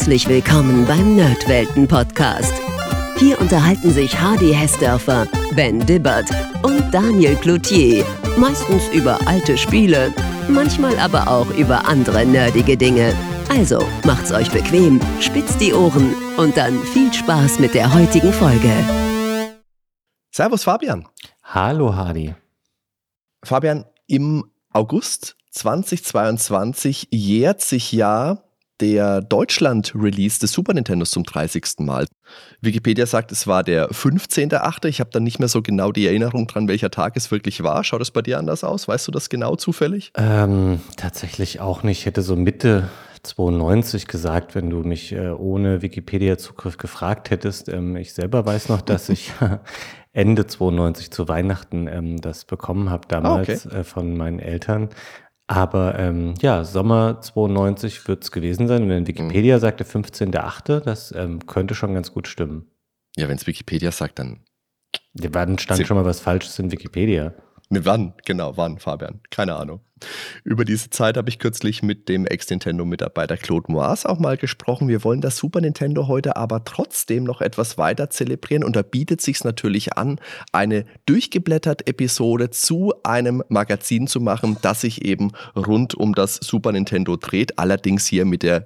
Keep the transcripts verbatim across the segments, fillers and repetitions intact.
Herzlich willkommen beim Nerdwelten-Podcast. Hier unterhalten sich Hardy Hessdörfer, Ben Dibbert und Daniel Cloutier. Meistens über alte Spiele, manchmal aber auch über andere nerdige Dinge. Also macht's euch bequem, spitzt die Ohren und dann viel Spaß mit der heutigen Folge. Servus Fabian. Hallo Hardy. Fabian, im August zweitausendzweiundzwanzig jährt sich ja der Deutschland-Release des Super Nintendos zum dreißigsten Mal. Wikipedia sagt, es war der fünfzehnter achte Ich habe dann nicht mehr so genau die Erinnerung dran, welcher Tag es wirklich war. Schaut es bei dir anders aus? Weißt du das genau zufällig? Ähm, tatsächlich auch nicht. Ich hätte so Mitte zweiundneunzig gesagt, wenn du mich äh, ohne Wikipedia-Zugriff gefragt hättest. Ähm, ich selber weiß noch, dass ich Ende zweiundneunzig zu Weihnachten ähm, das bekommen habe damals, okay. äh, von meinen Eltern. Aber ähm, ja, Sommer zweiundneunzig wird es gewesen sein. Und wenn Wikipedia mhm. sagt, der fünfzehnter achte das ähm, könnte schon ganz gut stimmen. Ja, wenn es Wikipedia sagt, dann... Ja, wann stand Sie- schon mal was Falsches in Wikipedia? Ne, wann? Genau, wann, Fabian? Keine Ahnung. Über diese Zeit habe ich kürzlich mit dem Ex-Nintendo-Mitarbeiter Claude Moise auch mal gesprochen. Wir wollen das Super Nintendo heute aber trotzdem noch etwas weiter zelebrieren und da bietet es sich natürlich an, eine durchgeblättert Episode zu einem Magazin zu machen, das sich eben rund um das Super Nintendo dreht. Allerdings hier mit der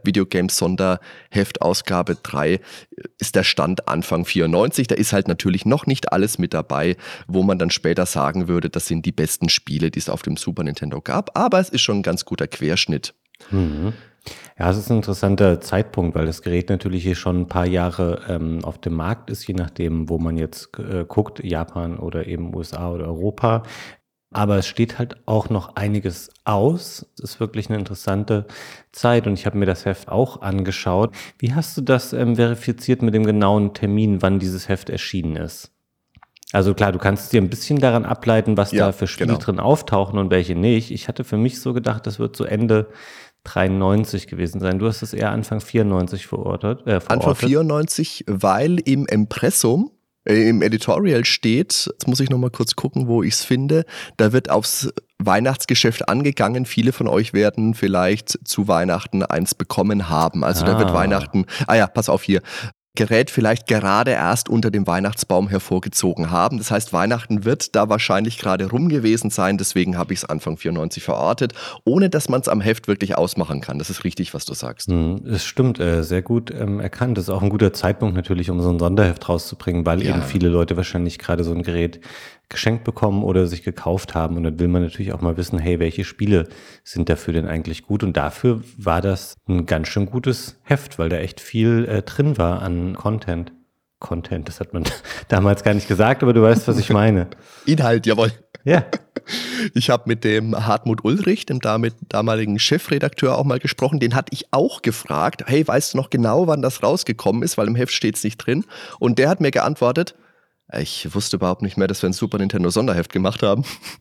Videogames-Sonderheftausgabe drei ist der Stand Anfang vierundneunzig. Da ist halt natürlich noch nicht alles mit dabei, wo man dann später sagen würde, das sind die besten Spiele, die es auf dem Super Nintendo gab. Aber es ist schon ein ganz guter Querschnitt. Mhm. Ja, es ist ein interessanter Zeitpunkt, weil das Gerät natürlich hier schon ein paar Jahre ähm, auf dem Markt ist, je nachdem, wo man jetzt äh, guckt, Japan oder eben U S A oder Europa. Aber es steht halt auch noch einiges aus. Es ist wirklich eine interessante Zeit und ich habe mir das Heft auch angeschaut. Wie hast du das ähm, verifiziert mit dem genauen Termin, wann dieses Heft erschienen ist? Also klar, du kannst dir ein bisschen daran ableiten, was ja, da für Spiele genau. drin auftauchen und welche nicht. Ich hatte für mich so gedacht, das wird so Ende dreiundneunzig gewesen sein. Du hast es eher Anfang vierundneunzig verortet. Äh, verortet. Anfang vierundneunzig, weil im Impressum, äh, im Editorial steht, jetzt muss ich nochmal kurz gucken, wo ich es finde, da wird aufs Weihnachtsgeschäft angegangen. Viele von euch werden vielleicht zu Weihnachten eins bekommen haben. Also ah. da wird Weihnachten, ah ja, pass auf hier. Gerät vielleicht gerade erst unter dem Weihnachtsbaum hervorgezogen haben. Das heißt, Weihnachten wird da wahrscheinlich gerade rum gewesen sein. Deswegen habe ich es Anfang vierundneunzig verortet, ohne dass man es am Heft wirklich ausmachen kann. Das ist richtig, was du sagst. Hm, es stimmt, äh, sehr gut ähm, erkannt. Das ist auch ein guter Zeitpunkt natürlich, um so ein Sonderheft rauszubringen, weil ja. eben viele Leute wahrscheinlich gerade so ein Gerät geschenkt bekommen oder sich gekauft haben. Und dann will man natürlich auch mal wissen, hey, welche Spiele sind dafür denn eigentlich gut? Und dafür war das ein ganz schön gutes Heft, weil da echt viel äh, drin war an Content. Content, das hat man damals gar nicht gesagt, aber du weißt, was ich meine. Inhalt, jawohl. Ja. Ich habe mit dem Hartmut Ulrich, dem damit damaligen Chefredakteur, auch mal gesprochen. Den hatte ich auch gefragt, hey, weißt du noch genau, wann das rausgekommen ist? Weil im Heft steht es nicht drin. Und der hat mir geantwortet, ich wusste überhaupt nicht mehr, dass wir ein Super Nintendo Sonderheft gemacht haben.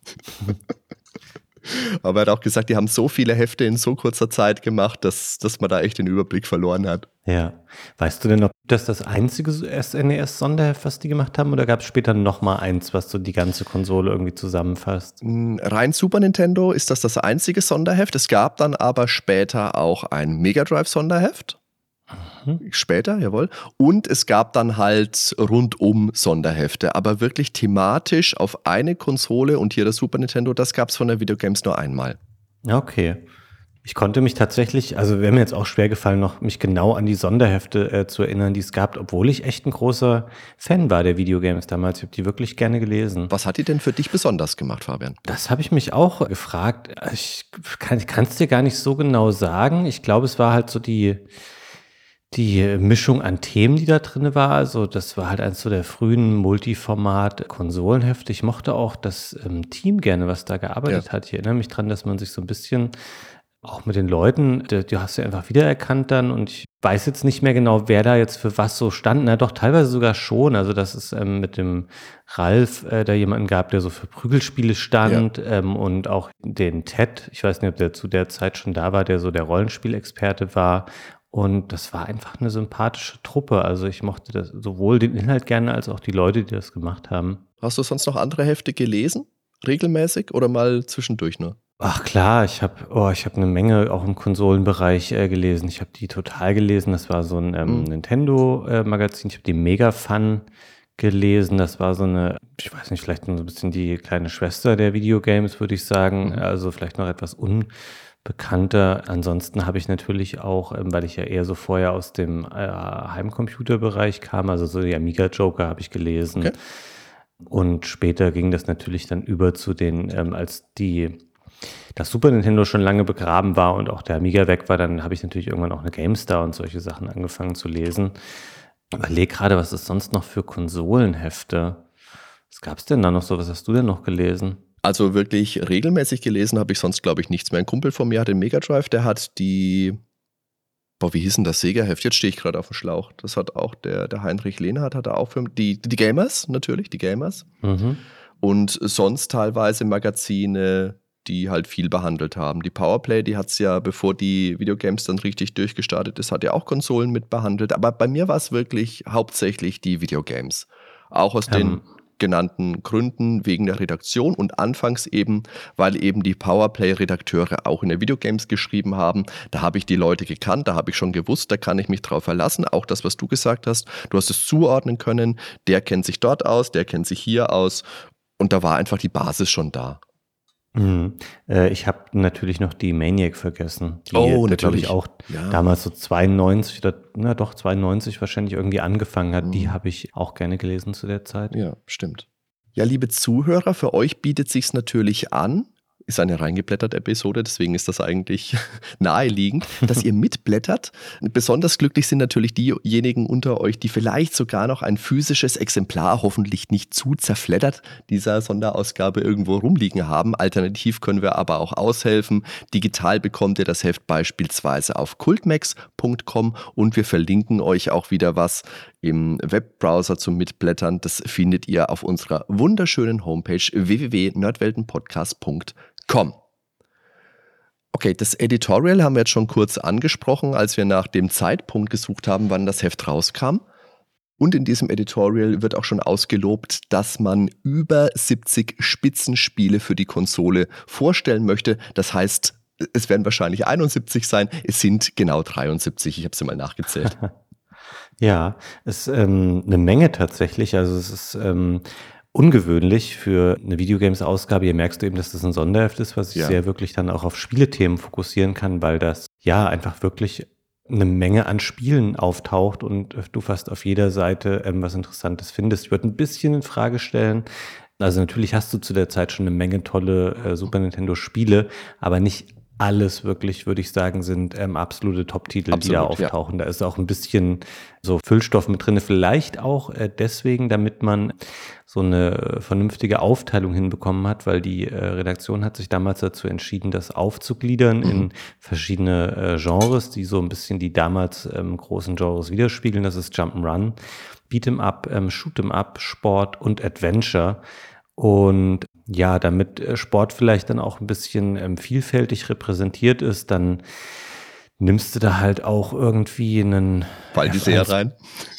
Aber er hat auch gesagt, die haben so viele Hefte in so kurzer Zeit gemacht, dass, dass man da echt den Überblick verloren hat. Ja. Weißt du denn, ob das das einzige S N E S-Sonderheft, was die gemacht haben, oder gab es später noch mal eins, was so die ganze Konsole irgendwie zusammenfasst? Rein Super Nintendo ist das das einzige Sonderheft. Es gab dann aber später auch ein Mega Drive Sonderheft. Mhm. Später, jawohl. Und es gab dann halt rundum Sonderhefte, aber wirklich thematisch auf eine Konsole und hier das Super Nintendo, das gab es von der Videogames nur einmal. Okay. Ich konnte mich tatsächlich, also wäre mir jetzt auch schwer gefallen, noch mich genau an die Sonderhefte äh, zu erinnern, die es gab, obwohl ich echt ein großer Fan war der Videogames damals. Ich habe die wirklich gerne gelesen. Was hat die denn für dich besonders gemacht, Fabian? Das habe ich mich auch gefragt. Ich kann es dir gar nicht so genau sagen. Ich glaube, es war halt so die Die Mischung an Themen, die da drin war, also das war halt eins so der frühen Multiformat-Konsolenhefte. Ich mochte auch das ähm, Team gerne, was da gearbeitet ja. hat. Ich erinnere mich dran, dass man sich so ein bisschen auch mit den Leuten, die, die hast du einfach wiedererkannt dann und ich weiß jetzt nicht mehr genau, wer da jetzt für was so stand. Na doch, teilweise sogar schon. Also dass es ähm, mit dem Ralf äh, da jemanden gab, der so für Prügelspiele stand ja. ähm, und auch den Ted, ich weiß nicht, ob der zu der Zeit schon da war, der so der Rollenspielexperte war. Und das war einfach eine sympathische Truppe. Also ich mochte das sowohl den Inhalt gerne, als auch die Leute, die das gemacht haben. Hast du sonst noch andere Hefte gelesen? Regelmäßig oder mal zwischendurch nur? Ach klar, ich habe oh, ich habe eine Menge auch im Konsolenbereich, äh, gelesen. Ich habe die total gelesen. Das war so ein ähm, Mhm. Nintendo, äh, Magazin. Ich habe die Mega Fun gelesen. Das war so eine, ich weiß nicht, vielleicht so ein bisschen die kleine Schwester der Videogames, würde ich sagen. Mhm. Also vielleicht noch etwas unbekannter. Ansonsten habe ich natürlich auch, ähm, weil ich ja eher so vorher aus dem, äh, Heimcomputerbereich kam, also so die Amiga Joker habe ich gelesen. Okay. Und später ging das natürlich dann über zu den, ähm, als die das Super Nintendo schon lange begraben war und auch der Amiga weg war, dann habe ich natürlich irgendwann auch eine GameStar und solche Sachen angefangen zu lesen. Überlege gerade, was es sonst noch für Konsolenhefte? Was gab es denn da noch so? Was hast du denn noch gelesen? Also wirklich regelmäßig gelesen habe ich sonst, glaube ich, nichts mehr. Ein Kumpel von mir hat den Mega Drive, der hat die, boah, wie hieß denn das Sega-Heft? Jetzt stehe ich gerade auf dem Schlauch. Das hat auch der, der Heinrich Lehnhardt, hat er auch für die, die Gamers, natürlich, die Gamers. Mhm. Und sonst teilweise Magazine, die halt viel behandelt haben. Die Powerplay, die hat es ja, bevor die Videogames dann richtig durchgestartet ist, hat ja auch Konsolen mit behandelt. Aber bei mir war es wirklich hauptsächlich die Videogames. Auch aus den Ähm, genannten Gründen, wegen der Redaktion und anfangs eben, weil eben die Powerplay-Redakteure auch in der Videogames geschrieben haben. Da habe ich die Leute gekannt, da habe ich schon gewusst, da kann ich mich drauf verlassen. Auch das, was du gesagt hast, du hast es zuordnen können. Der kennt sich dort aus, der kennt sich hier aus. Und da war einfach die Basis schon da. mhm. Äh, ich habe natürlich noch die Maniac vergessen, die, Oh, da glaube ich natürlich. auch Ja. damals so zweiundneunzig oder, na doch, zweiundneunzig wahrscheinlich irgendwie angefangen hat. Die Mhm. habe ich auch gerne gelesen zu der Zeit. Ja, stimmt. Ja, liebe Zuhörer, für euch bietet sich's natürlich an, ist eine reingeblätterte Episode, deswegen ist das eigentlich naheliegend, dass ihr mitblättert. Besonders glücklich sind natürlich diejenigen unter euch, die vielleicht sogar noch ein physisches Exemplar, hoffentlich nicht zu zerfleddert, dieser Sonderausgabe irgendwo rumliegen haben. Alternativ können wir aber auch aushelfen. Digital bekommt ihr das Heft beispielsweise auf kultmax punkt com und wir verlinken euch auch wieder was im Webbrowser zum Mitblättern. Das findet ihr auf unserer wunderschönen Homepage w w w punkt nerdweltenpodcast punkt com. Okay, das Editorial haben wir jetzt schon kurz angesprochen, als wir nach dem Zeitpunkt gesucht haben, wann das Heft rauskam. Und in diesem Editorial wird auch schon ausgelobt, dass man über siebzig Spitzenspiele für die Konsole vorstellen möchte. Das heißt, es werden wahrscheinlich einundsiebzig sein. Es sind genau dreiundsiebzig. Ich habe sie mal nachgezählt. Ja, es ist ähm, eine Menge tatsächlich. Also es ist ähm, ungewöhnlich für eine Videogames-Ausgabe. Hier merkst du eben, dass das ein Sonderheft ist, was sich Ja. sehr wirklich dann auch auf Spielethemen fokussieren kann, weil das ja einfach wirklich eine Menge an Spielen auftaucht und äh, du fast auf jeder Seite ähm, was Interessantes findest. Ich würde ein bisschen in Frage stellen. Also natürlich hast du zu der Zeit schon eine Menge tolle äh, Super Nintendo-Spiele, aber nicht alles wirklich, würde ich sagen, sind ähm, absolute Top-Titel, die da Absolut, ja. auftauchen. Da ist auch ein bisschen so Füllstoff mit drin. Vielleicht auch äh, deswegen, damit man so eine vernünftige Aufteilung hinbekommen hat, weil die äh, Redaktion hat sich damals dazu entschieden, das aufzugliedern Mhm. in verschiedene äh, Genres, die so ein bisschen die damals ähm, großen Genres widerspiegeln. Das ist Jump'n'Run, Beat'em Up, ähm, Shoot'em Up, Sport und Adventure. Und ja, damit äh, Sport vielleicht dann auch ein bisschen ähm, vielfältig repräsentiert ist, dann nimmst du da halt auch irgendwie einen Fallen die F sehr eins rein?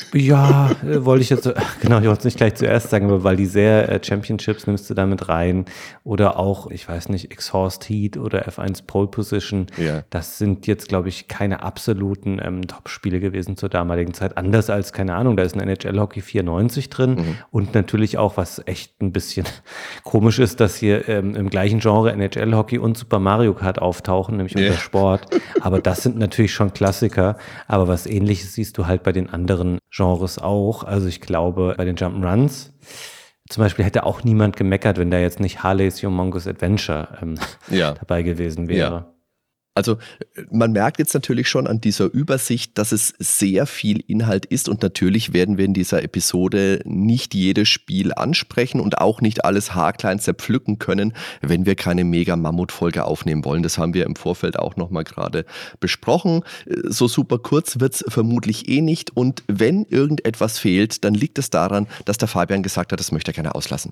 Ja, äh, wollte ich jetzt, so- genau, ich wollte es nicht gleich zuerst sagen, aber weil die sehr äh, Championships nimmst du damit rein oder auch, ich weiß nicht, Exhaust Heat oder F eins Pole Position. Ja. Das sind jetzt, glaube ich, keine absoluten ähm, Top-Spiele gewesen zur damaligen Zeit. Anders als, keine Ahnung, da ist ein N H L Hockey vierundneunzig drin Mhm. und natürlich auch, was echt ein bisschen komisch ist, dass hier ähm, im gleichen Genre N H L Hockey und Super Mario Kart auftauchen, nämlich Ja. unter Sport. Aber das sind natürlich schon Klassiker. Aber was Ähnliches siehst du halt bei den anderen Genres auch. Also ich glaube, bei den Jump'n'Runs zum Beispiel hätte auch niemand gemeckert, wenn da jetzt nicht Harley's Humongous Adventure ähm, Ja. dabei gewesen wäre. Also man merkt jetzt natürlich schon an dieser Übersicht, dass es sehr viel Inhalt ist und natürlich werden wir in dieser Episode nicht jedes Spiel ansprechen und auch nicht alles haarklein zerpflücken können, wenn wir keine Mega-Mammut-Folge aufnehmen wollen. Das haben wir im Vorfeld auch nochmal gerade besprochen. So super kurz wird es vermutlich eh nicht und wenn irgendetwas fehlt, dann liegt es daran, dass der Fabian gesagt hat, das möchte er gerne auslassen.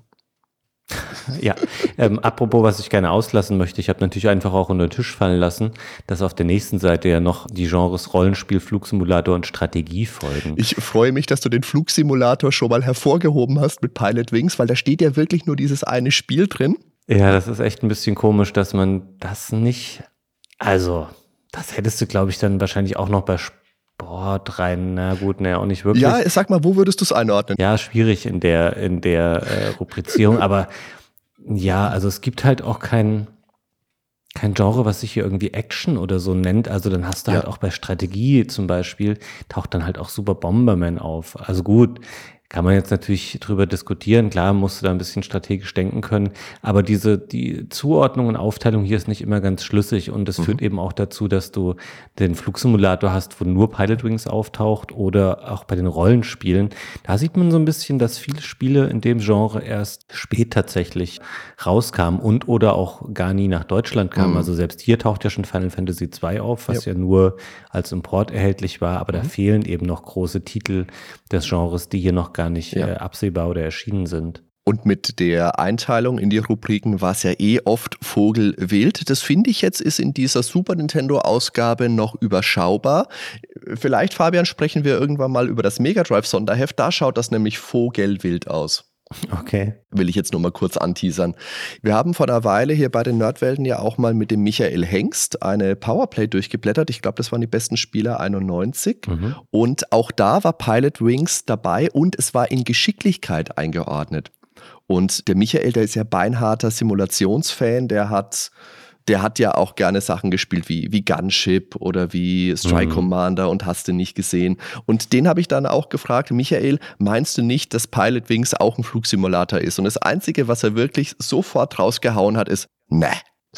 Ja, ähm, apropos, was ich gerne auslassen möchte, ich habe natürlich einfach auch unter den Tisch fallen lassen, dass auf der nächsten Seite ja noch die Genres Rollenspiel, Flugsimulator und Strategie folgen. Ich freue mich, dass du den Flugsimulator schon mal hervorgehoben hast mit Pilot Wings, weil da steht ja wirklich nur dieses eine Spiel drin. Ja, das ist echt ein bisschen komisch, dass man das nicht, also das hättest du, glaube ich, dann wahrscheinlich auch noch bei Sport rein, na gut, naja, auch nicht wirklich. Ja, sag mal, wo würdest du es einordnen? Ja, schwierig in der, in der äh, Rubrizierung, aber ja, also es gibt halt auch kein, kein Genre, was sich hier irgendwie Action oder so nennt. Also dann hast du Ja. halt auch bei Strategie zum Beispiel, taucht dann halt auch Super Bomberman auf. Also gut, kann man jetzt natürlich drüber diskutieren. Klar, musst du da ein bisschen strategisch denken können. Aber diese, die Zuordnung und Aufteilung hier ist nicht immer ganz schlüssig. Und das Mhm. führt eben auch dazu, dass du den Flugsimulator hast, wo nur Pilotwings auftaucht, oder auch bei den Rollenspielen. Da sieht man so ein bisschen, dass viele Spiele in dem Genre erst spät tatsächlich rauskamen und oder auch gar nie nach Deutschland kamen. Mhm. Also selbst hier taucht ja schon Final Fantasy zwei auf, was ja, ja nur als Import erhältlich war. Aber mhm. da fehlen eben noch große Titel des Genres, die hier noch gar nicht ja. äh, absehbar oder erschienen sind. Und mit der Einteilung in die Rubriken war es ja eh oft Vogelwild. Das finde ich jetzt ist in dieser Super Nintendo-Ausgabe noch überschaubar. Vielleicht, Fabian, sprechen wir irgendwann mal über das Mega Drive-Sonderheft. Da schaut das nämlich Vogelwild aus. Okay. Will ich jetzt nur mal kurz anteasern. Wir haben vor einer Weile hier bei den Nerdwelten ja auch mal mit dem Michael Hengst eine Powerplay durchgeblättert. Ich glaube, das waren die besten Spieler einundneunzig. Mhm. Und auch da war Pilotwings dabei und es war in Geschicklichkeit eingeordnet. Und der Michael, der ist ja beinharter Simulationsfan, der hat... Der hat ja auch gerne Sachen gespielt wie, wie Gunship oder wie Strike mhm. Commander und hast du nicht gesehen. Und den habe ich dann auch gefragt, Michael, meinst du nicht, dass Pilotwings auch ein Flugsimulator ist? Und das Einzige, was er wirklich sofort rausgehauen hat, ist, ne.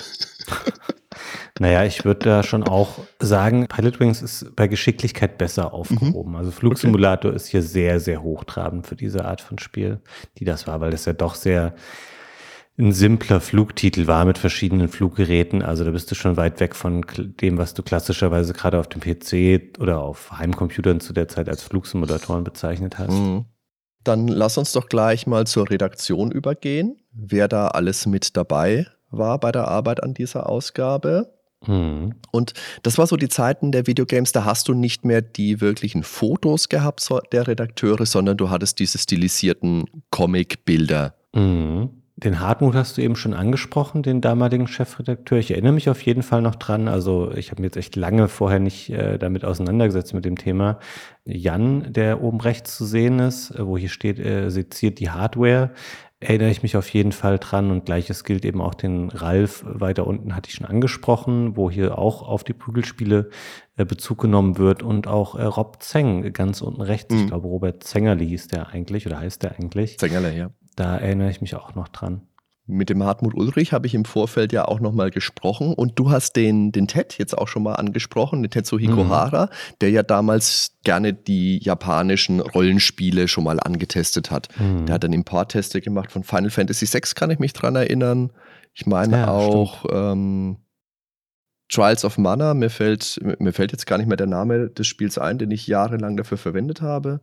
Naja, ich würde da schon auch sagen, Pilotwings ist bei Geschicklichkeit besser aufgehoben. Mhm. Also Flugsimulator okay. ist hier sehr, sehr hochtrabend für diese Art von Spiel, die das war, weil das ja doch sehr ein simpler Flugtitel war mit verschiedenen Fluggeräten. Also da bist du schon weit weg von dem, was du klassischerweise gerade auf dem P C oder auf Heimcomputern zu der Zeit als Flugsimulatoren bezeichnet hast. Mhm. Dann lass uns doch gleich mal zur Redaktion übergehen, wer da alles mit dabei war bei der Arbeit an dieser Ausgabe. Mhm. Und das war so die Zeiten der Videogames, da hast du nicht mehr die wirklichen Fotos gehabt der Redakteure, sondern du hattest diese stilisierten Comic-Bilder. Mhm. Den Hartmut hast du eben schon angesprochen, den damaligen Chefredakteur. Ich erinnere mich auf jeden Fall noch dran. Also ich habe mich jetzt echt lange vorher nicht äh, damit auseinandergesetzt mit dem Thema. Jan, der oben rechts zu sehen ist, wo hier steht, äh, seziert die Hardware, erinnere ich mich auf jeden Fall dran. Und gleiches gilt eben auch den Ralf weiter unten, hatte ich schon angesprochen, wo hier auch auf die Prügelspiele äh, Bezug genommen wird. Und auch äh, Rob Zeng ganz unten rechts. Mhm. Ich glaube, Robert Zengerle hieß der eigentlich oder heißt der eigentlich. Zengerle, ja. Da erinnere ich mich auch noch dran. Mit dem Hartmut Ulrich habe ich im Vorfeld ja auch nochmal gesprochen und du hast den, den Ted jetzt auch schon mal angesprochen, den Tetsuhiko mhm. Hara, der ja damals gerne die japanischen Rollenspiele schon mal angetestet hat. Mhm. Der hat dann Importteste gemacht von Final Fantasy sechs, kann ich mich dran erinnern. Ich meine ja, auch ähm, Trials of Mana, mir fällt, mir fällt jetzt gar nicht mehr der Name des Spiels ein, den ich jahrelang dafür verwendet habe.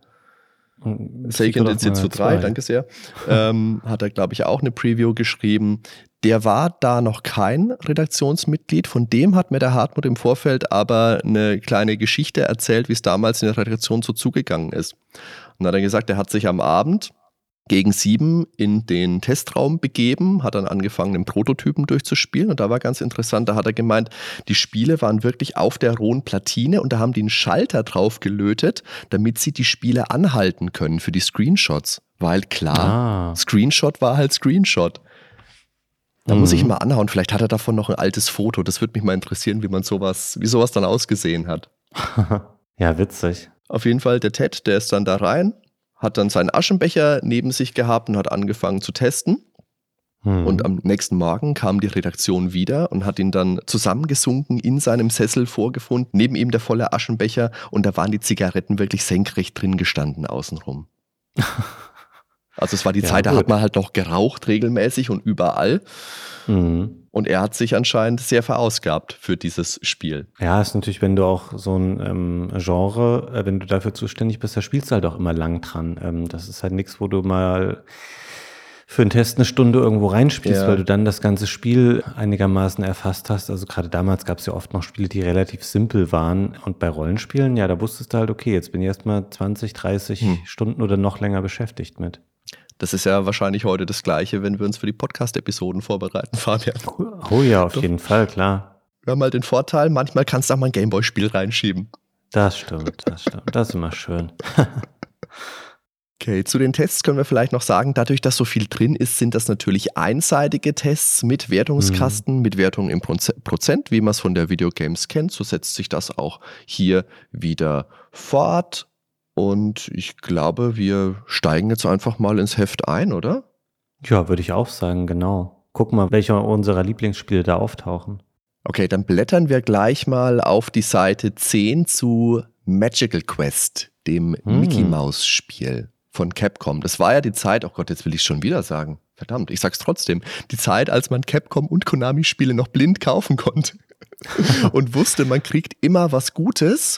Seiken Densetsu drei, danke sehr. ähm, hat er, glaube ich, auch eine Preview geschrieben. Der war da noch kein Redaktionsmitglied. Von dem hat mir der Hartmut im Vorfeld aber eine kleine Geschichte erzählt, wie es damals in der Redaktion so zugegangen ist. Und hat er gesagt, er hat sich am Abend gegen sieben in den Testraum begeben, hat dann angefangen, den Prototypen durchzuspielen und da war ganz interessant, da hat er gemeint, die Spiele waren wirklich auf der rohen Platine und da haben die einen Schalter drauf gelötet, damit sie die Spiele anhalten können für die Screenshots, weil klar, ah. Screenshot war halt Screenshot. Da mhm. muss ich mal anhauen, vielleicht hat er davon noch ein altes Foto, das würde mich mal interessieren, wie man sowas, wie sowas dann ausgesehen hat. Ja, witzig. Auf jeden Fall der Ted, der ist dann da rein, hat dann seinen Aschenbecher neben sich gehabt und hat angefangen zu testen. Hm. Und am nächsten Morgen kam die Redaktion wieder und hat ihn dann zusammengesunken in seinem Sessel vorgefunden. Neben ihm der volle Aschenbecher und da waren die Zigaretten wirklich senkrecht drin gestanden außenrum. Also es war die ja, Zeit, da gut. hat man halt noch geraucht regelmäßig und überall. Mhm. Und er hat sich anscheinend sehr verausgabt für dieses Spiel. Ja, ist natürlich, wenn du auch so ein ähm, Genre, äh, wenn du dafür zuständig bist, da spielst du halt auch immer lang dran. Ähm, das ist halt nichts, wo du mal für einen Test eine Stunde irgendwo reinspielst, ja. weil du dann das ganze Spiel einigermaßen erfasst hast. Also gerade damals gab es ja oft noch Spiele, die relativ simpel waren. Und bei Rollenspielen, ja, da wusstest du halt, okay, jetzt bin ich erstmal zwanzig, dreißig hm. Stunden oder noch länger beschäftigt mit. Das ist ja wahrscheinlich heute das Gleiche, wenn wir uns für die Podcast-Episoden vorbereiten, Fabian. Oh ja, auf jeden Fall, klar. Wir haben halt den Vorteil, manchmal kannst du auch mal ein Gameboy-Spiel reinschieben. Das stimmt, das stimmt. Das ist immer schön. Okay, zu den Tests können wir vielleicht noch sagen, dadurch, dass so viel drin ist, sind das natürlich einseitige Tests mit Wertungskasten, mhm. mit Wertung im Prozent, wie man es von der Videogames kennt. So setzt sich das auch hier wieder fort. Und ich glaube, wir steigen jetzt einfach mal ins Heft ein, oder? Ja, würde ich auch sagen, genau. Guck mal, welche unserer Lieblingsspiele da auftauchen. Okay, dann blättern wir gleich mal auf die Seite zehn zu Magical Quest, dem hm. Mickey-Maus-Spiel von Capcom. Das war ja die Zeit, oh Gott, jetzt will ich es schon wieder sagen. Verdammt, ich sag's trotzdem. Die Zeit, als man Capcom und Konami-Spiele noch blind kaufen konnte und wusste, man kriegt immer was Gutes.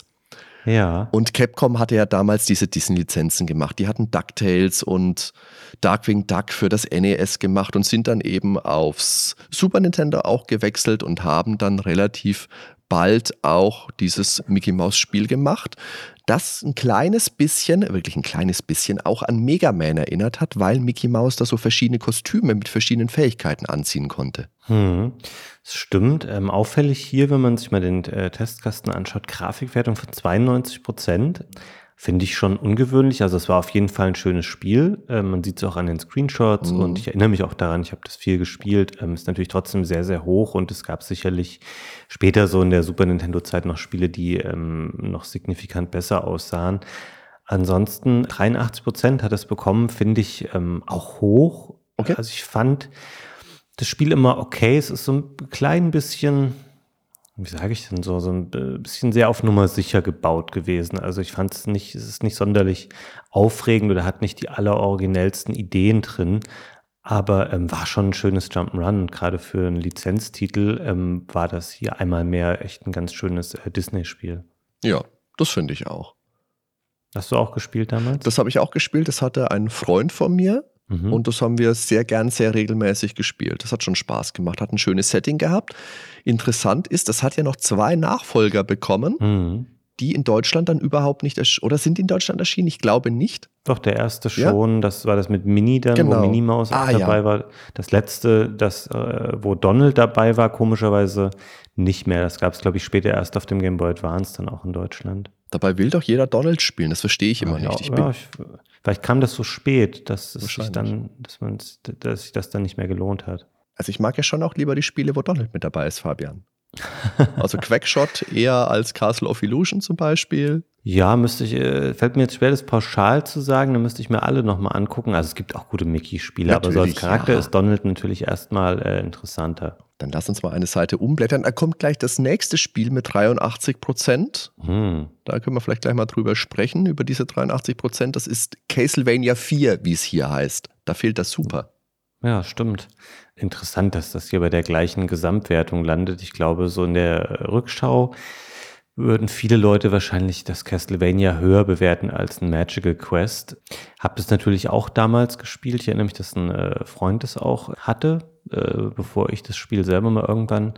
Ja. Und Capcom hatte ja damals diese Disney-Lizenzen gemacht. Die hatten DuckTales und Darkwing Duck für das N E S gemacht und sind dann eben aufs Super Nintendo auch gewechselt und haben dann relativ bald auch dieses Mickey-Maus-Spiel gemacht, das ein kleines bisschen, wirklich ein kleines bisschen auch an Mega Man erinnert hat, weil Mickey Mouse da so verschiedene Kostüme mit verschiedenen Fähigkeiten anziehen konnte. Hm, das stimmt. Ähm, auffällig hier, wenn man sich mal den äh, Testkasten anschaut, Grafikwertung von zweiundneunzig Prozent. Finde ich schon ungewöhnlich. Also es war auf jeden Fall ein schönes Spiel. Ähm, man sieht es auch an den Screenshots mhm. und ich erinnere mich auch daran, ich habe das viel gespielt. Ähm, ist natürlich trotzdem sehr, sehr hoch und es gab sicherlich später so in der Super Nintendo-Zeit noch Spiele, die ähm, noch signifikant besser aussahen. Ansonsten dreiundachtzig Prozent hat es bekommen, finde ich ähm, auch hoch. Okay. Also ich fand das Spiel immer okay. Es ist so ein klein bisschen... wie sage ich denn so, so ein bisschen sehr auf Nummer sicher gebaut gewesen. Also ich fand es nicht, es ist nicht sonderlich aufregend oder hat nicht die alleroriginellsten Ideen drin, aber ähm, war schon ein schönes Jump'n'Run. Und gerade für einen Lizenztitel ähm, war das hier einmal mehr echt ein ganz schönes äh, Disney-Spiel. Ja, das finde ich auch. Hast du auch gespielt damals? Das habe ich auch gespielt. Das hatte ein Freund von mir. Mhm. Und das haben wir sehr gern, sehr regelmäßig gespielt. Das hat schon Spaß gemacht, hat ein schönes Setting gehabt. Interessant ist, das hat ja noch zwei Nachfolger bekommen, mhm. die in Deutschland dann überhaupt nicht erschienen. Oder sind die in Deutschland erschienen? Ich glaube nicht. Doch, der erste schon. Ja? Das war das mit Minnie dann, genau. Wo Minnie Maus auch ah, dabei ja. war. Das letzte, das, äh, wo Donald dabei war, komischerweise nicht mehr. Das gab es, glaube ich, später erst auf dem Game Boy Advance dann auch in Deutschland. Dabei will doch jeder Donald spielen, das verstehe ich immer ja, nicht. Ich bin ja, ich, vielleicht kam das so spät, dass, es sich dann, dass, man, dass sich das dann nicht mehr gelohnt hat. Also ich mag ja schon auch lieber die Spiele, wo Donald mit dabei ist, Fabian. Also Quackshot eher als Castle of Illusion zum Beispiel. Ja, müsste ich, äh, fällt mir jetzt schwer, das pauschal zu sagen, dann müsste ich mir alle nochmal angucken. Also es gibt auch gute Mickey-Spiele, aber so als Charakter ja. ist Donald natürlich erstmal äh, interessanter. Dann lass uns mal eine Seite umblättern. Da kommt gleich das nächste Spiel mit dreiundachtzig Prozent. Hm. Da können wir vielleicht gleich mal drüber sprechen, über diese dreiundachtzig Prozent. Das ist Castlevania vier, wie es hier heißt. Da fehlt das Super. Ja, stimmt. Interessant, dass das hier bei der gleichen Gesamtwertung landet. Ich glaube, so in der Rückschau würden viele Leute wahrscheinlich das Castlevania höher bewerten als ein Magical Quest. Hab das natürlich auch damals gespielt. Ich erinnere mich, dass ein äh, Freund das auch hatte, äh, bevor ich das Spiel selber mal irgendwann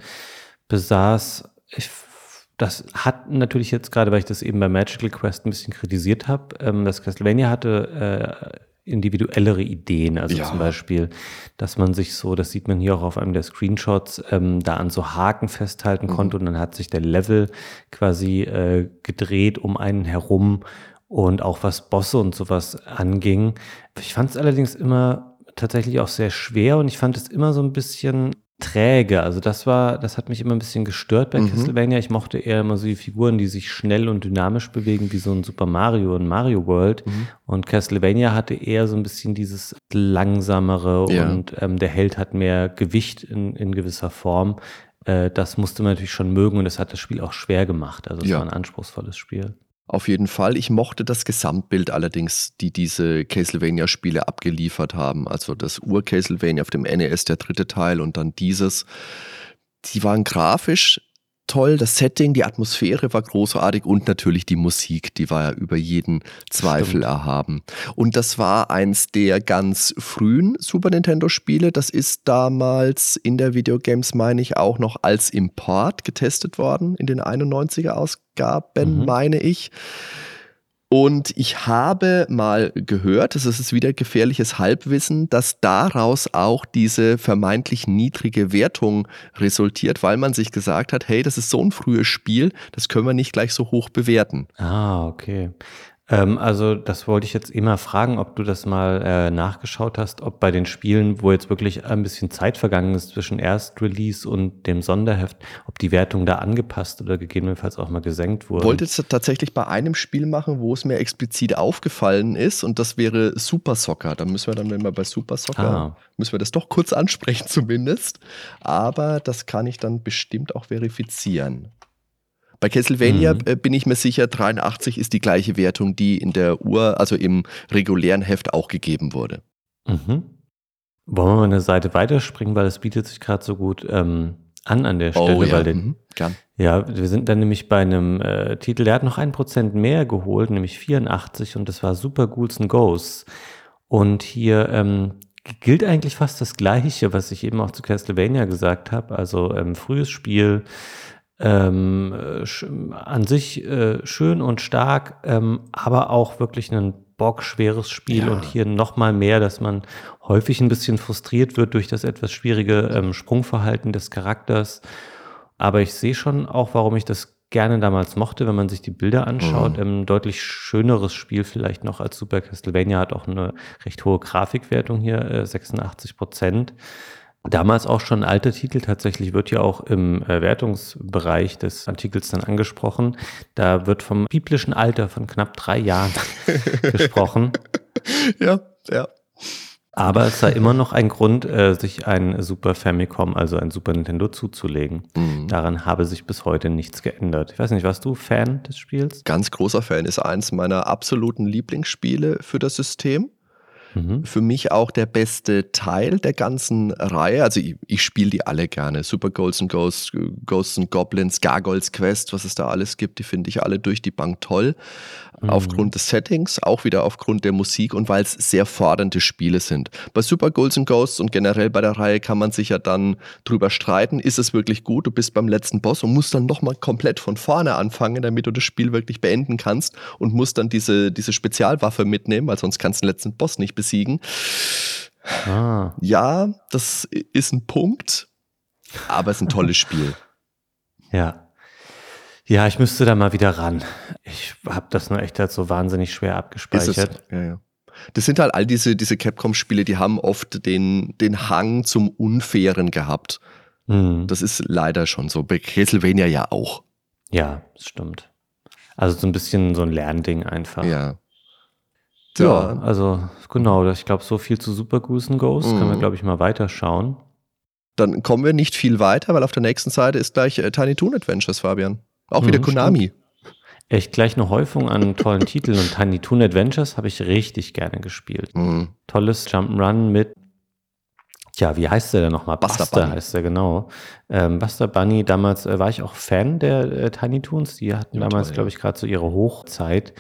besaß. Ich, das hat natürlich jetzt gerade, weil ich das eben bei Magical Quest ein bisschen kritisiert habe, ähm, das Castlevania hatte äh, individuellere Ideen, also ja. zum Beispiel, dass man sich so, das sieht man hier auch auf einem der Screenshots, ähm, da an so Haken festhalten mhm. konnte und dann hat sich der Level quasi äh, gedreht um einen herum und auch was Bosse und sowas anging. Ich fand es allerdings immer tatsächlich auch sehr schwer und ich fand es immer so ein bisschen träge, also das war, das hat mich immer ein bisschen gestört bei mhm. Castlevania. Ich mochte eher immer so die Figuren, die sich schnell und dynamisch bewegen, wie so ein Super Mario und Mario World. Mhm. Und Castlevania hatte eher so ein bisschen dieses langsamere ja. und ähm, der Held hat mehr Gewicht in, in gewisser Form. Äh, das musste man natürlich schon mögen und das hat das Spiel auch schwer gemacht. Also es ja. war ein anspruchsvolles Spiel. Auf jeden Fall. Ich mochte das Gesamtbild allerdings, die diese Castlevania-Spiele abgeliefert haben. Also das Ur-Castlevania auf dem N E S, der dritte Teil und dann dieses. Die waren grafisch toll, das Setting, die Atmosphäre war großartig und natürlich die Musik, die war ja über jeden Zweifel Stimmt. erhaben. Und das war eins der ganz frühen Super Nintendo-Spiele. Das ist damals in der Videogames, meine ich, auch noch als Import getestet worden, in den einundneunziger Ausgaben, mhm. meine ich. Und ich habe mal gehört, das ist wieder gefährliches Halbwissen, dass daraus auch diese vermeintlich niedrige Wertung resultiert, weil man sich gesagt hat, hey, das ist so ein frühes Spiel, das können wir nicht gleich so hoch bewerten. Ah, okay. Ähm, also das wollte ich jetzt immer fragen, ob du das mal äh, nachgeschaut hast, ob bei den Spielen, wo jetzt wirklich ein bisschen Zeit vergangen ist zwischen Erstrelease und dem Sonderheft, ob die Wertung da angepasst oder gegebenenfalls auch mal gesenkt wurde. Ich wollte es tatsächlich bei einem Spiel machen, wo es mir explizit aufgefallen ist, und das wäre Super Soccer. Da müssen wir dann, wenn wir bei Super Soccer, Ah. müssen wir das doch kurz ansprechen zumindest. Aber das kann ich dann bestimmt auch verifizieren. Bei Castlevania Mhm. äh, bin ich mir sicher, dreiundachtzig ist die gleiche Wertung, die in der Ur, also im regulären Heft auch gegeben wurde. Mhm. Wollen wir mal eine Seite weiterspringen, weil es bietet sich gerade so gut ähm, an an der Stelle. Oh ja, weil der, mhm, gern. Ja, wir sind dann nämlich bei einem äh, Titel, der hat noch ein Prozent mehr geholt, nämlich vierundachtzig, und das war Super Ghouls and Ghosts. Und hier ähm, gilt eigentlich fast das Gleiche, was ich eben auch zu Castlevania gesagt habe. Also ähm, frühes Spiel, ähm, äh, sch- an sich äh, schön und stark, ähm, aber auch wirklich ein bockschweres Spiel, Ja. und hier nochmal mehr, dass man häufig ein bisschen frustriert wird durch das etwas schwierige ähm, Sprungverhalten des Charakters. Aber ich sehe schon auch, warum ich das gerne damals mochte, wenn man sich die Bilder anschaut. Mhm. Ein deutlich schöneres Spiel vielleicht noch als Super Castlevania, hat auch eine recht hohe Grafikwertung hier, äh, sechsundachtzig Prozent. Damals auch schon ein alter Titel, tatsächlich wird ja auch im äh, Wertungsbereich des Artikels dann angesprochen. Da wird vom biblischen Alter von knapp drei Jahren gesprochen. Ja, ja. Aber es sei immer noch ein Grund, äh, sich ein Super Famicom, also ein Super Nintendo zuzulegen. Mhm. Daran habe sich bis heute nichts geändert. Ich weiß nicht, warst du Fan des Spiels? Ganz großer Fan, ist eins meiner absoluten Lieblingsspiele für das System. Mhm. Für mich auch der beste Teil der ganzen Reihe. Also ich, ich spiele die alle gerne. Super Ghouls and Ghosts, Ghosts and Goblins, Gargoyles Quest, was es da alles gibt, die finde ich alle durch die Bank toll. Mhm. Aufgrund des Settings, auch wieder aufgrund der Musik und weil es sehr fordernde Spiele sind. Bei Super Ghouls and Ghosts und generell bei der Reihe kann man sich ja dann drüber streiten, ist es wirklich gut? Du bist beim letzten Boss und musst dann nochmal komplett von vorne anfangen, damit du das Spiel wirklich beenden kannst, und musst dann diese, diese Spezialwaffe mitnehmen, weil sonst kannst du den letzten Boss nicht besiegen. Ah. Ja, das ist ein Punkt, aber es ist ein tolles Spiel. Ja. Ja, ich müsste da mal wieder ran. Ich habe das nur echt halt so wahnsinnig schwer Ist abgespeichert. es, ja, ja. Das sind halt all diese, diese Capcom-Spiele, die haben oft den, den Hang zum Unfairen gehabt. Mhm. Das ist leider schon so. Bei Castlevania ja auch. Ja, das stimmt. Also so ein bisschen so ein Lernding einfach. Ja. Ja, Da, also genau, das- ich glaube, so viel zu Super Goose and Ghost. Können wir, Mhm. glaube ich, mal weiterschauen. dann kommen wir nicht viel weiter, weil auf der nächsten Seite ist gleich äh, Tiny Toon Adventures, Fabian. Auch wieder Mhm, Konami. Echt gleich eine Häufung an tollen Titeln, und Tiny Toon Adventures habe ich richtig gerne gespielt. Mhm. Tolles Jump'n'Run mit, tja, wie heißt der denn nochmal? Buster Buster Bunny. heißt der, genau. Ähm, Buster Bunny, damals äh, war ich auch Fan der äh, Tiny Toons. Die hatten Ja, damals, toll, glaube ja. ich, gerade so ihre Hochzeit.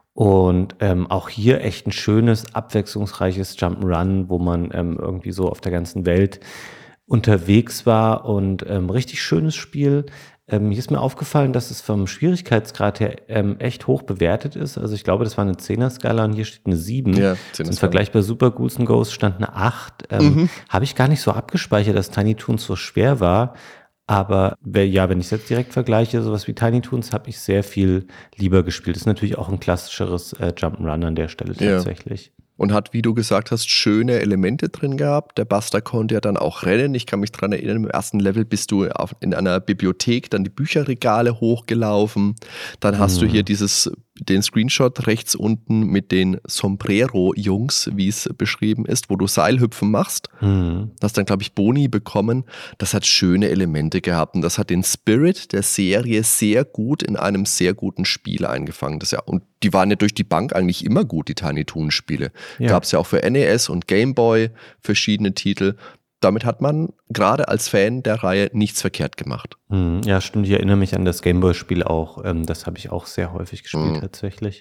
Und ähm, auch hier echt ein schönes, abwechslungsreiches Jump'n'Run, wo man ähm, irgendwie so auf der ganzen Welt unterwegs war, und ähm, richtig schönes Spiel. Ähm, hier ist mir aufgefallen, dass es vom Schwierigkeitsgrad her ähm, echt hoch bewertet ist. Also ich glaube, das war eine Zehner-Skala, und hier steht eine sieben. Ja, Zum Zehner-Skala. Vergleich bei Super Ghouls and Ghosts stand eine acht. Ähm, Mhm. Habe ich gar nicht so abgespeichert, dass Tiny Toons so schwer war. Aber wer- ja, wenn ich es jetzt direkt vergleiche, sowas wie Tiny Toons habe ich sehr viel lieber gespielt. Das ist natürlich auch ein klassischeres äh, Jump'n'Run an der Stelle Ja. tatsächlich. Und hat, wie du gesagt hast, schöne Elemente drin gehabt. Der Buster konnte ja dann auch rennen. Ich kann mich dran erinnern, im ersten Level bist du auf, in einer Bibliothek dann die Bücherregale hochgelaufen. Dann hast du hier dieses, den Screenshot rechts unten mit den Sombrero-Jungs, wie es beschrieben ist, wo du Seilhüpfen machst. Mhm. Hast dann, glaube ich, Boni bekommen. Das hat schöne Elemente gehabt, und das hat den Spirit der Serie sehr gut in einem sehr guten Spiel eingefangen. Das ja, und die waren ja durch die Bank eigentlich immer gut, die Tiny Toon Spiele. Ja. Gab es ja auch für N E S und Game Boy verschiedene Titel. Damit hat man gerade als Fan der Reihe nichts verkehrt gemacht. Mhm. Ja, stimmt. Ich erinnere mich an das Gameboy-Spiel auch. Ähm, das habe ich auch sehr häufig gespielt Mhm. tatsächlich.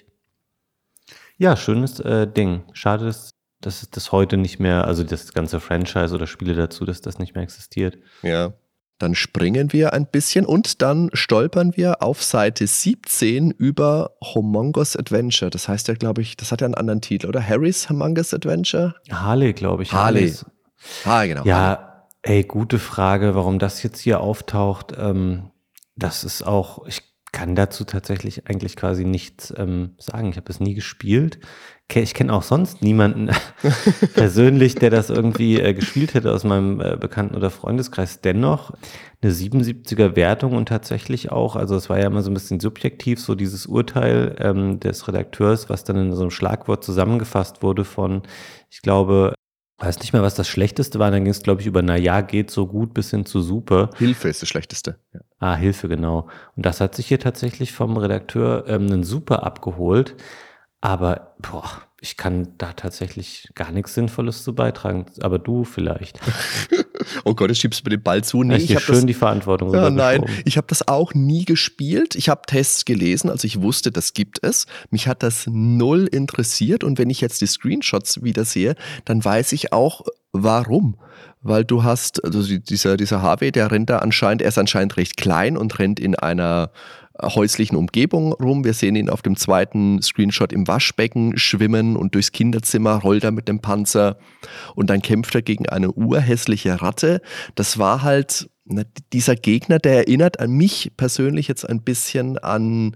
Ja, schönes äh, Ding. Schade, dass, dass es das heute nicht mehr, also das ganze Franchise oder Spiele dazu, dass das nicht mehr existiert. Ja. Dann springen wir ein bisschen und dann stolpern wir auf Seite siebzehn über Humongous Adventure. Das heißt ja, glaube ich, das hat ja einen anderen Titel, oder? Harry's Humongous Adventure? Harley, glaube ich. Harley. Ah, genau. Ja, Harley. ey, gute Frage, warum das jetzt hier auftaucht. Ähm, das ist auch, ich kann dazu tatsächlich eigentlich quasi nichts ähm, sagen. Ich habe es nie gespielt. Ich kenne auch sonst niemanden persönlich, der das irgendwie äh, gespielt hätte aus meinem äh, Bekannten- oder Freundeskreis. Dennoch eine siebenundsiebziger Wertung und tatsächlich auch, also es war ja immer so ein bisschen subjektiv, so dieses Urteil ähm, des Redakteurs, was dann in so einem Schlagwort zusammengefasst wurde von, ich glaube, weiß nicht mehr, was das Schlechteste war, dann ging es, glaube ich, über na ja, geht so gut bis hin zu super. Hilfe ist das Schlechteste. Ja. Ah, Hilfe, genau. Und das hat sich hier tatsächlich vom Redakteur ähm, einen Super abgeholt. Aber, boah, ich kann da tatsächlich gar nichts Sinnvolles zu beitragen. Aber du vielleicht. Oh Gott, jetzt schiebst du mir den Ball zu. Nee, ich habe schön das, die Verantwortung ja, nein, rübergeschoben. ich habe das auch nie gespielt. Ich habe Tests gelesen, also ich wusste, das gibt es. Mich hat das null interessiert und wenn ich jetzt die Screenshots wieder sehe, dann weiß ich auch, warum. Weil du hast, also dieser, dieser Harvey, der rennt da anscheinend, er ist anscheinend recht klein und rennt in einer häuslichen Umgebung rum. Wir sehen ihn auf dem zweiten Screenshot im Waschbecken schwimmen und durchs Kinderzimmer rollt er mit dem Panzer und dann kämpft er gegen eine urhässliche Ratte. Das war halt, na, dieser Gegner, der erinnert an mich persönlich jetzt ein bisschen an,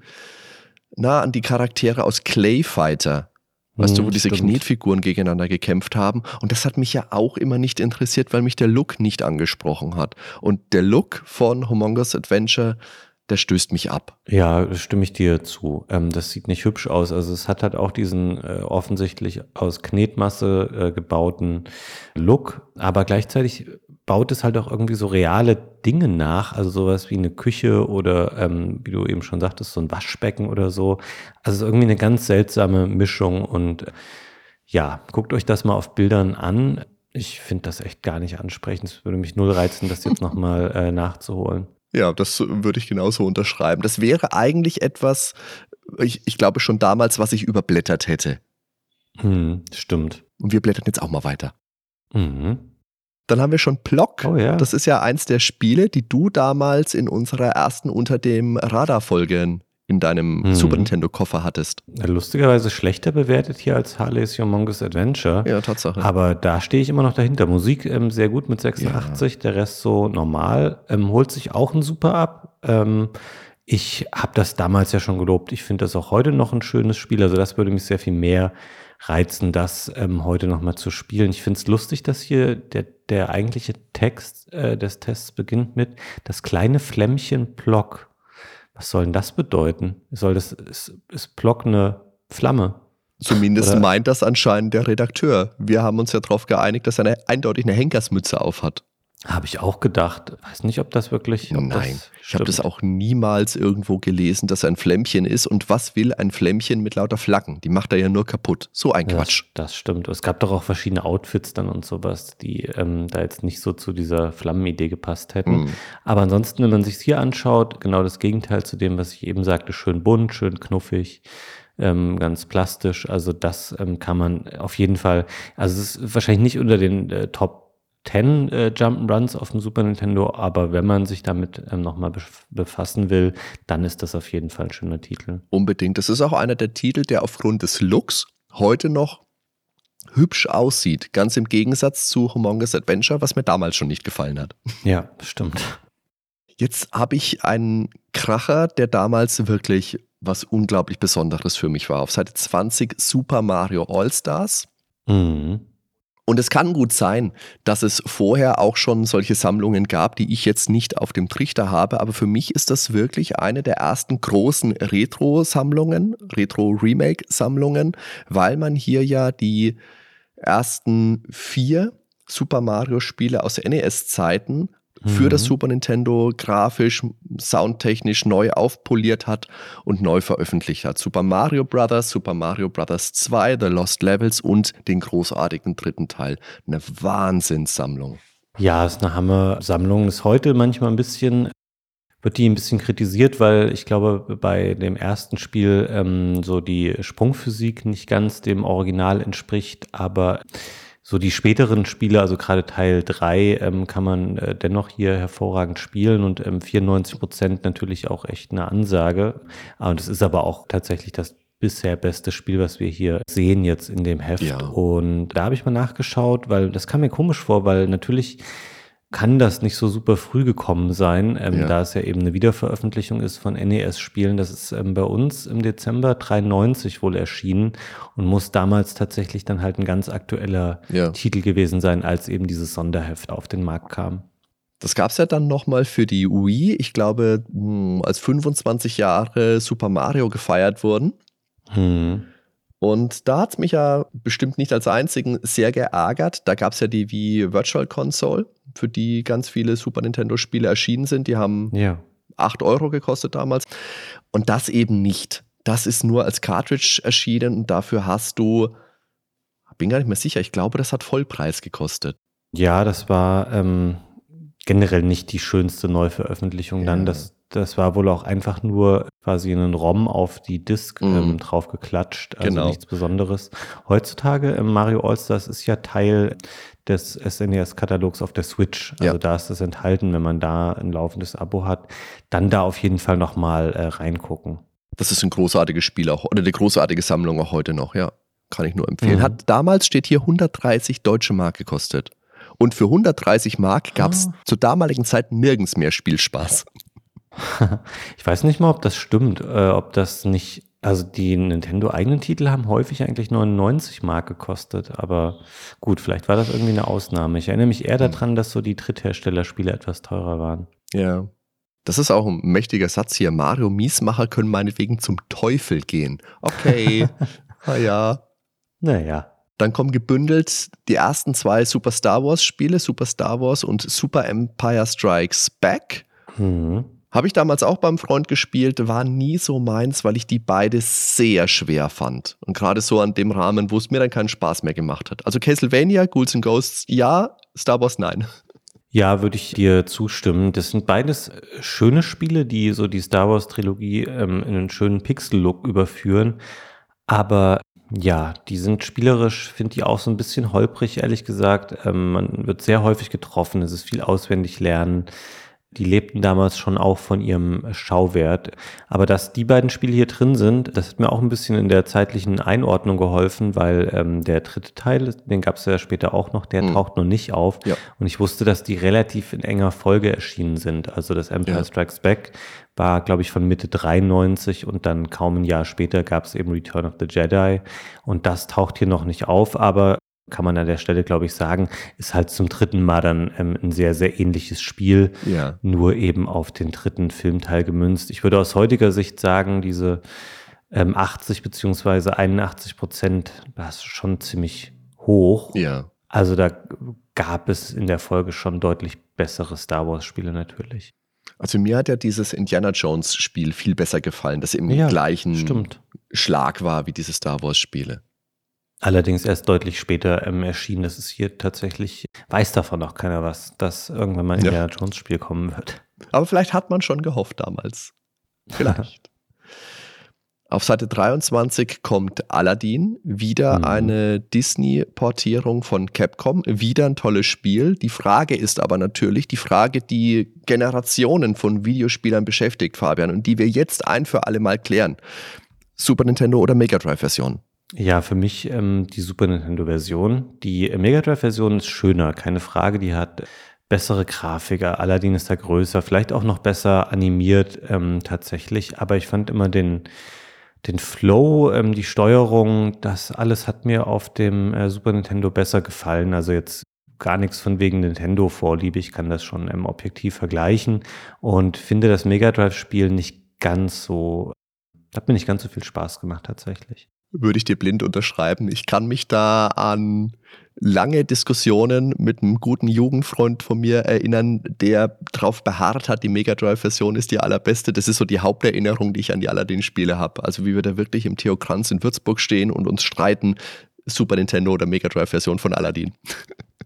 na, an die Charaktere aus Clay Fighter. Weißt du, wo diese Stimmt. Knetfiguren gegeneinander gekämpft haben. Und das hat mich ja auch immer nicht interessiert, weil mich der Look nicht angesprochen hat. Und der Look von Humongous Adventure, der stößt mich ab. Ja, da stimme ich dir zu. Ähm, das sieht nicht hübsch aus. Also es hat halt auch diesen äh, offensichtlich aus Knetmasse äh, gebauten Look, aber gleichzeitig baut es halt auch irgendwie so reale Dinge nach, also sowas wie eine Küche oder ähm, wie du eben schon sagtest, so ein Waschbecken oder so. Also irgendwie eine ganz seltsame Mischung und äh, ja, guckt euch das mal auf Bildern an. Ich finde das echt gar nicht ansprechend. Es würde mich null reizen, das jetzt nochmal äh, nachzuholen. Ja, das würde ich genauso unterschreiben. Das wäre eigentlich etwas, ich, ich glaube schon damals, was ich überblättert hätte. Hm, stimmt. Und wir blättern jetzt auch mal weiter. Mhm. Dann haben wir schon Plock. Oh ja. Das ist ja eins der Spiele, die du damals in unserer ersten Unter dem Radar-Folgen in deinem Mhm. Super Nintendo-Koffer hattest. Lustigerweise schlechter bewertet hier als Harley's Humongous Adventure. Ja, Tatsache. Aber da stehe ich immer noch dahinter. Musik ähm, sehr gut mit sechsundachtzig, der Rest so normal. Ähm, holt sich auch ein Super ab. Ähm, ich habe das damals ja schon gelobt. Ich finde das auch heute noch ein schönes Spiel. Also das würde mich sehr viel mehr reizen, das ähm, heute noch mal zu spielen. Ich finde es lustig, dass hier der, der eigentliche Text äh, des Tests beginnt mit das kleine Flämmchen Plock. Was soll denn das bedeuten? Soll das, ist, ist Plock eine Flamme? Zumindest Oder- meint das anscheinend der Redakteur. Wir haben uns ja darauf geeinigt, dass er eine, eindeutig eine Henkersmütze aufhat. Habe ich auch gedacht. Weiß nicht, ob das wirklich. Ob Nein, das ich habe das stimmt. auch niemals irgendwo gelesen, dass er ein Flämmchen ist. Und was will ein Flämmchen mit lauter Flaggen? Die macht er ja nur kaputt. So ein Ja, Quatsch. Das, das stimmt. Es gab doch auch verschiedene Outfits dann und sowas, die ähm, da jetzt nicht so zu dieser Flammenidee gepasst hätten. Hm. Aber ansonsten, wenn man sich hier anschaut, genau das Gegenteil zu dem, was ich eben sagte, schön bunt, schön knuffig, ähm, ganz plastisch. Also das ähm, kann man auf jeden Fall, also es ist wahrscheinlich nicht unter den äh, Top zehn äh, Jump'n'Runs auf dem Super Nintendo, aber wenn man sich damit ähm, nochmal bef- befassen will, dann ist das auf jeden Fall ein schöner Titel. Unbedingt. Das ist auch einer der Titel, der aufgrund des Looks heute noch hübsch aussieht. Ganz im Gegensatz zu Humongous Adventure, was mir damals schon nicht gefallen hat. Ja, stimmt. Jetzt habe ich einen Kracher, der damals wirklich was unglaublich Besonderes für mich war. Auf Seite zwanzig Super Mario All-Stars. Mhm. Und es kann gut sein, dass es vorher auch schon solche Sammlungen gab, die ich jetzt nicht auf dem Trichter habe, aber für mich ist das wirklich eine der ersten großen Retro-Sammlungen, Retro-Remake-Sammlungen, weil man hier ja die ersten vier Super Mario-Spiele aus N E S-Zeiten für Mhm. das Super Nintendo grafisch, soundtechnisch neu aufpoliert hat und neu veröffentlicht hat. Super Mario Bros., Super Mario Bros. zwei, The Lost Levels und den großartigen dritten Teil. Eine Wahnsinnssammlung. Ja, ist eine Hammer-Sammlung. Ist heute manchmal ein bisschen, wird die ein bisschen kritisiert, weil ich glaube, bei dem ersten Spiel ähm, so die Sprungphysik nicht ganz dem Original entspricht, aber So die späteren Spiele, also gerade Teil drei, ähm, kann man äh, dennoch hier hervorragend spielen und ähm, vierundneunzig Prozent natürlich auch echt eine Ansage. Und es ist aber auch tatsächlich das bisher beste Spiel, was wir hier sehen jetzt in dem Heft. Ja. Und da habe ich mal nachgeschaut, weil das kam mir komisch vor, weil natürlich kann das nicht so super früh gekommen sein, ähm, Ja. da es ja eben eine Wiederveröffentlichung ist von N E S-Spielen. Das ist ähm, bei uns im Dezember dreiundneunzig wohl erschienen und muss damals tatsächlich dann halt ein ganz aktueller Ja. Titel gewesen sein, als eben dieses Sonderheft auf den Markt kam. Das gab es ja dann nochmal für die Wii. Ich glaube, mh, als fünfundzwanzig Jahre Super Mario gefeiert wurden. Hm. Und da hat es mich ja bestimmt nicht als einzigen sehr geärgert. Da gab es ja die Wii Virtual Console, für die ganz viele Super Nintendo-Spiele erschienen sind. Die haben Ja. acht Euro gekostet damals. Und das eben nicht. Das ist nur als Cartridge erschienen und dafür hast du, bin gar nicht mehr sicher, ich glaube, das hat Vollpreis gekostet. Ja, das war ähm, generell nicht die schönste Neuveröffentlichung Ja. dann. Das, das war wohl auch einfach nur quasi einen ROM auf die Disk Mhm. ähm, drauf geklatscht, also Genau. nichts Besonderes. Heutzutage ähm, Mario All-Stars ist ja Teil des S N E S-Katalogs auf der Switch. Also Ja. da ist es enthalten, wenn man da ein laufendes Abo hat, dann da auf jeden Fall nochmal äh, reingucken. Das ist ein großartiges Spiel auch, oder eine großartige Sammlung auch heute noch, ja. Kann ich nur empfehlen. Mhm. Hat damals, steht hier, hundertdreißig deutsche Mark gekostet. Und für hundertdreißig Mark gab es Ah. zur damaligen Zeit nirgends mehr Spielspaß. Ich weiß nicht mal, ob das stimmt, äh, ob das nicht, also die Nintendo-eigenen Titel haben häufig eigentlich neunundneunzig Mark gekostet, aber gut, vielleicht war das irgendwie eine Ausnahme. Ich erinnere mich eher daran, dass so die Drittherstellerspiele etwas teurer waren. Ja. Das ist auch ein mächtiger Satz hier. Mario Miesmacher können meinetwegen zum Teufel gehen. Okay, na ja. Naja. Dann kommen gebündelt die ersten zwei Super Star Wars Spiele, Super Star Wars und Super Empire Strikes Back. Mhm. Habe ich damals auch beim Freund gespielt, war nie so meins, weil ich die beide sehr schwer fand. Und gerade so an dem Rahmen, wo es mir dann keinen Spaß mehr gemacht hat. Also Castlevania, Ghouls and Ghosts, ja, Star Wars, nein. Ja, würde ich dir zustimmen. Das sind beides äh, schöne Spiele, die so die Star Wars-Trilogie ähm, in einen schönen Pixel-Look überführen. Aber ja, die sind spielerisch, finde ich auch so ein bisschen holprig, ehrlich gesagt. Ähm, man wird sehr häufig getroffen, es ist viel auswendig lernen. Die lebten damals schon auch von ihrem Schauwert. Aber dass die beiden Spiele hier drin sind, das hat mir auch ein bisschen in der zeitlichen Einordnung geholfen, weil ähm, der dritte Teil, den gab es ja später auch noch, der Mhm. taucht noch nicht auf. Ja. Und ich wusste, dass die relativ in enger Folge erschienen sind. Also das Empire Ja. Strikes Back war, glaube ich, von Mitte dreiundneunzig und dann kaum ein Jahr später gab es eben Return of the Jedi. Und das taucht hier noch nicht auf, aber kann man an der Stelle, glaube ich, sagen, ist halt zum dritten Mal dann ähm, ein sehr, sehr ähnliches Spiel, Ja. nur eben auf den dritten Filmteil gemünzt. Ich würde aus heutiger Sicht sagen, diese ähm, achtzig beziehungsweise einundachtzig Prozent, das ist schon ziemlich hoch. Ja. Also da gab es in der Folge schon deutlich bessere Star Wars-Spiele natürlich. Also mir hat ja dieses Indiana Jones Spiel viel besser gefallen, das im Ja, gleichen Stimmt. Schlag war wie diese Star Wars Spiele. Allerdings erst deutlich später ähm, erschienen. Das ist hier tatsächlich, weiß davon noch keiner was, dass irgendwann mal ein Ja. Indiana Jones Spiel kommen wird. Aber vielleicht hat man schon gehofft damals. Vielleicht. Auf Seite dreiundzwanzig kommt Aladdin, wieder Mhm. eine Disney-Portierung von Capcom, wieder ein tolles Spiel. Die Frage ist aber natürlich die Frage, die Generationen von Videospielern beschäftigt, Fabian, und die wir jetzt ein für alle Mal klären. Super Nintendo oder Mega Drive-Version? Ja, für mich ähm, die Super Nintendo-Version. Die äh, Mega Drive-Version ist schöner, keine Frage. Die hat bessere Grafiker, Aladdin ist da größer, vielleicht auch noch besser animiert ähm, tatsächlich. Aber ich fand immer den, den Flow, ähm, die Steuerung, das alles hat mir auf dem äh, Super Nintendo besser gefallen. Also jetzt gar nichts von wegen Nintendo-Vorliebe. Ich kann das schon ähm, objektiv vergleichen und finde das Mega Drive-Spiel nicht ganz so, hat mir nicht ganz so viel Spaß gemacht tatsächlich. Würde ich dir blind unterschreiben. Ich kann mich da an lange Diskussionen mit einem guten Jugendfreund von mir erinnern, der darauf beharrt hat, die Mega Drive-Version ist die allerbeste. Das ist so die Haupterinnerung, die ich an die Aladdin-Spiele habe. Also wie wir da wirklich im Theo Kranz in Würzburg stehen und uns streiten, Super Nintendo oder Mega Drive-Version von Aladdin.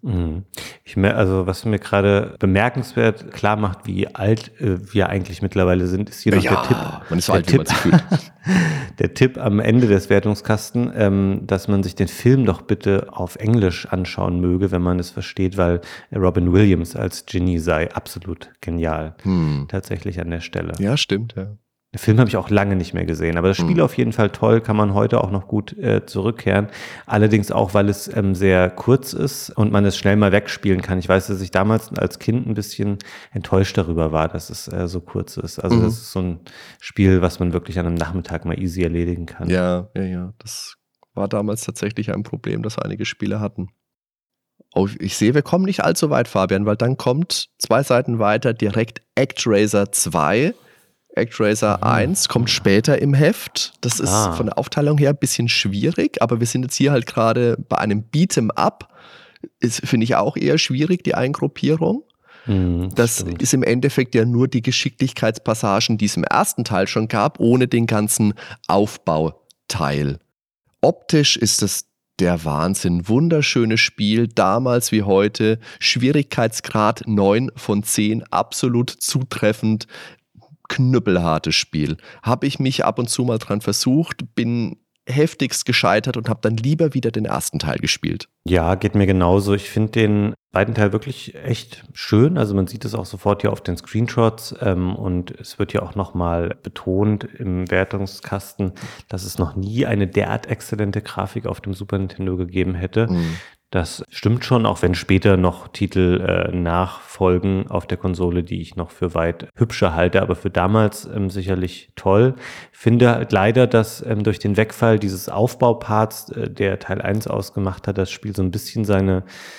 Mhm. Ich mer- also was mir gerade bemerkenswert klar macht, wie alt äh, wir eigentlich mittlerweile sind, ist hier noch der Tipp. Ja, man ist so Der alt, wie man Tipp, sich fühlt. der Tipp am Ende des Wertungskasten, ähm, dass man sich den Film doch bitte auf Englisch anschauen möge, wenn man es versteht, weil Robin Williams als Ginny sei absolut genial. Hm. Tatsächlich an der Stelle. Ja, stimmt, ja. Den Film habe ich auch lange nicht mehr gesehen, aber das Spiel Mhm. auf jeden Fall toll, kann man heute auch noch gut äh, zurückkehren. Allerdings auch, weil es ähm, sehr kurz ist und man es schnell mal wegspielen kann. Ich weiß, dass ich damals als Kind ein bisschen enttäuscht darüber war, dass es äh, so kurz ist. Also Mhm. das ist so ein Spiel, was man wirklich an einem Nachmittag mal easy erledigen kann. Ja, ja, ja. Das war damals tatsächlich ein Problem, das einige Spiele hatten. Oh, ich sehe, wir kommen nicht allzu weit, Fabian, weil dann kommt zwei Seiten weiter direkt ActRaiser zwei. ActRaiser Mhm. eins kommt später im Heft. Das ist Ah. von der Aufteilung her ein bisschen schwierig, aber wir sind jetzt hier halt gerade bei einem Beat'em Up. Ist, finde ich, auch eher schwierig, die Eingruppierung. Mhm, Das stimmt. ist im Endeffekt ja nur die Geschicklichkeitspassagen, die es im ersten Teil schon gab, ohne den ganzen Aufbauteil. Optisch ist es der Wahnsinn. Wunderschönes Spiel, damals wie heute. Schwierigkeitsgrad neun von zehn, absolut zutreffend. Knüppelhartes Spiel. Habe ich mich ab und zu mal dran versucht, bin heftigst gescheitert und habe dann lieber wieder den ersten Teil gespielt. Ja, geht mir genauso. Ich finde den zweiten Teil wirklich echt schön. Also man sieht es auch sofort hier auf den Screenshots ähm, und es wird ja auch nochmal betont im Wertungskasten, dass es noch nie eine derart exzellente Grafik auf dem Super Nintendo gegeben hätte. Mhm. Das stimmt schon, auch wenn später noch Titel äh, nachfolgen auf der Konsole, die ich noch für weit hübscher halte, aber für damals ähm, sicherlich toll. Finde halt leider, dass ähm, durch den Wegfall dieses Aufbauparts, äh, der Teil eins ausgemacht hat, das Spiel so ein bisschen seine,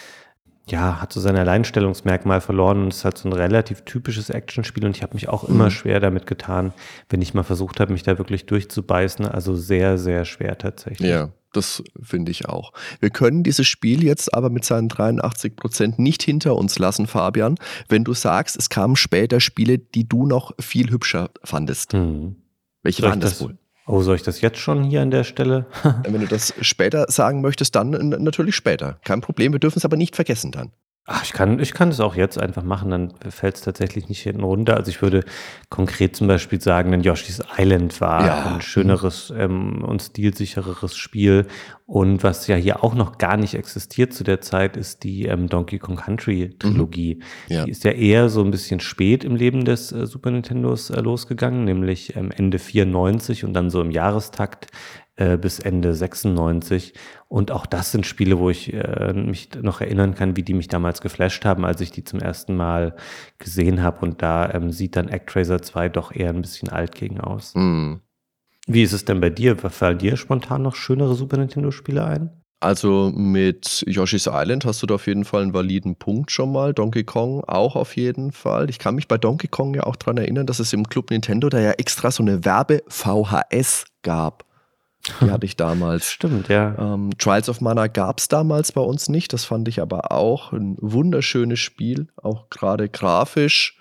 ja, hat so sein Alleinstellungsmerkmal verloren und ist halt so ein relativ typisches Actionspiel und ich habe mich auch immer Mhm. schwer damit getan, wenn ich mal versucht habe, mich da wirklich durchzubeißen. Also sehr, sehr schwer tatsächlich. Ja, das finde ich auch. Wir können dieses Spiel jetzt aber mit seinen dreiundachtzig Prozent nicht hinter uns lassen, Fabian, wenn du sagst, es kamen später Spiele, die du noch viel hübscher fandest. Hm. Welche Soll ich waren das das- wohl? Oh, soll ich das jetzt schon hier an der Stelle? Wenn du das später sagen möchtest, dann n- natürlich später. Kein Problem, wir dürfen es aber nicht vergessen dann. Ach, ich kann, ich kann es auch jetzt einfach machen, dann fällt es tatsächlich nicht hinten runter. Also ich würde konkret zum Beispiel sagen, denn Yoshi's Island war Ja. ein schöneres ähm, und stilsichereres Spiel. Und was ja hier auch noch gar nicht existiert zu der Zeit, ist die ähm, Donkey Kong Country Trilogie. Ja. Die ist ja eher so ein bisschen spät im Leben des äh, Super Nintendos äh, losgegangen, nämlich ähm, Ende vierundneunzig und dann so im Jahrestakt äh, bis Ende sechsundneunzig. Und auch das sind Spiele, wo ich äh, mich noch erinnern kann, wie die mich damals geflasht haben, als ich die zum ersten Mal gesehen habe. Und da ähm, sieht dann ActRaiser zwei doch eher ein bisschen alt gegen aus. Mhm. Wie ist es denn bei dir? Fallen dir spontan noch schönere Super Nintendo-Spiele ein? Also mit Yoshi's Island hast du da auf jeden Fall einen validen Punkt schon mal. Donkey Kong auch auf jeden Fall. Ich kann mich bei Donkey Kong ja auch dran erinnern, dass es im Club Nintendo da ja extra so eine Werbe-V H S gab. Die hatte ich damals. Stimmt, ja. Ähm, Trials of Mana gab es damals bei uns nicht. Das fand ich aber auch ein wunderschönes Spiel. Auch gerade grafisch.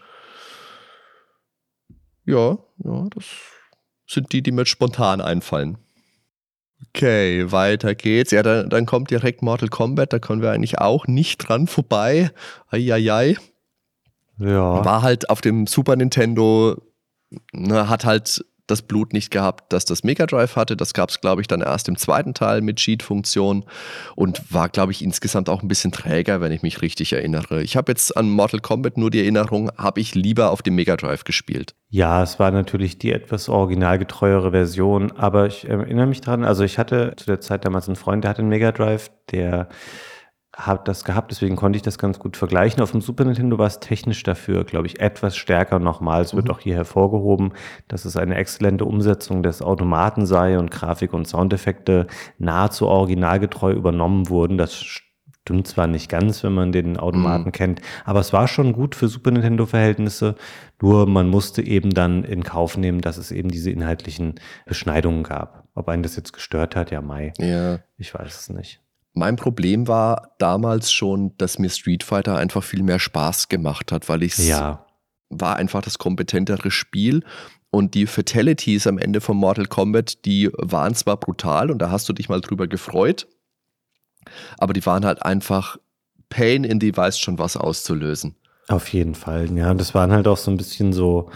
Ja, ja, das sind die, die mir spontan einfallen. Okay, weiter geht's. Ja, dann, dann kommt direkt Mortal Kombat. Da können wir eigentlich auch nicht dran vorbei. Eieiei. Ja. War halt auf dem Super Nintendo, ne, hat halt das Blut nicht gehabt, das das Mega Drive hatte. Das gab es, glaube ich, dann erst im zweiten Teil mit Cheat-Funktion und war, glaube ich, insgesamt auch ein bisschen träger, wenn ich mich richtig erinnere. Ich habe jetzt an Mortal Kombat nur die Erinnerung, habe ich lieber auf dem Mega Drive gespielt. Ja, es war natürlich die etwas originalgetreuere Version, aber ich erinnere mich dran, also ich hatte zu der Zeit damals einen Freund, der hatte einen Mega Drive, der hat das gehabt, deswegen konnte ich das ganz gut vergleichen. Auf dem Super Nintendo war es technisch dafür, glaube ich, etwas stärker nochmal. Es wird Mhm. auch hier hervorgehoben, dass es eine exzellente Umsetzung des Automaten sei und Grafik und Soundeffekte nahezu originalgetreu übernommen wurden. Das stimmt zwar nicht ganz, wenn man den Automaten Mhm. kennt, aber es war schon gut für Super Nintendo-Verhältnisse. Nur man musste eben dann in Kauf nehmen, dass es eben diese inhaltlichen Beschneidungen gab. Ob einen das jetzt gestört hat, ja, Mai. Ja. Ich weiß es nicht. Mein Problem war damals schon, dass mir Street Fighter einfach viel mehr Spaß gemacht hat, weil ich Ja. war einfach das kompetentere Spiel und die Fatalities am Ende von Mortal Kombat, die waren zwar brutal und da hast du dich mal drüber gefreut, aber die waren halt einfach Pain in the weiß schon was auszulösen. Auf jeden Fall, ja. Und das waren halt auch so ein bisschen so,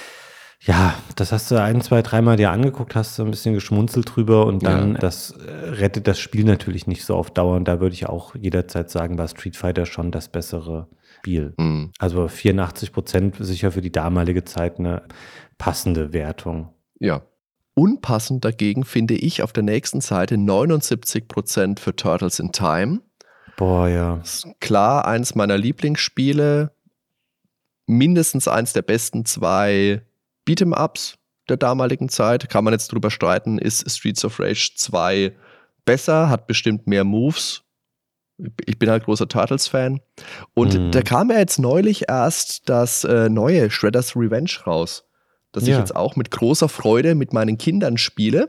ja, das hast du ein, zwei, dreimal dir angeguckt, hast du ein bisschen geschmunzelt drüber und dann, ja. das äh, rettet das Spiel natürlich nicht so auf Dauer. Und da würde ich auch jederzeit sagen, war Street Fighter schon das bessere Spiel. Mhm. Also vierundachtzig Prozent sicher für die damalige Zeit eine passende Wertung. Ja. Unpassend dagegen finde ich auf der nächsten Seite neunundsiebzig Prozent für Turtles in Time. Boah, ja. Das ist klar eins meiner Lieblingsspiele. Mindestens eins der besten zwei Beat'em-Ups der damaligen Zeit. Kann man jetzt drüber streiten, ist Streets of Rage zwei besser, hat bestimmt mehr Moves. Ich bin halt großer Turtles-Fan. Und mhm. da kam ja jetzt neulich erst das äh, neue Shredder's Revenge raus, das ja. ich jetzt auch mit großer Freude mit meinen Kindern spiele.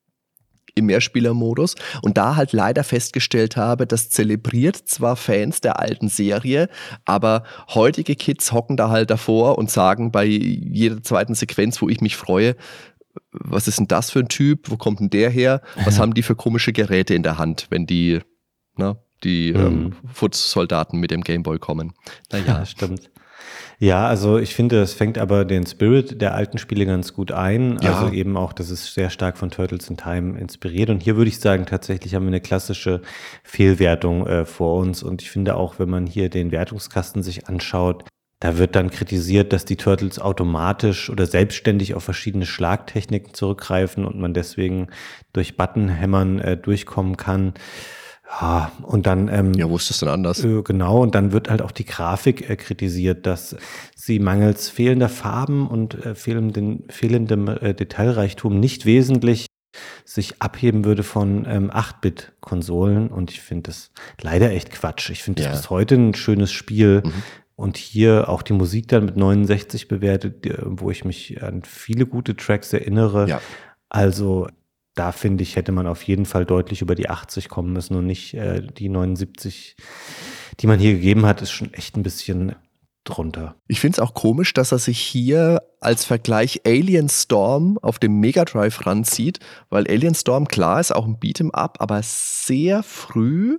Im Mehrspielermodus und da halt leider festgestellt habe, das zelebriert zwar Fans der alten Serie, aber heutige Kids hocken da halt davor und sagen bei jeder zweiten Sequenz, wo ich mich freue, was ist denn das für ein Typ, wo kommt denn der her, was ja. haben die für komische Geräte in der Hand, wenn die, ne, die mhm. ähm, Foot-Soldaten mit dem Gameboy kommen. Naja, ja, stimmt. Ja, also ich finde, es fängt aber den Spirit der alten Spiele ganz gut ein. Ja. Also eben auch, das ist sehr stark von Turtles in Time inspiriert. Und hier würde ich sagen, tatsächlich haben wir eine klassische Fehlwertung äh, vor uns. Und ich finde auch, wenn man hier den Wertungskasten sich anschaut, da wird dann kritisiert, dass die Turtles automatisch oder selbstständig auf verschiedene Schlagtechniken zurückgreifen und man deswegen durch Buttonhämmern äh, durchkommen kann. Ja, und dann. Ähm, ja, wo ist das denn anders? Äh, genau, und dann wird halt auch die Grafik äh, kritisiert, dass sie mangels fehlender Farben und äh, fehlendem, fehlendem äh, Detailreichtum nicht wesentlich sich abheben würde von ähm, acht-Bit-Konsolen. Und ich finde das leider echt Quatsch. Ich finde das ja. bis heute ein schönes Spiel. Mhm. Und hier auch die Musik dann mit neunundsechzig bewertet, wo ich mich an viele gute Tracks erinnere. Ja. Also da finde ich, hätte man auf jeden Fall deutlich über die achtzig kommen müssen und nicht äh, die neunundsiebzig, die man hier gegeben hat, ist schon echt ein bisschen drunter. Ich finde es auch komisch, dass er sich hier als Vergleich Alien Storm auf dem Mega Drive ranzieht, weil Alien Storm, klar, ist auch ein Beat'em-up, aber sehr früh.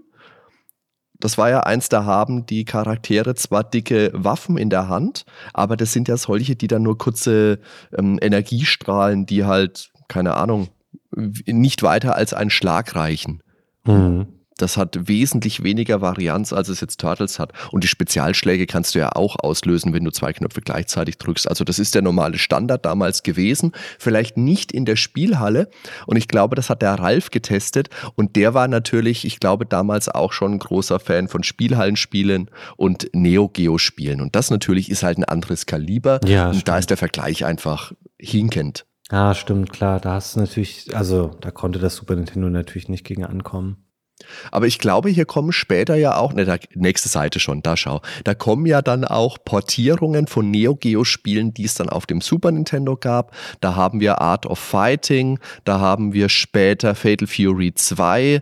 Das war ja eins, da haben die Charaktere zwar dicke Waffen in der Hand, aber das sind ja solche, die dann nur kurze ähm, Energiestrahlen, die halt, keine Ahnung, nicht weiter als einen Schlag reichen. Mhm. Das hat wesentlich weniger Varianz, als es jetzt Turtles hat. Und die Spezialschläge kannst du ja auch auslösen, wenn du zwei Knöpfe gleichzeitig drückst. Also das ist der normale Standard damals gewesen. Vielleicht nicht in der Spielhalle. Und ich glaube, das hat der Ralf getestet. Und der war natürlich, ich glaube, damals auch schon ein großer Fan von Spielhallenspielen und Neo-Geo-Spielen. Und das natürlich ist halt ein anderes Kaliber. Ja, und da ist der Vergleich einfach hinkend. Ja, stimmt, klar. Da hast du natürlich, also da konnte das Super Nintendo natürlich nicht gegen ankommen. Aber ich glaube, hier kommen später ja auch, ne, da, nächste Seite schon, da schau, da kommen ja dann auch Portierungen von Neo-Geo-Spielen, die es dann auf dem Super Nintendo gab. Da haben wir Art of Fighting, da haben wir später Fatal Fury zwei,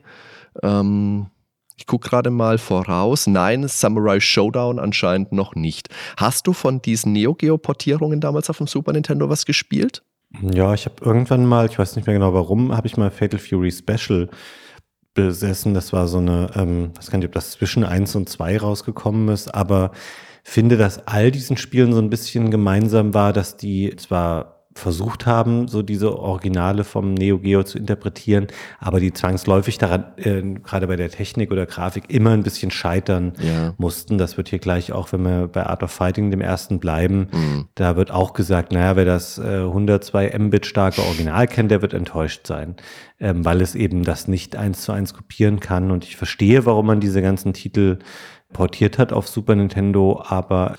ähm, ich gucke gerade mal voraus, nein, Samurai Showdown anscheinend noch nicht. Hast du von diesen Neo-Geo-Portierungen damals auf dem Super Nintendo was gespielt? Ja, ich habe irgendwann mal, ich weiß nicht mehr genau warum, habe ich mal Fatal Fury Special besessen. Das war so eine, ähm, ich weiß gar nicht, ob das zwischen eins und zwei rausgekommen ist, aber finde, dass all diesen Spielen so ein bisschen gemeinsam war, dass die zwar versucht haben, so diese Originale vom Neo Geo zu interpretieren, aber die zwangsläufig daran, äh, gerade bei der Technik oder Grafik, immer ein bisschen scheitern ja. mussten. Das wird hier gleich auch, wenn wir bei Art of Fighting, dem ersten, bleiben, mhm. da wird auch gesagt, naja, wer das äh, hundertzwei Mbit starke Original kennt, der wird enttäuscht sein, ähm, weil es eben das nicht eins zu eins kopieren kann. Und ich verstehe, warum man diese ganzen Titel portiert hat auf Super Nintendo, aber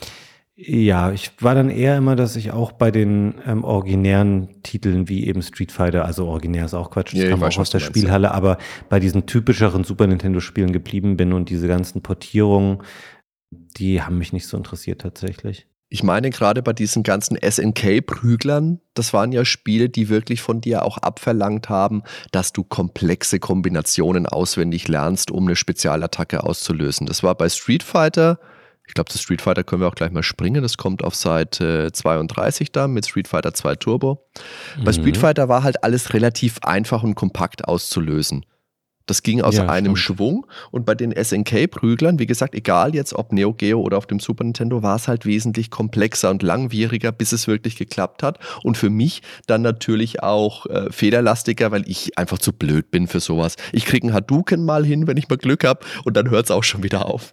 ja, ich war dann eher immer, dass ich auch bei den ähm, originären Titeln wie eben Street Fighter, also originär ist auch Quatsch, das ja, kam auch aus der Spielhalle, aber bei diesen typischeren Super Nintendo-Spielen geblieben bin und diese ganzen Portierungen, die haben mich nicht so interessiert tatsächlich. Ich meine, gerade bei diesen ganzen S N K-Prüglern, das waren ja Spiele, die wirklich von dir auch abverlangt haben, dass du komplexe Kombinationen auswendig lernst, um eine Spezialattacke auszulösen. Das war bei Street Fighter. Ich glaube, das Street Fighter können wir auch gleich mal springen. Das kommt auf Seite zweiunddreißig da mit Street Fighter zwei Turbo. Mhm. Bei Street Fighter war halt alles relativ einfach und kompakt auszulösen. Das ging aus Ja, einem stimmt. Schwung und bei den S N K-Prüglern, wie gesagt, egal jetzt ob Neo Geo oder auf dem Super Nintendo, war es halt wesentlich komplexer und langwieriger, bis es wirklich geklappt hat. Und für mich dann natürlich auch äh, fehlerlastiger, weil ich einfach zu blöd bin für sowas. Ich kriege einen Hadouken mal hin, wenn ich mal Glück habe und dann hört es auch schon wieder auf.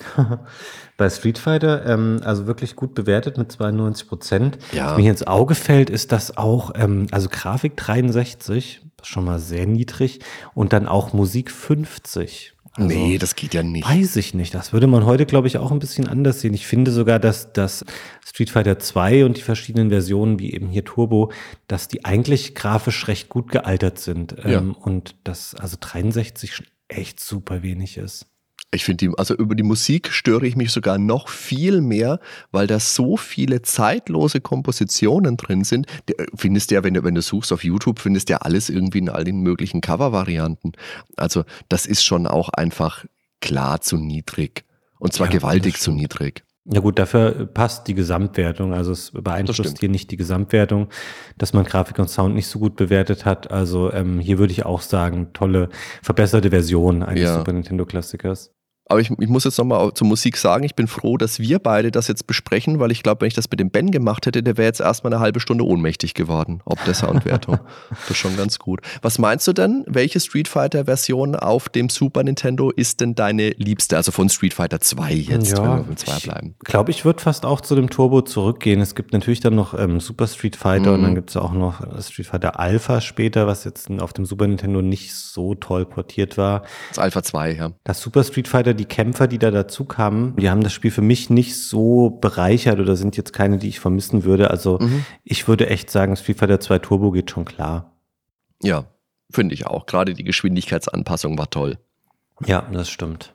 Bei Street Fighter, ähm, also wirklich gut bewertet mit zweiundneunzig Prozent. Ja. Was mir hier ins Auge fällt, ist das auch, ähm, also Grafik dreiundsechzig, das ist schon mal sehr niedrig, und dann auch Musik fünfzig. Also, nee, das geht ja nicht. weiß ich nicht. Das würde man heute, glaube ich, auch ein bisschen anders sehen. Ich finde sogar, dass das Street Fighter zwei und die verschiedenen Versionen, wie eben hier Turbo, dass die eigentlich grafisch recht gut gealtert sind. Ja. Ähm, und dass also dreiundsechzig schon echt super wenig ist. Ich finde, die, also über die Musik störe ich mich sogar noch viel mehr, weil da so viele zeitlose Kompositionen drin sind. Die, findest du ja, wenn du, wenn du suchst auf YouTube, findest du ja alles irgendwie in all den möglichen Cover-Varianten. Also das ist schon auch einfach klar zu niedrig. Und zwar Ja, gewaltig das zu stimmt. niedrig. Ja gut, dafür passt die Gesamtwertung. Also es Das beeinflusst stimmt. hier nicht die Gesamtwertung, dass man Grafik und Sound nicht so gut bewertet hat. Also ähm, hier würde ich auch sagen, tolle, verbesserte Version eines Ja. Super Nintendo-Klassikers. Aber ich, ich muss jetzt nochmal zur Musik sagen, ich bin froh, dass wir beide das jetzt besprechen, weil ich glaube, wenn ich das mit dem Ben gemacht hätte, der wäre jetzt erstmal eine halbe Stunde ohnmächtig geworden, ob der Soundwertung. Das ist schon ganz gut. Was meinst du denn, welche Street Fighter-Version auf dem Super Nintendo ist denn deine liebste? Also von Street Fighter zwei jetzt, Ja, wenn wir beim zwei bleiben. Ich glaube, ich würde fast auch zu dem Turbo zurückgehen. Es gibt natürlich dann noch ähm, Super Street Fighter Mhm. und dann gibt es auch noch Street Fighter Alpha später, was jetzt auf dem Super Nintendo nicht so toll portiert war. Das Alpha zwei, ja. Das Super Street Fighter, die Kämpfer, die da dazu kamen, die haben das Spiel für mich nicht so bereichert oder sind jetzt keine, die ich vermissen würde. Also Mhm. ich würde echt sagen, Street Fighter zwei Turbo geht schon klar. Ja, finde ich auch. Gerade die Geschwindigkeitsanpassung war toll. Ja, das stimmt.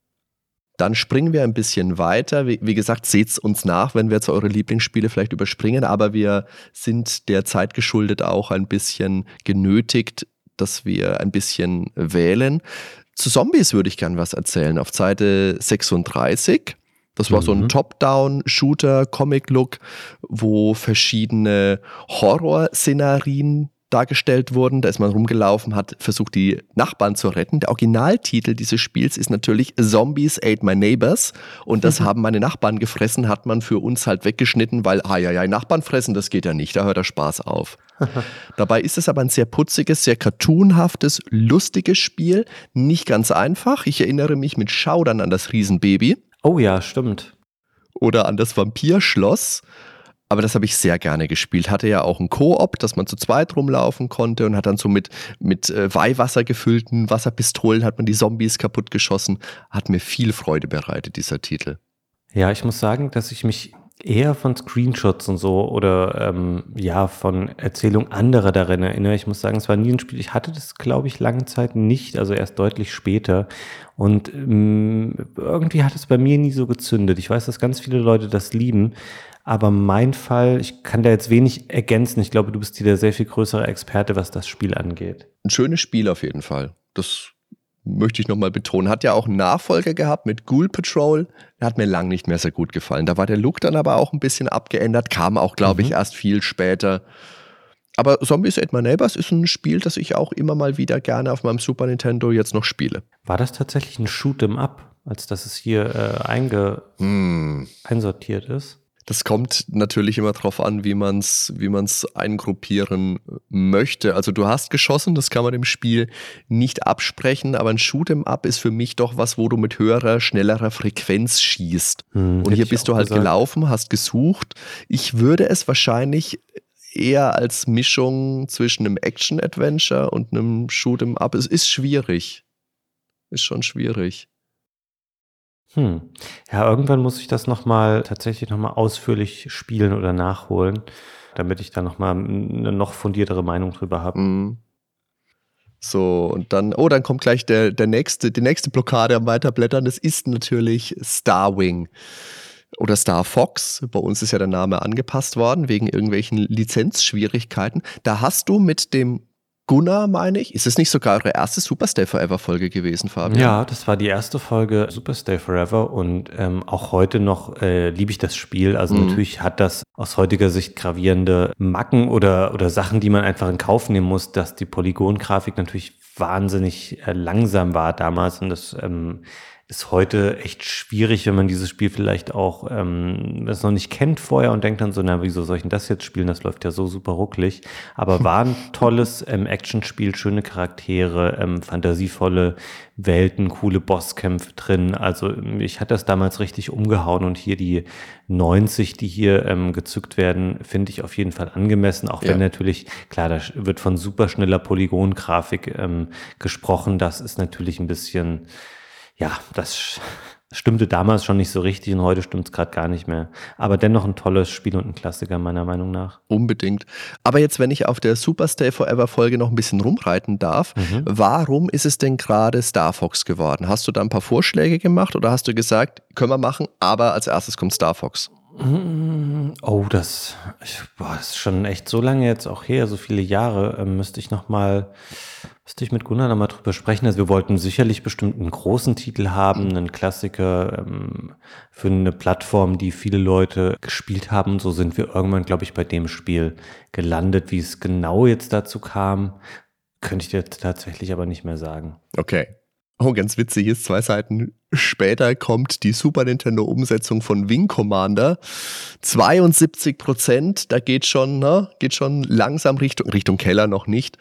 Dann springen wir ein bisschen weiter. Wie, wie gesagt, seht's uns nach, wenn wir jetzt eure Lieblingsspiele vielleicht überspringen, aber wir sind der Zeit geschuldet auch ein bisschen genötigt, dass wir ein bisschen wählen. Zu Zombies würde ich gern was erzählen. Auf Seite sechsunddreißig. Das war Mhm. so ein Top-Down-Shooter, Comic-Look, wo verschiedene Horrorszenarien dargestellt wurden. Da ist man rumgelaufen, hat versucht, die Nachbarn zu retten. Der Originaltitel dieses Spiels ist natürlich Zombies Ate My Neighbors. Und das haben meine Nachbarn gefressen, hat man für uns halt weggeschnitten, weil, ah ja, ja, Nachbarn fressen, das geht ja nicht, da hört der Spaß auf. Dabei ist es aber ein sehr putziges, sehr cartoonhaftes, lustiges Spiel. Nicht ganz einfach. Ich erinnere mich mit Schaudern an das Riesenbaby Oh ja, stimmt. oder an das Vampirschloss. Aber das habe ich sehr gerne gespielt. Hatte ja auch ein Koop, dass man zu zweit rumlaufen konnte und hat dann so mit, mit äh, Weihwasser gefüllten Wasserpistolen hat man die Zombies kaputt geschossen. Hat mir viel Freude bereitet, dieser Titel. Ja, ich muss sagen, dass ich mich eher von Screenshots und so oder ähm, ja, von Erzählung anderer darin erinnere. Ich muss sagen, es war nie ein Spiel. Ich hatte das, glaube ich, lange Zeit nicht, also erst deutlich später. Und ähm, irgendwie hat es bei mir nie so gezündet. Ich weiß, dass ganz viele Leute das lieben. Aber mein Fall, ich kann da jetzt wenig ergänzen. Ich glaube, du bist hier der sehr viel größere Experte, was das Spiel angeht. Ein schönes Spiel auf jeden Fall. Das möchte ich nochmal betonen. Hat ja auch einen Nachfolger gehabt mit Ghoul Patrol. Der hat mir lang nicht mehr so gut gefallen. Da war der Look dann aber auch ein bisschen abgeändert. Kam auch, glaube ich, Mhm. erst viel später. Aber Zombies Ate My Neighbors ist ein Spiel, das ich auch immer mal wieder gerne auf meinem Super Nintendo jetzt noch spiele. War das tatsächlich ein Shoot'em Up, als dass es hier äh, einge Hm. einsortiert ist? Das kommt natürlich immer drauf an, wie man es wie man's eingruppieren möchte. Also du hast geschossen, das kann man im Spiel nicht absprechen, aber ein Shoot'em-up ist für mich doch was, wo du mit höherer, schnellerer Frequenz schießt. Hm, Und hätte hier ich bist auch du halt gesagt. gelaufen, hast gesucht. Ich würde es wahrscheinlich eher als Mischung zwischen einem Action-Adventure und einem Shoot'em-up. Es ist schwierig. Ist schon schwierig. Hm. Ja, irgendwann muss ich das nochmal, tatsächlich nochmal ausführlich spielen oder nachholen, damit ich da nochmal eine noch fundiertere Meinung drüber habe. Mhm. So, und dann, oh, dann kommt gleich der, der nächste, die nächste Blockade am Weiterblättern. Das ist natürlich Starwing oder Star Fox. Bei uns ist ja der Name angepasst worden, wegen irgendwelchen Lizenzschwierigkeiten. Da hast du mit dem Gunnar, meine ich, ist es nicht sogar eure erste Super Stay Forever Folge gewesen, Fabian? Ja, das war die erste Folge Super Stay Forever und ähm, auch heute noch äh, liebe ich das Spiel. Also Mhm. natürlich hat das aus heutiger Sicht gravierende Macken oder, oder Sachen, die man einfach in Kauf nehmen muss, dass die Polygongrafik natürlich wahnsinnig äh, langsam war damals und das ähm, ist heute echt schwierig, wenn man dieses Spiel vielleicht auch ähm, das noch nicht kennt vorher und denkt dann so, na, wieso soll ich denn das jetzt spielen? Das läuft ja so super rucklig. Aber war ein tolles ähm, Actionspiel, schöne Charaktere, ähm, fantasievolle Welten, coole Bosskämpfe drin. Also mich hat das damals richtig umgehauen und hier die neunzig, die hier ähm, gezückt werden, finde ich auf jeden Fall angemessen, auch wenn Ja. natürlich, klar, da wird von superschneller Polygongrafik ähm, gesprochen. Das ist natürlich ein bisschen, ja, das stimmte damals schon nicht so richtig und heute stimmt es gerade gar nicht mehr. Aber dennoch ein tolles Spiel und ein Klassiker meiner Meinung nach. Unbedingt. Aber jetzt, wenn ich auf der Super Stay Forever Folge noch ein bisschen rumreiten darf, Mhm. warum ist es denn gerade Star Fox geworden? Hast du da ein paar Vorschläge gemacht oder hast du gesagt, können wir machen, aber als erstes kommt Star Fox? Oh, das, ich, boah, das ist schon echt so lange jetzt auch her, so viele Jahre, ähm, müsste ich noch mal, müsste ich mit Gunnar noch mal drüber sprechen. Also wir wollten sicherlich bestimmt einen großen Titel haben, einen Klassiker ähm, für eine Plattform, die viele Leute gespielt haben. Und so sind wir irgendwann, glaube ich, bei dem Spiel gelandet. Wie es genau jetzt dazu kam, könnte ich dir tatsächlich aber nicht mehr sagen. Okay. Oh, ganz witzig ist, zwei Seiten später kommt die Super Nintendo-Umsetzung von Wing Commander. zweiundsiebzig Prozent, da geht schon, ne, geht schon langsam Richtung, Richtung Keller noch nicht.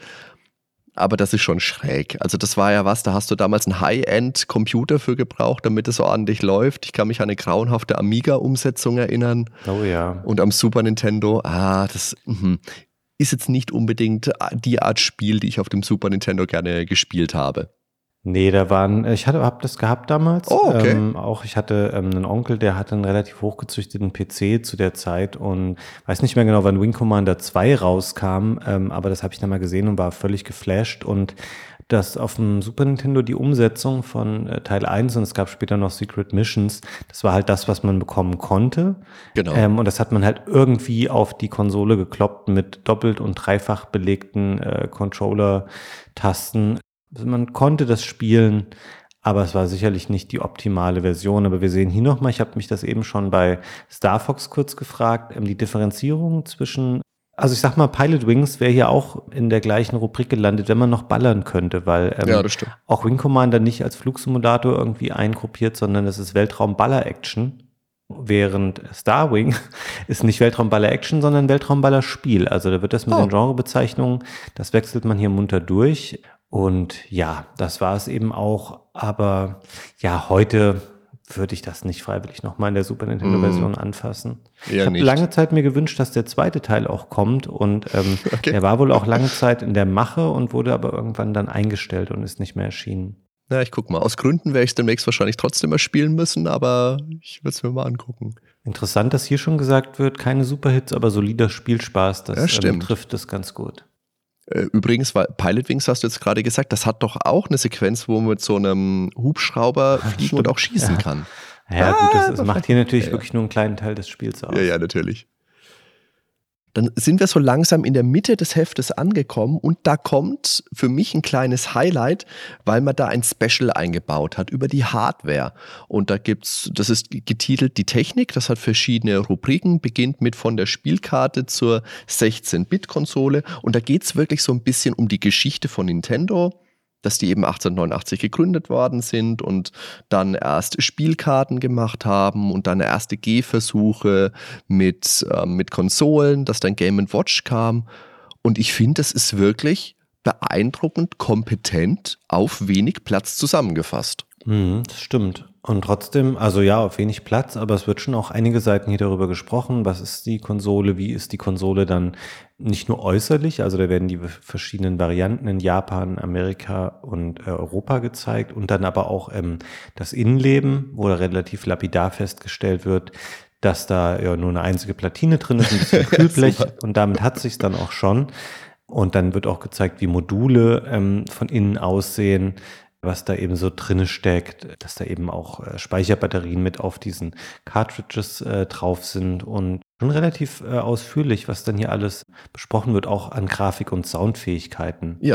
Aber das ist schon schräg. Also das war ja was, da hast du damals einen High-End-Computer für gebraucht, damit es ordentlich läuft. Ich kann mich an eine grauenhafte Amiga-Umsetzung erinnern. Oh ja. Und am Super Nintendo, ah, das mh, ist jetzt nicht unbedingt die Art Spiel, die ich auf dem Super Nintendo gerne gespielt habe. Nee, da waren, ich hatte, hab das gehabt damals. Oh, okay. Ähm, auch ich hatte ähm, einen Onkel, der hatte einen relativ hochgezüchteten P C zu der Zeit und weiß nicht mehr genau, wann Wing Commander zwei rauskam, ähm, aber das habe ich dann mal gesehen und war völlig geflasht und das auf dem Super Nintendo die Umsetzung von äh, Teil eins und es gab später noch Secret Missions, das war halt das, was man bekommen konnte. Genau. Ähm, und das hat man halt irgendwie auf die Konsole gekloppt mit doppelt und dreifach belegten äh, Controller-Tasten. Also man konnte das spielen, aber es war sicherlich nicht die optimale Version. Aber wir sehen hier nochmal, ich habe mich das eben schon bei Star Fox kurz gefragt, ähm, die Differenzierung zwischen, also ich sag mal, Pilot Wings wäre hier auch in der gleichen Rubrik gelandet, wenn man noch ballern könnte, weil ähm, Ja, das stimmt. auch Wing Commander nicht als Flugsimulator irgendwie eingruppiert, sondern das ist Weltraumballer-Action. Während Star Wing ist nicht Weltraumballer-Action, sondern Weltraumballer-Spiel. Also da wird das mit Oh. den Genrebezeichnungen, das wechselt man hier munter durch. Und ja, das war es eben auch. Aber ja, heute würde ich das nicht freiwillig nochmal in der Super Nintendo-Version Mm. anfassen. Eher Ich habe nicht. lange Zeit mir gewünscht, dass der zweite Teil auch kommt. Und ähm, Okay. der war wohl auch lange Zeit in der Mache und wurde aber irgendwann dann eingestellt und ist nicht mehr erschienen. Na, ich guck mal. Aus Gründen werde ich es demnächst wahrscheinlich trotzdem mal spielen müssen, aber ich würde es mir mal angucken. Interessant, dass hier schon gesagt wird, keine Superhits, aber solider Spielspaß. Das Ja, ähm, stimmt. trifft es ganz gut. Äh, Übrigens, weil Pilot Wings hast du jetzt gerade gesagt, das hat doch auch eine Sequenz, wo man mit so einem Hubschrauber fliegen Stimmt. und auch schießen Ja. kann. Ja, Ah, gut, das, das das macht hier natürlich ja, ja. wirklich nur einen kleinen Teil des Spiels aus. Ja, ja, natürlich. Dann sind wir so langsam in der Mitte des Heftes angekommen und da kommt für mich ein kleines Highlight, weil man da ein Special eingebaut hat über die Hardware. Und da gibt's, das ist getitelt Die Technik, das hat verschiedene Rubriken, beginnt mit von der Spielkarte zur sechzehn-Bit-Konsole und da geht's wirklich so ein bisschen um die Geschichte von Nintendo, dass die eben achtzehnhundertneunundachtzig gegründet worden sind und dann erst Spielkarten gemacht haben und dann erste Gehversuche mit, äh, mit Konsolen, dass dann Game and Watch kam. Und ich finde, das ist wirklich beeindruckend kompetent auf wenig Platz zusammengefasst. Mhm, das stimmt. Und trotzdem, also ja, auf wenig Platz, aber es wird schon auch einige Seiten hier darüber gesprochen. Was ist die Konsole? Wie ist die Konsole dann nicht nur äußerlich? Also da werden die verschiedenen Varianten in Japan, Amerika und äh, Europa gezeigt und dann aber auch ähm, das Innenleben, wo da relativ lapidar festgestellt wird, dass da ja nur eine einzige Platine drin ist, ein bisschen Kühlblech und damit hat sich's dann auch schon. Und dann wird auch gezeigt, wie Module ähm, von innen aussehen, was da eben so drinne steckt, dass da eben auch äh, Speicherbatterien mit auf diesen Cartridges äh, drauf sind und schon relativ äh, ausführlich, was dann hier alles besprochen wird, auch an Grafik- und Soundfähigkeiten. Ja,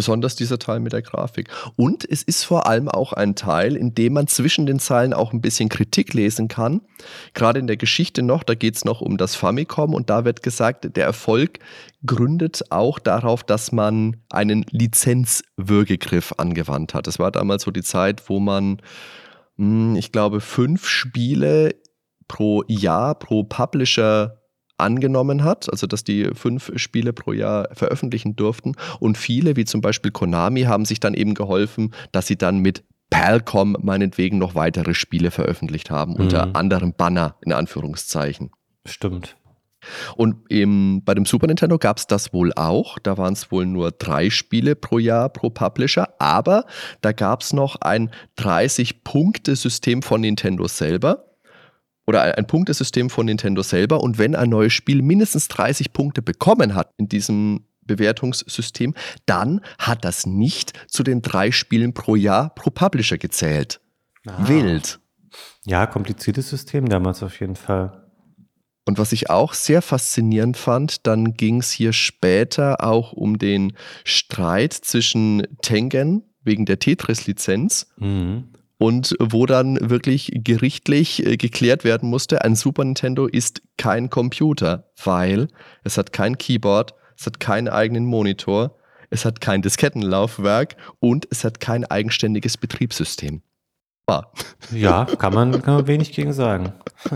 Besonders dieser Teil mit der Grafik. Und es ist vor allem auch ein Teil, in dem man zwischen den Zeilen auch ein bisschen Kritik lesen kann. Gerade in der Geschichte noch, da geht es noch um das Famicom und da wird gesagt, der Erfolg gründet auch darauf, dass man einen Lizenzwürgegriff angewandt hat. Das war damals so die Zeit, wo man, ich glaube, fünf Spiele pro Jahr, pro Publisher angenommen hat, also dass die fünf Spiele pro Jahr veröffentlichen durften und viele, wie zum Beispiel Konami, haben sich dann eben geholfen, dass sie dann mit Palcom meinetwegen noch weitere Spiele veröffentlicht haben, mhm. unter anderem Banner in Anführungszeichen. Stimmt. Und eben bei dem Super Nintendo gab es das wohl auch, da waren es wohl nur drei Spiele pro Jahr pro Publisher, aber da gab es noch ein dreißig-Punkte-System von Nintendo selber, oder ein Punktesystem von Nintendo selber und wenn ein neues Spiel mindestens dreißig Punkte bekommen hat in diesem Bewertungssystem, dann hat das nicht zu den drei Spielen pro Jahr pro Publisher gezählt. Ah. Wild. Ja, kompliziertes System damals auf jeden Fall. Und was ich auch sehr faszinierend fand, dann ging es hier später auch um den Streit zwischen Tengen wegen der Tetris-Lizenz. Mhm. Und wo dann wirklich gerichtlich äh, geklärt werden musste, ein Super Nintendo ist kein Computer, weil es hat kein Keyboard, es hat keinen eigenen Monitor, es hat kein Diskettenlaufwerk und es hat kein eigenständiges Betriebssystem. Ah. Ja, kann man, kann man wenig gegen sagen.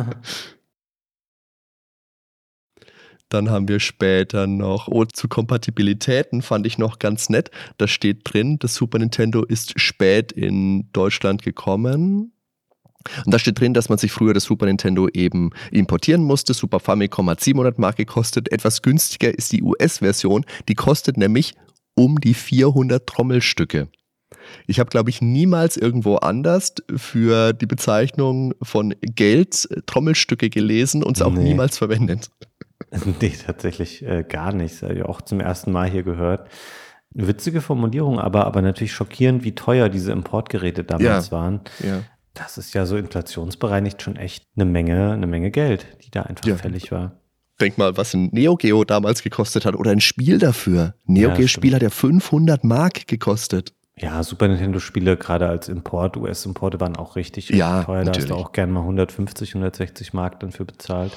Dann haben wir später noch, oh, zu Kompatibilitäten fand ich noch ganz nett. Da steht drin, das Super Nintendo ist spät in Deutschland gekommen. Und da steht drin, dass man sich früher das Super Nintendo eben importieren musste. Super Famicom hat siebenhundert Mark gekostet. Etwas günstiger ist die U S-Version. Die kostet nämlich um die vierhundert Trommelstücke. Ich habe, glaube ich, niemals irgendwo anders für die Bezeichnung von Geld Trommelstücke gelesen und es auch nee. niemals verwendet. Nee, tatsächlich äh, gar nicht. Das habe ich auch zum ersten Mal hier gehört. Eine witzige Formulierung, aber, aber natürlich schockierend, wie teuer diese Importgeräte damals ja. waren. Ja. Das ist ja so inflationsbereinigt schon echt eine Menge, eine Menge Geld, die da einfach ja. fällig war. Denk mal, was ein Neo Geo damals gekostet hat oder ein Spiel dafür. Neo ja, Geo Spiel hat ja fünfhundert Mark gekostet. Ja, Super Nintendo-Spiele, gerade als Import, U S-Importe waren auch richtig, richtig ja, teuer. Natürlich. Da hast du auch gerne mal hundertfünfzig, hundertsechzig Mark dann für bezahlt.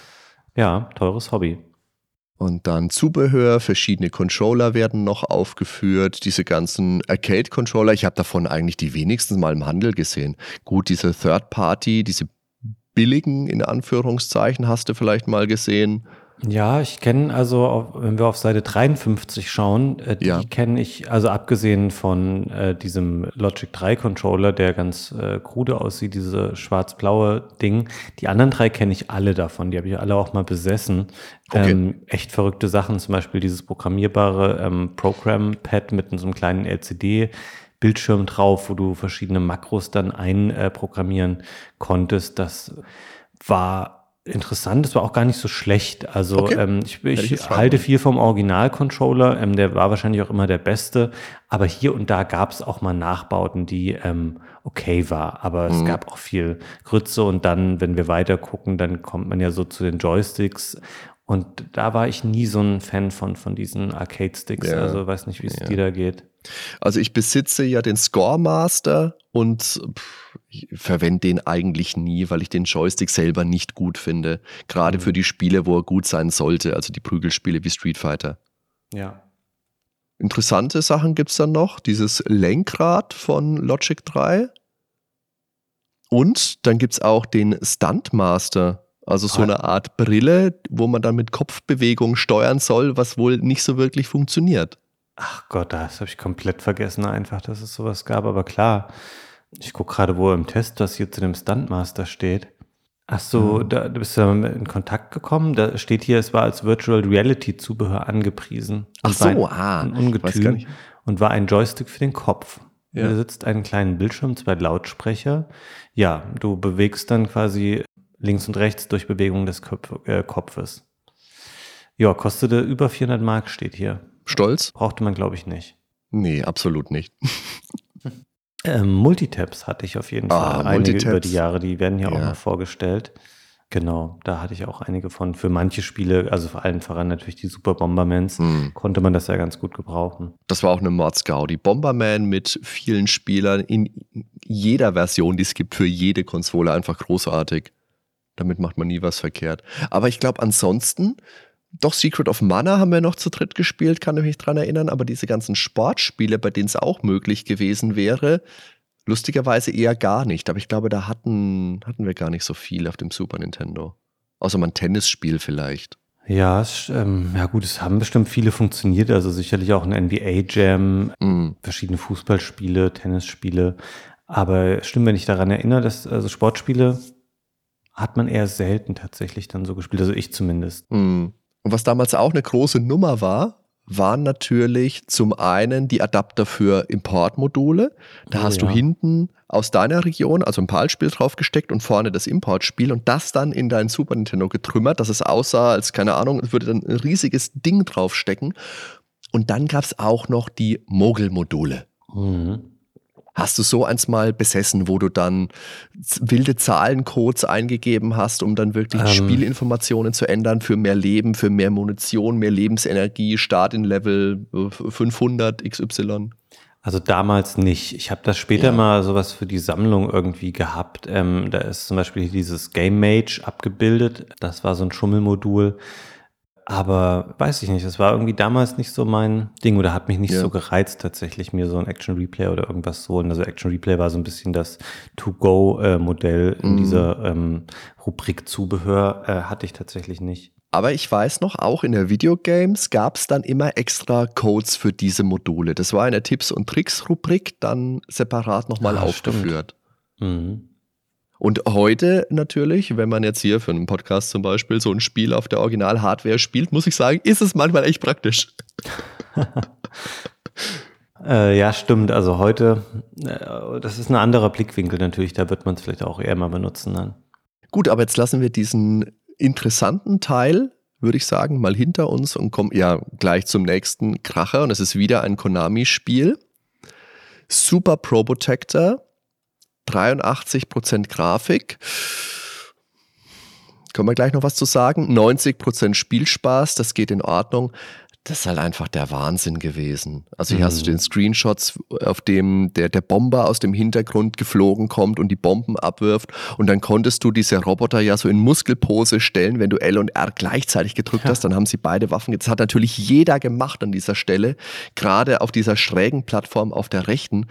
Ja, teures Hobby. Und dann Zubehör, verschiedene Controller werden noch aufgeführt, diese ganzen Arcade-Controller, ich habe davon eigentlich die wenigsten mal im Handel gesehen. Gut, diese Third-Party, diese billigen, in Anführungszeichen, hast du vielleicht mal gesehen. Ja, ich kenne also, wenn wir auf Seite dreiundfünfzig schauen, äh, die ja. kenne ich, also abgesehen von äh, diesem Logic drei Controller, der ganz äh, krude aussieht, diese schwarz-blaue Ding. Die anderen drei kenne ich alle davon, die habe ich alle auch mal besessen. Okay. Ähm, echt verrückte Sachen, zum Beispiel dieses programmierbare ähm, Program-Pad mit so einem kleinen L C D-Bildschirm drauf, wo du verschiedene Makros dann einprogrammieren äh, konntest. Das war interessant, das war auch gar nicht so schlecht. Also okay. ähm, ich, ich, ich halte viel vom Original-Controller, ähm, der war wahrscheinlich auch immer der beste, aber hier und da gab es auch mal Nachbauten, die ähm, okay war, aber mhm. es gab auch viel Grütze und dann, wenn wir weiter gucken, dann kommt man ja so zu den Joysticks und da war ich nie so ein Fan von, von diesen Arcade-Sticks, ja. also weiß nicht, wie es ja. dir da geht. Also ich besitze ja den Scoremaster und pff, ich verwende den eigentlich nie, weil ich den Joystick selber nicht gut finde. Gerade mhm. für die Spiele, wo er gut sein sollte, also die Prügelspiele wie Street Fighter. Ja. Interessante Sachen gibt es dann noch. Dieses Lenkrad von Logic drei. Und dann gibt es auch den Stuntmaster. Also so eine Art Brille, wo man dann mit Kopfbewegung steuern soll, was wohl nicht so wirklich funktioniert. Ach Gott, das habe ich komplett vergessen einfach, dass es sowas gab. Aber klar, ich gucke gerade, wo im Test das hier zu dem Stuntmaster steht. Ach so, mhm. da bist du damit in Kontakt gekommen. Da steht hier, es war als Virtual Reality Zubehör angepriesen. Ach so, ein, ah. Ein Ungetüm und war ein Joystick für den Kopf. Ja. Da sitzt einen kleinen Bildschirm, zwei Lautsprecher. Ja, du bewegst dann quasi links und rechts durch Bewegung des Köpf, äh, Kopfes. Ja, kostete über vierhundert Mark, steht hier. Stolz? Brauchte man, glaube ich, nicht. Nee, absolut nicht. ähm, Multitabs hatte ich auf jeden Fall. Ah, Einige über die Jahre, die werden hier ja auch noch vorgestellt. Genau, da hatte ich auch einige von. Für manche Spiele, also vor allem voran natürlich die Super Bombermans, Hm. konnte man das ja ganz gut gebrauchen. Das war auch eine Mordsgaudi. Bomberman mit vielen Spielern in jeder Version, die es gibt, für jede Konsole, einfach großartig. Damit macht man nie was verkehrt. Aber ich glaube ansonsten, doch Secret of Mana haben wir noch zu dritt gespielt, kann ich mich dran erinnern, aber diese ganzen Sportspiele, bei denen es auch möglich gewesen wäre, lustigerweise eher gar nicht. Aber ich glaube, da hatten, hatten wir gar nicht so viel auf dem Super Nintendo. Außer mal ein Tennisspiel vielleicht. Ja, es, ähm, ja gut, es haben bestimmt viele funktioniert, also sicherlich auch ein N B A-Jam, Mm. verschiedene Fußballspiele, Tennisspiele. Aber stimmt, wenn ich daran erinnere, dass also Sportspiele hat man eher selten tatsächlich dann so gespielt, also ich zumindest. Mm. Und was damals auch eine große Nummer war, waren natürlich zum einen die Adapter für Importmodule. Da Oh, hast ja. du hinten aus deiner Region, also ein PAL-Spiel draufgesteckt und vorne das Importspiel und das dann in dein Super Nintendo getrümmert, dass es aussah, als keine Ahnung, es würde dann ein riesiges Ding draufstecken. Und dann gab es auch noch die Mogel-Module. Mhm. Hast du so eins mal besessen, wo du dann z- wilde Zahlencodes eingegeben hast, um dann wirklich Ähm. Spielinformationen zu ändern für mehr Leben, für mehr Munition, mehr Lebensenergie, Start in Level äh, fünfhundert X Y? Also damals nicht. Ich habe das später Ja. mal sowas für die Sammlung irgendwie gehabt. Ähm, da ist zum Beispiel dieses Game Mage abgebildet. Das war so ein Schummelmodul. Aber weiß ich nicht, das war irgendwie damals nicht so mein Ding oder hat mich nicht Ja. so gereizt, tatsächlich mir so ein Action Replay oder irgendwas zu holen. Also Action Replay war so ein bisschen das To-Go-Modell in Mhm. dieser ähm, Rubrik Zubehör, äh, hatte ich tatsächlich nicht. Aber ich weiß noch, auch in der Videogames gab es dann immer extra Codes für diese Module. Das war in der Tipps- und Tricks-Rubrik dann separat nochmal Ah, stimmt. aufgeführt. Mhm. Und heute natürlich, wenn man jetzt hier für einen Podcast zum Beispiel so ein Spiel auf der Original-Hardware spielt, muss ich sagen, ist es manchmal echt praktisch. Äh, ja, stimmt. Also heute, äh, das ist ein anderer Blickwinkel natürlich, da wird man es vielleicht auch eher mal benutzen dann. Gut, aber jetzt lassen wir diesen interessanten Teil, würde ich sagen, mal hinter uns und kommen ja gleich zum nächsten Kracher. Und es ist wieder ein Konami-Spiel. Super Probotector, dreiundachtzig Prozent Grafik. Können wir gleich noch was zu sagen? neunzig Prozent Spielspaß, das geht in Ordnung. Das ist halt einfach der Wahnsinn gewesen. Also hier Mhm. hast du den Screenshots, auf dem der, der Bomber aus dem Hintergrund geflogen kommt und die Bomben abwirft. Und dann konntest du diese Roboter ja so in Muskelpose stellen, wenn du L und R gleichzeitig gedrückt Ja. hast. Dann haben sie beide Waffen. Das hat natürlich jeder gemacht an dieser Stelle. Gerade auf dieser schrägen Plattform auf der rechten.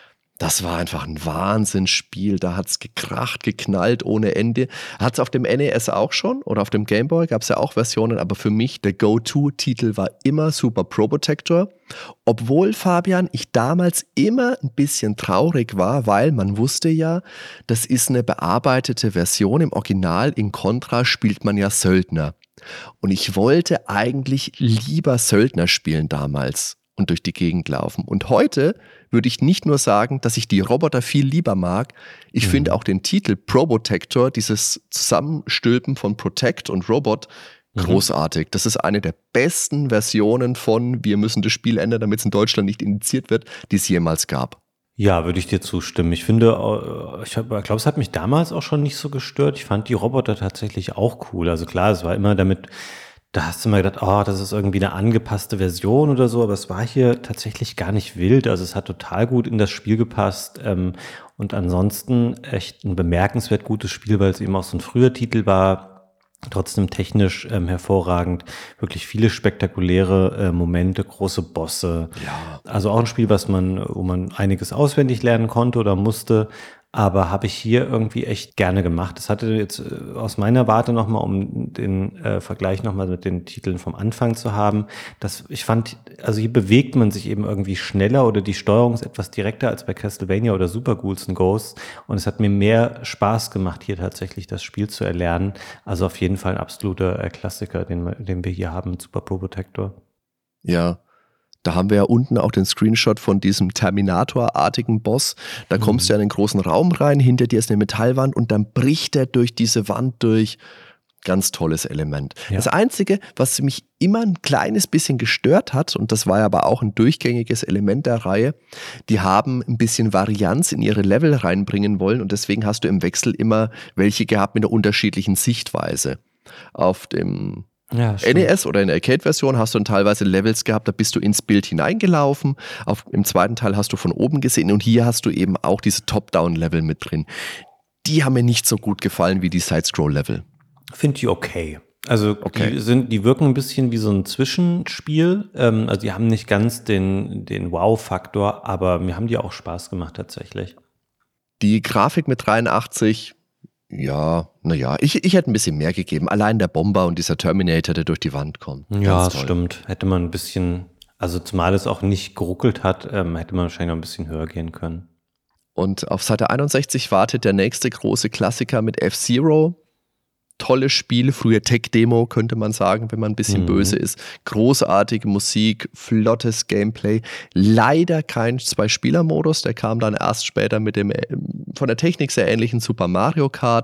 Das war einfach ein Wahnsinnsspiel. Da hat es gekracht, geknallt ohne Ende. Hat es auf dem N E S auch schon oder auf dem Game Boy gab es ja auch Versionen, aber für mich der Go-To-Titel war immer Super Probotector. Obwohl, Fabian, ich damals immer ein bisschen traurig war, weil man wusste ja, das ist eine bearbeitete Version. Im Original in Contra spielt man ja Söldner. Und ich wollte eigentlich lieber Söldner spielen damals und durch die Gegend laufen. Und heute würde ich nicht nur sagen, dass ich die Roboter viel lieber mag, ich Mhm. finde auch den Titel Probotector, dieses Zusammenstülpen von Protect und Robot, Mhm. großartig. Das ist eine der besten Versionen von wir müssen das Spiel ändern, damit es in Deutschland nicht indiziert wird, die es jemals gab. Ja, würde ich dir zustimmen. Ich finde, äh, ich glaube, es hat mich damals auch schon nicht so gestört. Ich fand die Roboter tatsächlich auch cool. Also klar, es war immer damit, da hast du immer gedacht, oh, das ist irgendwie eine angepasste Version oder so, aber es war hier tatsächlich gar nicht wild. Also es hat total gut in das Spiel gepasst. Ähm, und ansonsten echt ein bemerkenswert gutes Spiel, weil es eben auch so ein früher Titel war. Trotzdem technisch ähm, hervorragend, wirklich viele spektakuläre äh, Momente, große Bosse. Ja. Also auch ein Spiel, was man, wo man einiges auswendig lernen konnte oder musste, aber habe ich hier irgendwie echt gerne gemacht. Das hatte jetzt äh, aus meiner Warte nochmal, um den äh, Vergleich nochmal mit den Titeln vom Anfang zu haben, dass ich fand, also hier bewegt man sich eben irgendwie schneller oder die Steuerung ist etwas direkter als bei Castlevania oder Super Ghouls and Ghosts und es hat mir mehr Spaß gemacht, hier tatsächlich das Spiel zu erlernen. Also auf jeden Fall ein absoluter äh, Klassiker, den, wir- den wir hier haben mit Super Probotector. Ja, da haben wir ja unten auch den Screenshot von diesem Terminator-artigen Boss. Da Mhm. kommst du ja in einen großen Raum rein, hinter dir ist eine Metallwand und dann bricht er durch diese Wand durch. Ganz tolles Element. Ja. Das Einzige, was mich immer ein kleines bisschen gestört hat, und das war ja aber auch ein durchgängiges Element der Reihe, die haben ein bisschen Varianz in ihre Level reinbringen wollen und deswegen hast du im Wechsel immer welche gehabt mit einer unterschiedlichen Sichtweise. Auf dem Ja, N E S oder in der Arcade-Version hast du dann teilweise Levels gehabt, da bist du ins Bild hineingelaufen. Auf, im zweiten Teil hast du von oben gesehen und hier hast du eben auch diese Top-Down-Level mit drin. Die haben mir nicht so gut gefallen wie die Side-Scroll-Level. Finde ich okay. Also Okay. die sind, die wirken ein bisschen wie so ein Zwischenspiel. Ähm, also die haben nicht ganz den, den Wow-Faktor, aber mir haben die auch Spaß gemacht tatsächlich. Die Grafik mit dreiundachtzig, ja, naja, ich, ich hätte ein bisschen mehr gegeben. Allein der Bomber und dieser Terminator, der durch die Wand kommt. Ja, Ganz toll. stimmt. Hätte man ein bisschen, also zumal es auch nicht geruckelt hat, ähm, hätte man wahrscheinlich noch ein bisschen höher gehen können. Und auf Seite einundsechzig wartet der nächste große Klassiker mit F-Zero. Tolles Spiel, früher Tech-Demo könnte man sagen, wenn man ein bisschen Mhm. böse ist. Großartige Musik, flottes Gameplay. Leider kein Zwei-Spieler-Modus, der kam dann erst später mit dem äh, von der Technik sehr ähnlichen Super Mario Kart,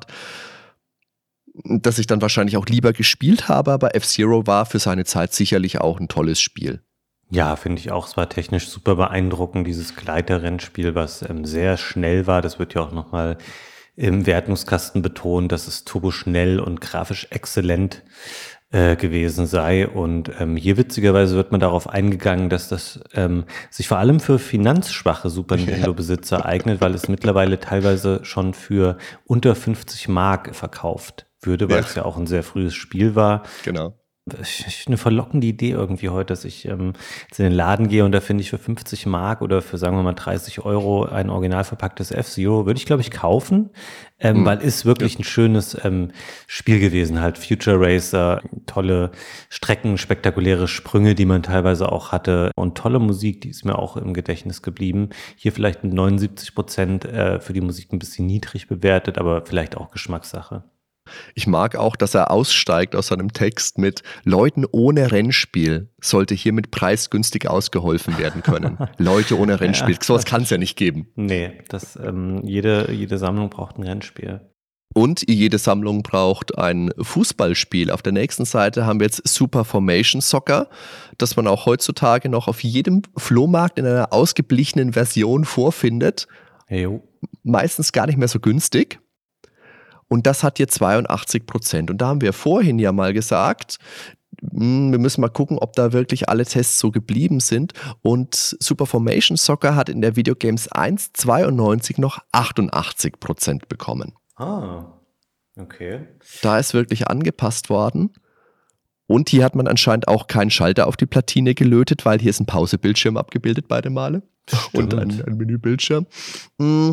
das ich dann wahrscheinlich auch lieber gespielt habe, aber F-Zero war für seine Zeit sicherlich auch ein tolles Spiel. Ja, finde ich auch. Es war technisch super beeindruckend, dieses Gleiterrennspiel, was ähm, sehr schnell war. Das wird ja auch nochmal im Wertungskasten betont, dass es turboschnell und grafisch exzellent äh, gewesen sei. Und ähm, hier witzigerweise wird man darauf eingegangen, dass das ähm, sich vor allem für finanzschwache Super Nintendo-Besitzer eignet, weil es mittlerweile teilweise schon für unter fünfzig Mark verkauft würde, weil Ja. es ja auch ein sehr frühes Spiel war. Genau. Ich- ich- Eine verlockende Idee irgendwie heute, dass ich ähm, jetzt in den Laden gehe und da finde ich für fünfzig Mark oder für, sagen wir mal, dreißig Euro ein original verpacktes F-Zero, würde ich, glaube ich, kaufen, ähm, Hm. weil ist wirklich ein schönes ähm, Spiel gewesen, halt Future Racer, tolle Strecken, spektakuläre Sprünge, die man teilweise auch hatte und tolle Musik, die ist mir auch im Gedächtnis geblieben. Hier vielleicht mit neunundsiebzig Prozent äh, für die Musik ein bisschen niedrig bewertet, aber vielleicht auch Geschmackssache. Ich mag auch, dass er aussteigt aus seinem Text mit Leuten ohne Rennspiel sollte hiermit preisgünstig ausgeholfen werden können. Leute ohne Rennspiel. Ja. Sowas kann es ja nicht geben. Nee, das, ähm, jede, jede Sammlung braucht ein Rennspiel. Und jede Sammlung braucht ein Fußballspiel. Auf der nächsten Seite haben wir jetzt Super Formation Soccer, das man auch heutzutage noch auf jedem Flohmarkt in einer ausgeblichenen Version vorfindet. Jo. Meistens gar nicht mehr so günstig. Und das hat hier zweiundachtzig Prozent. Und da haben wir vorhin ja mal gesagt, mh, wir müssen mal gucken, ob da wirklich alle Tests so geblieben sind. Und Super Formation Soccer hat in der Videogames eins zweiundneunzig noch achtundachtzig Prozent bekommen. Ah, okay. Da ist wirklich angepasst worden. Und hier hat man anscheinend auch keinen Schalter auf die Platine gelötet, weil hier ist ein Pausebildschirm abgebildet beide Male. Und ein, ein Menübildschirm. Mm.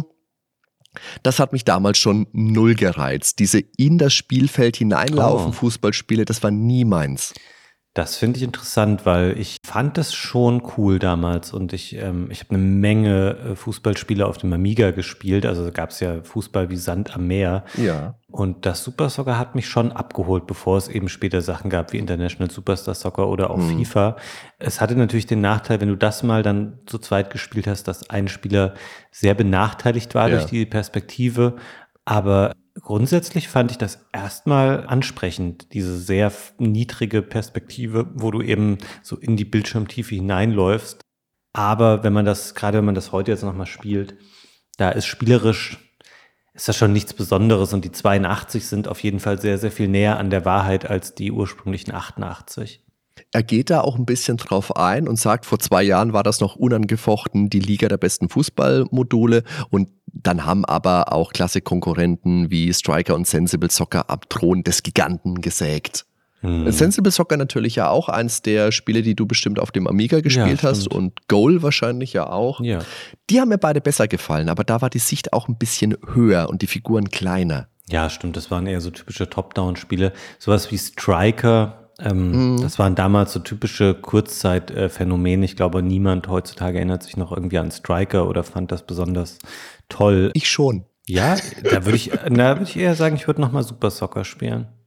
Das hat mich damals schon null gereizt. Diese in das Spielfeld hineinlaufen Oh. Fußballspiele, das war nie meins. Das finde ich interessant, weil ich fand das schon cool damals und ich, ähm, ich habe eine Menge äh, Fußballspiele auf dem Amiga gespielt, also gab es ja Fußball wie Sand am Meer Ja. und das Super Soccer hat mich schon abgeholt, bevor es eben später Sachen gab wie International Superstar Soccer oder auch Mhm. FIFA. Es hatte natürlich den Nachteil, wenn du das mal dann zu zweit gespielt hast, dass ein Spieler sehr benachteiligt war Ja. durch die Perspektive, aber grundsätzlich fand ich das erstmal ansprechend, diese sehr f- niedrige Perspektive, wo du eben so in die Bildschirmtiefe hineinläufst. Aber wenn man das, gerade wenn man das heute jetzt nochmal spielt, da ist spielerisch, ist das schon nichts Besonderes und die zweiundachtzig sind auf jeden Fall sehr, sehr viel näher an der Wahrheit als die ursprünglichen achtundachtzig. Er geht da auch ein bisschen drauf ein und sagt, vor zwei Jahren war das noch unangefochten die Liga der besten Fußballmodule und dann haben aber auch klasse Konkurrenten wie Striker und Sensible Soccer ab Thron des Giganten gesägt. Hm. Sensible Soccer natürlich ja auch eins der Spiele, die du bestimmt auf dem Amiga gespielt Ja, hast stimmt. und Goal wahrscheinlich ja auch. Ja. Die haben mir beide besser gefallen, aber da war die Sicht auch ein bisschen höher und die Figuren kleiner. Ja, stimmt, das waren eher so typische Top-Down-Spiele. Sowas wie Striker, ähm, Mhm. das waren damals so typische Kurzzeitphänomene. Ich glaube, niemand heutzutage erinnert sich noch irgendwie an Striker oder fand das besonders toll. Ich schon. Ja, da würde ich, da würde ich eher sagen, ich würde nochmal Super Soccer spielen.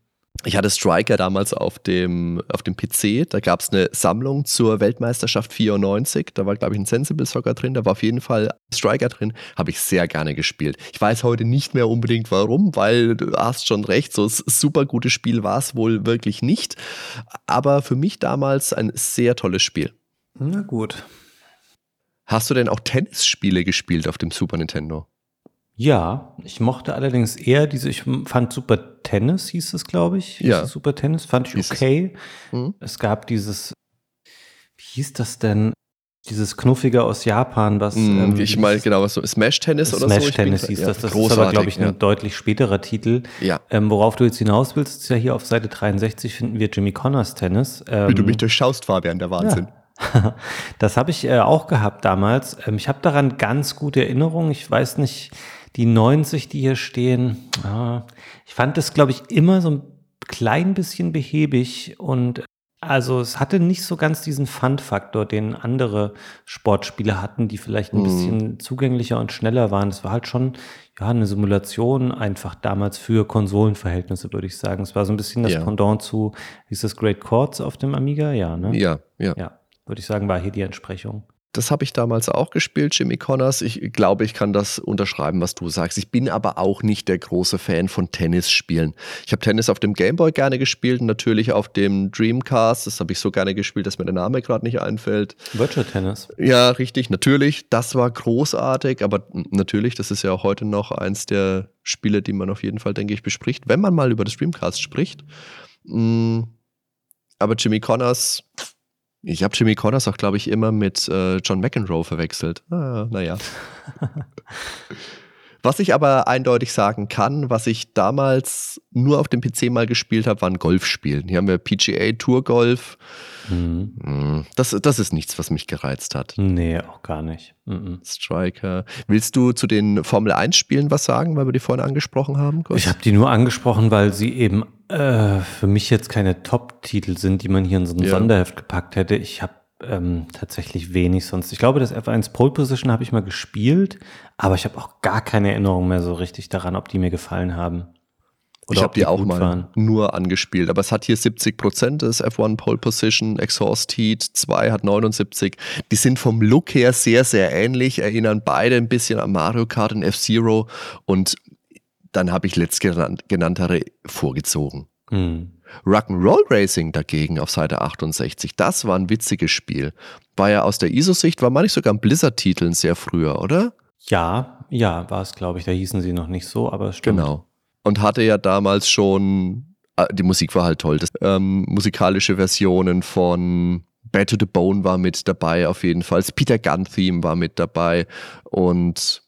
Ich hatte Striker damals auf dem, auf dem P C, da gab es eine Sammlung zur Weltmeisterschaft vierundneunzig, da war glaube ich ein Sensible Soccer drin, da war auf jeden Fall Striker drin, habe ich sehr gerne gespielt. Ich weiß heute nicht mehr unbedingt warum, weil du hast schon recht, so ein super gutes Spiel war es wohl wirklich nicht, aber für mich damals ein sehr tolles Spiel. Na gut. Hast du denn auch Tennisspiele gespielt auf dem Super Nintendo? Ja, ich mochte allerdings eher diese, ich fand Super Tennis, hieß es, glaube ich. Hieß Ja. es Super Tennis, fand ich Hieß es. okay. Mhm. Es gab dieses, wie hieß das denn? Dieses Knuffige aus Japan, was. ähm, ich wie meine, hieß genau, was so Smash-Tennis oder so. Smash Ich bin- Tennis hieß ja, das. Das ist großartig, aber, glaube ich, ein ja. deutlich späterer Titel. Ja. Ähm, worauf du jetzt hinaus willst, ist ja hier auf Seite dreiundsechzig finden wir Jimmy Connors Tennis. Ähm, Wie du mich durchschaust, Fabian, der Wahnsinn. Ja. Das habe ich äh, auch gehabt damals. Ähm, ich habe daran ganz gute Erinnerungen. Ich weiß nicht, die neunzig, die hier stehen, ah, ich fand das, glaube ich, immer so ein klein bisschen behäbig und also es hatte nicht so ganz diesen Fun-Faktor, den andere Sportspiele hatten, die vielleicht ein Mhm. bisschen zugänglicher und schneller waren. Es war halt schon ja eine Simulation einfach damals für Konsolenverhältnisse, würde ich sagen. Es war so ein bisschen das Ja. Pendant zu, hieß das Great Chords auf dem Amiga? Ja, ne? Ja, ja. Ja, würde ich sagen, war hier die Entsprechung. Das habe ich damals auch gespielt, Jimmy Connors. Ich glaube, ich kann das unterschreiben, was du sagst. Ich bin aber auch nicht der große Fan von Tennisspielen. Ich habe Tennis auf dem Gameboy gerne gespielt und natürlich auf dem Dreamcast. Das habe ich so gerne gespielt, dass mir der Name gerade nicht einfällt. Virtual Tennis. Ja, richtig, natürlich. Das war großartig, aber natürlich, das ist ja auch heute noch eins der Spiele, die man auf jeden Fall, denke ich, bespricht, wenn man mal über das Dreamcast spricht. Mm, Aber Jimmy Connors, ich habe Jimmy Connors auch, glaube ich, immer mit äh, John McEnroe verwechselt. Ah, naja. Was ich aber eindeutig sagen kann, was ich damals nur auf dem P C mal gespielt habe, waren Golfspielen. Hier haben wir P G A Tour Golf. Mhm. Das, das ist nichts, was mich gereizt hat. Nee, auch gar nicht. Mhm. Striker. Willst du zu den Formel eins Spielen was sagen, weil wir die vorhin angesprochen haben? Kurz? Ich habe die nur angesprochen, weil sie eben äh, für mich jetzt keine Top-Titel sind, die man hier in so ein Ja. Sonderheft gepackt hätte. Ich habe ähm, tatsächlich wenig sonst. Ich glaube, das F eins Pole Position habe ich mal gespielt, aber ich habe auch gar keine Erinnerung mehr so richtig daran, ob die mir gefallen haben. Ich habe ob die auch gut mal waren. nur angespielt, aber es hat hier siebzig Prozent des F eins Pole Position, Exhaust Heat zwei hat neunundsiebzig. Die sind vom Look her sehr, sehr ähnlich, erinnern beide ein bisschen an Mario Kart und F-Zero und dann habe ich letztgenanntere vorgezogen. Hm. Rock'n'Roll Racing dagegen auf Seite achtundsechzig, das war ein witziges Spiel. War ja aus der I S O-Sicht, war manchmal sogar ein Blizzard-Titeln sehr früher, oder? Ja, ja, war es, glaube ich. Da hießen sie noch nicht so, aber es stimmt. Genau. Und hatte ja damals schon, ah, die Musik war halt toll, das, ähm, musikalische Versionen von Bad to the Bone war mit dabei auf jeden Fall, das Peter Gunn Theme war mit dabei und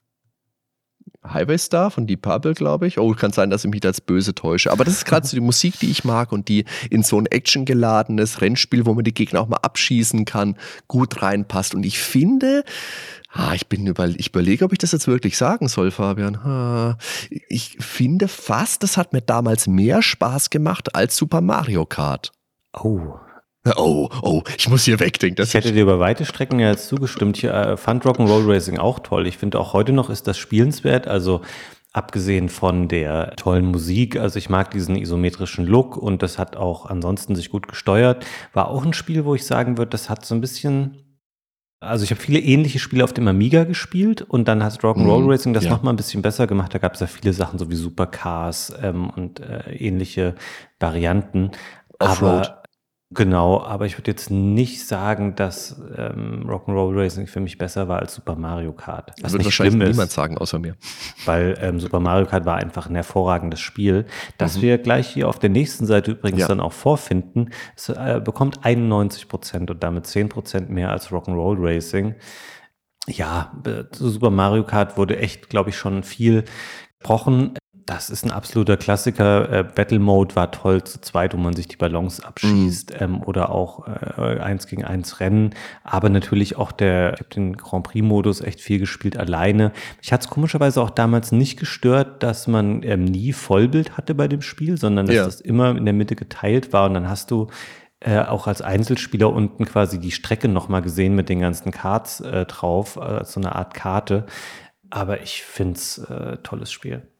Highway Star von Deep Purple, glaube ich. Oh, kann sein, dass ich mich da als böse täusche. Aber das ist gerade so die Musik, die ich mag und die in so ein actiongeladenes Rennspiel, wo man die Gegner auch mal abschießen kann, gut reinpasst. Und ich finde, ah, ich bin über, ich überlege, ob ich das jetzt wirklich sagen soll, Fabian. Ah, ich finde fast, das hat mir damals mehr Spaß gemacht als Super Mario Kart. Oh. Oh, oh, ich muss hier wegdenken. Das Ich hätte dir über weite Strecken ja jetzt zugestimmt. Ich äh, fand Rock'n'Roll Racing auch toll. Ich finde auch heute noch ist das spielenswert. Also abgesehen von der tollen Musik. Also ich mag diesen isometrischen Look und das hat auch ansonsten sich gut gesteuert. War auch ein Spiel, wo ich sagen würde, das hat so ein bisschen... Also ich habe viele ähnliche Spiele auf dem Amiga gespielt und dann hat Rock'n'Roll Mhm, Racing das ja. nochmal ein bisschen besser gemacht. Da gab es ja viele Sachen, so wie Supercars ähm, und äh, ähnliche Varianten. Offroad. Aber genau, aber ich würde jetzt nicht sagen, dass ähm, Rock'n'Roll Racing für mich besser war als Super Mario Kart. Das Was wird nicht wahrscheinlich schlimm niemand ist, sagen, außer mir. weil ähm, Super Mario Kart war einfach ein hervorragendes Spiel, das Mhm. wir gleich hier auf der nächsten Seite übrigens Ja. dann auch vorfinden. Es äh, bekommt einundneunzig Prozent und damit zehn Prozent mehr als Rock'n'Roll Racing. Ja, äh, zu Super Mario Kart wurde echt, glaube ich, schon viel gesprochen. Das ist ein absoluter Klassiker. Äh, Battle Mode war toll zu zweit, wo man sich die Ballons abschießt ähm, oder auch äh, eins gegen eins Rennen. Aber natürlich auch der, ich habe den Grand Prix-Modus echt viel gespielt alleine. Mich hat es komischerweise auch damals nicht gestört, dass man ähm, nie Vollbild hatte bei dem Spiel, sondern dass Ja. das immer in der Mitte geteilt war und dann hast du äh, auch als Einzelspieler unten quasi die Strecke nochmal gesehen mit den ganzen Cards äh, drauf, äh, als so eine Art Karte. Aber ich finde es äh, tolles Spiel.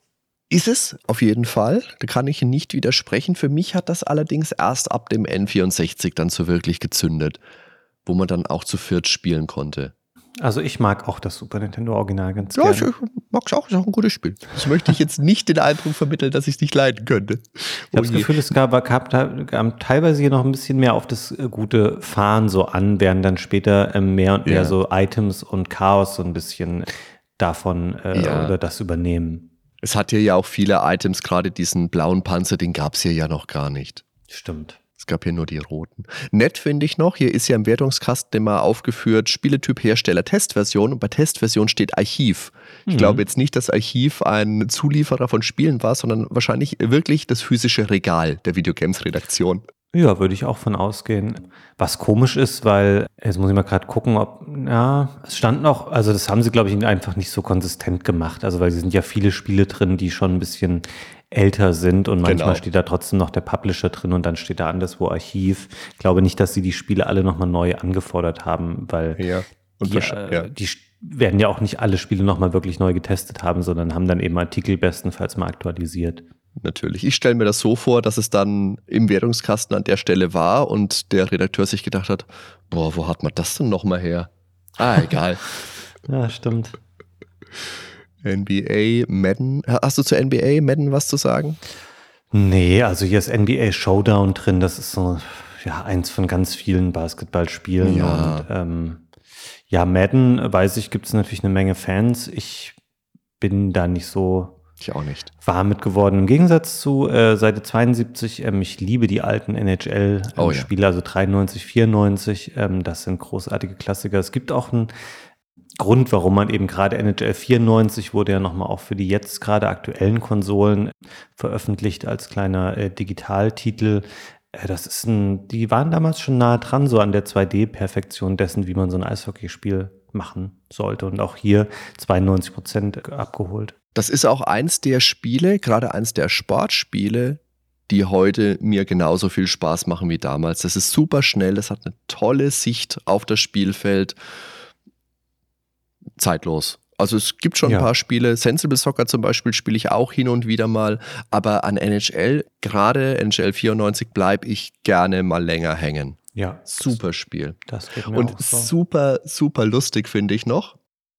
Ist es, auf jeden Fall. Da kann ich nicht widersprechen. Für mich hat das allerdings erst ab dem N vierundsechzig dann so wirklich gezündet, wo man dann auch zu viert spielen konnte. Also ich mag auch das Super Nintendo Original ganz Ja, gerne. ich mag es auch, ist auch ein gutes Spiel. Das möchte ich jetzt nicht den Eindruck vermitteln, dass ich es nicht leiden könnte. Ich habe das Gefühl, es gab, gab, gab teilweise hier noch ein bisschen mehr auf das gute Fahren so an, während dann später ähm, mehr und mehr Ja. so Items und Chaos so ein bisschen davon äh, Ja. oder das übernehmen. Es hat hier ja auch viele Items, gerade diesen blauen Panzer, den gab es hier ja noch gar nicht. Stimmt. Es gab hier nur die roten. Nett finde ich noch, hier ist ja im Wertungskasten immer aufgeführt, Spieletyp Hersteller Testversion, und bei Testversion steht Archiv. Ich Mhm. glaube jetzt nicht, dass Archiv ein Zulieferer von Spielen war, sondern wahrscheinlich wirklich das physische Regal der Videogames-Redaktion. Ja, würde ich auch von ausgehen. Was komisch ist, weil, jetzt muss ich mal gerade gucken, ob, ja, es stand noch, also das haben sie, glaube ich, einfach nicht so konsistent gemacht. Also, weil es sind ja viele Spiele drin, die schon ein bisschen älter sind und manchmal Genau. steht da trotzdem noch der Publisher drin und dann steht da anderswo Archiv. Ich glaube nicht, dass sie die Spiele alle nochmal neu angefordert haben, weil Ja. Und die, wahrscheinlich- äh, ja. die sch- werden ja auch nicht alle Spiele nochmal wirklich neu getestet haben, sondern haben dann eben Artikel bestenfalls mal aktualisiert. Natürlich. Ich stelle mir das so vor, dass es dann im Wertungskasten an der Stelle war und der Redakteur sich gedacht hat, boah, wo hat man das denn nochmal her? Ah, egal. Ja, stimmt. N B A, Madden. Hast du zu N B A, Madden was zu sagen? Nee, also hier ist N B A Showdown drin, das ist so ja eins von ganz vielen Basketballspielen. Ja. Und ähm, ja, Madden, weiß ich, gibt es natürlich eine Menge Fans. Ich bin da nicht so Ich auch nicht. warm mit geworden. Im Gegensatz zu äh, Seite zweiundsiebzig, ähm, ich liebe die alten N H Oh ja. L-Spiele, also dreiundneunzig, vierundneunzig, ähm, das sind großartige Klassiker. Es gibt auch einen Grund, warum man eben gerade N H L vierundneunzig wurde ja nochmal auch für die jetzt gerade aktuellen Konsolen veröffentlicht als kleiner äh, Digitaltitel. Äh, das ist ein, die waren damals schon nah dran, so an der zwei D-Perfektion dessen, wie man so ein Eishockeyspiel machen sollte. Und auch hier zweiundneunzig Prozent abgeholt. Das ist auch eins der Spiele, gerade eins der Sportspiele, die heute mir genauso viel Spaß machen wie damals. Das ist super schnell, das hat eine tolle Sicht auf das Spielfeld. Zeitlos. Also es gibt schon Ja. ein paar Spiele, Sensible Soccer zum Beispiel spiele ich auch hin und wieder mal, aber an N H L, gerade N H L vierundneunzig, bleibe ich gerne mal länger hängen. Ja, Super Spiel. das geht mir Und auch so. super, super lustig finde ich noch.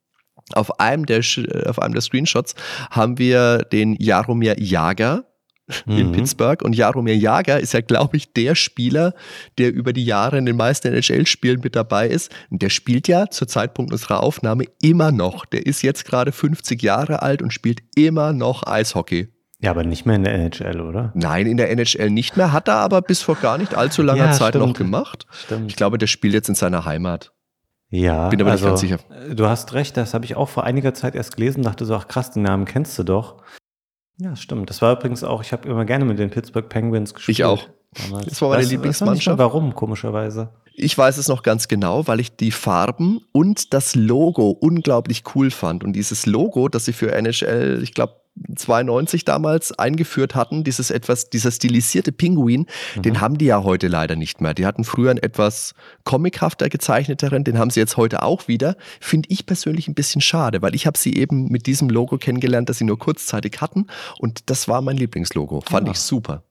Auf einem der, Sch- auf einem der Screenshots haben wir den Jaromir Jagr in Mhm. Pittsburgh. Und Jaromir Jagr ist ja, glaube ich, der Spieler, der über die Jahre in den meisten N H L-Spielen mit dabei ist. Und der spielt ja zur Zeitpunkt unserer Aufnahme immer noch. Der ist jetzt gerade fünfzig Jahre alt und spielt immer noch Eishockey. Ja, aber nicht mehr in der N H L, oder? Nein, in der N H L nicht mehr, hat er aber bis vor gar nicht allzu langer Ja, Zeit stimmt. noch gemacht. Stimmt. Ich glaube, der spielt jetzt in seiner Heimat. Ja, Bin aber nicht also, ganz sicher. äh, du hast recht, das habe ich auch vor einiger Zeit erst gelesen, dachte so, ach krass, den Namen kennst du doch. Ja, stimmt. Das war übrigens auch, ich habe immer gerne mit den Pittsburgh Penguins gespielt. Ich auch. Damals. Das war meine Weißt du- Lieblingsmannschaft. weißt du nicht mal warum, komischerweise. Ich weiß es noch ganz genau, weil ich die Farben und das Logo unglaublich cool fand. Und dieses Logo, das sie für N H L, ich glaube, zweiundneunzig damals eingeführt hatten, dieses etwas, dieser stilisierte Pinguin, Mhm. den haben die ja heute leider nicht mehr. Die hatten früher einen etwas comichafter gezeichneteren, den haben sie jetzt heute auch wieder. Finde ich persönlich ein bisschen schade, weil ich habe sie eben mit diesem Logo kennengelernt, das sie nur kurzzeitig hatten. Und das war mein Lieblingslogo. Fand Ah. ich super.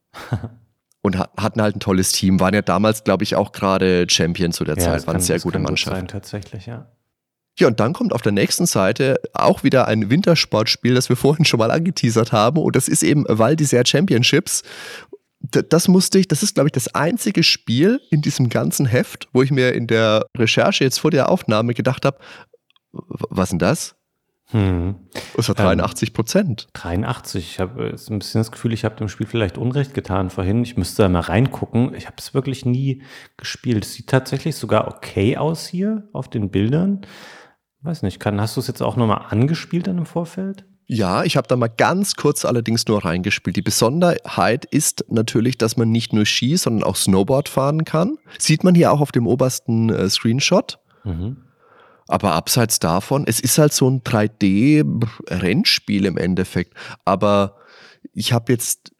Und ha- hatten halt ein tolles Team. Waren ja damals, glaube ich, auch gerade Champion zu der Ja, Zeit. das Waren kann- eine sehr das gute kann gut Mannschaft. sein, tatsächlich, ja. Ja, und dann kommt auf der nächsten Seite auch wieder ein Wintersportspiel, das wir vorhin schon mal angeteasert haben. Und das ist eben Val d'Isère Championships. D- Das musste ich, das ist, glaube ich, das einzige Spiel in diesem ganzen Heft, wo ich mir in der Recherche jetzt vor der Aufnahme gedacht habe, w- was denn das? Hm. Das war dreiundachtzig Prozent. dreiundachtzig. Ich habe jetzt ein bisschen das Gefühl, ich habe dem Spiel vielleicht Unrecht getan vorhin. Ich müsste da mal reingucken. Ich habe es wirklich nie gespielt. Es sieht tatsächlich sogar okay aus hier auf den Bildern. Weiß nicht, kann, hast du es jetzt auch nochmal angespielt dann im Vorfeld? Ja, ich habe da mal ganz kurz allerdings nur reingespielt. Die Besonderheit ist natürlich, dass man nicht nur Ski, sondern auch Snowboard fahren kann. Sieht man hier auch auf dem obersten äh, Screenshot. Mhm. Aber abseits davon, es ist halt so ein drei D-Rennspiel im Endeffekt. Aber ich habe jetzt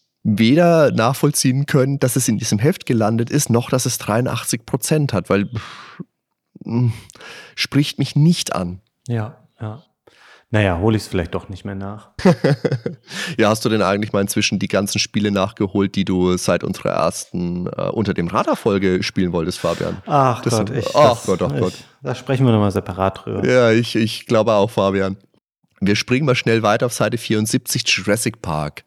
weder nachvollziehen können, dass es in diesem Heft gelandet ist, noch dass es dreiundachtzig Prozent hat, weil pff, mh, spricht mich nicht an. Ja, ja. Naja, hole ich es vielleicht doch nicht mehr nach. Ja, hast du denn eigentlich mal inzwischen die ganzen Spiele nachgeholt, die du seit unserer ersten äh, Unter dem Radar-Folge spielen wolltest, Fabian? Ach das, Gott, ich, ach das, Gott, ach ich, Gott. Da sprechen wir nochmal separat drüber. Ja, ich, ich glaube auch, Fabian. Wir springen mal schnell weiter auf Seite vierundsiebzig, Jurassic Park.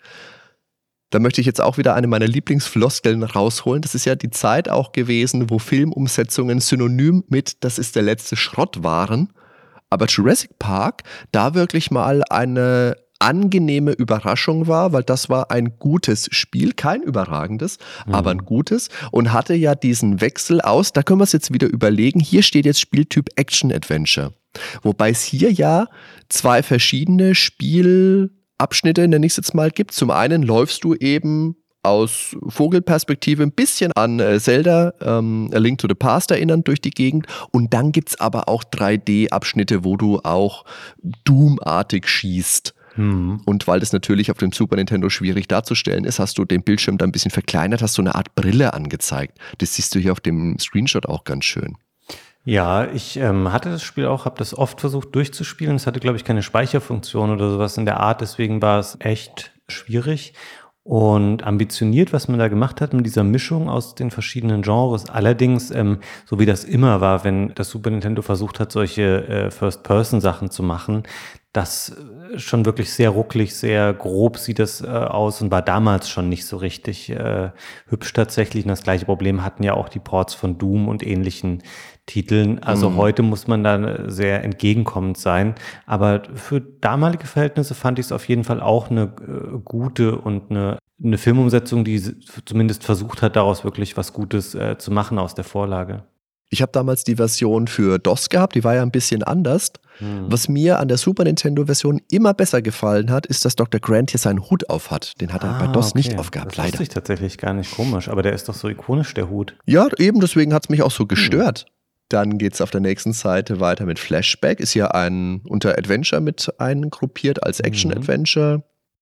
Da möchte ich jetzt auch wieder eine meiner Lieblingsfloskeln rausholen. Das ist ja die Zeit auch gewesen, wo Filmumsetzungen synonym mit "das ist der letzte Schrott" waren. Aber Jurassic Park da wirklich mal eine angenehme Überraschung war, weil das war ein gutes Spiel, kein überragendes, mhm. aber ein gutes und hatte ja diesen Wechsel aus, da können wir es jetzt wieder überlegen, hier steht jetzt Spieltyp Action-Adventure. Wobei es hier ja zwei verschiedene Spielabschnitte, nenne ich es jetzt mal, gibt. Zum einen läufst du eben aus Vogelperspektive ein bisschen an Zelda, ähm, A Link to the Past erinnernd durch die Gegend. Und dann gibt es aber auch drei D-Abschnitte, wo du auch Doom-artig schießt. Mhm. Und weil das natürlich auf dem Super Nintendo schwierig darzustellen ist, hast du den Bildschirm da ein bisschen verkleinert, hast so eine Art Brille angezeigt. Das siehst du hier auf dem Screenshot auch ganz schön. Ja, ich ähm, hatte das Spiel auch, habe das oft versucht durchzuspielen. Es hatte, glaube ich, keine Speicherfunktion oder sowas in der Art, deswegen war es echt schwierig. Und ambitioniert, was man da gemacht hat mit dieser Mischung aus den verschiedenen Genres. Allerdings, ähm, so wie das immer war, wenn das Super Nintendo versucht hat, solche äh, First-Person-Sachen zu machen, das äh, schon wirklich sehr rucklig, sehr grob sieht das äh, aus und war damals schon nicht so richtig äh, hübsch tatsächlich. Und das gleiche Problem hatten ja auch die Ports von Doom und ähnlichen Titeln. Also mhm. heute muss man da sehr entgegenkommend sein. Aber für damalige Verhältnisse fand ich es auf jeden Fall auch eine äh, gute und eine, eine Filmumsetzung, die zumindest versucht hat, daraus wirklich was Gutes äh, zu machen aus der Vorlage. Ich habe damals die Version für DOS gehabt, die war ja ein bisschen anders. Hm. Was mir an der Super Nintendo-Version immer besser gefallen hat, ist, dass Doktor Grant hier seinen Hut auf hat. Den hat er ah, bei DOS okay. nicht aufgehabt, das leider. Das ist tatsächlich gar nicht komisch, aber der ist doch so ikonisch, der Hut. Ja, eben, deswegen hat es mich auch so gestört. Hm. Dann geht es auf der nächsten Seite weiter mit Flashback. Ist hier ein unter Adventure mit eingruppiert als Action-Adventure.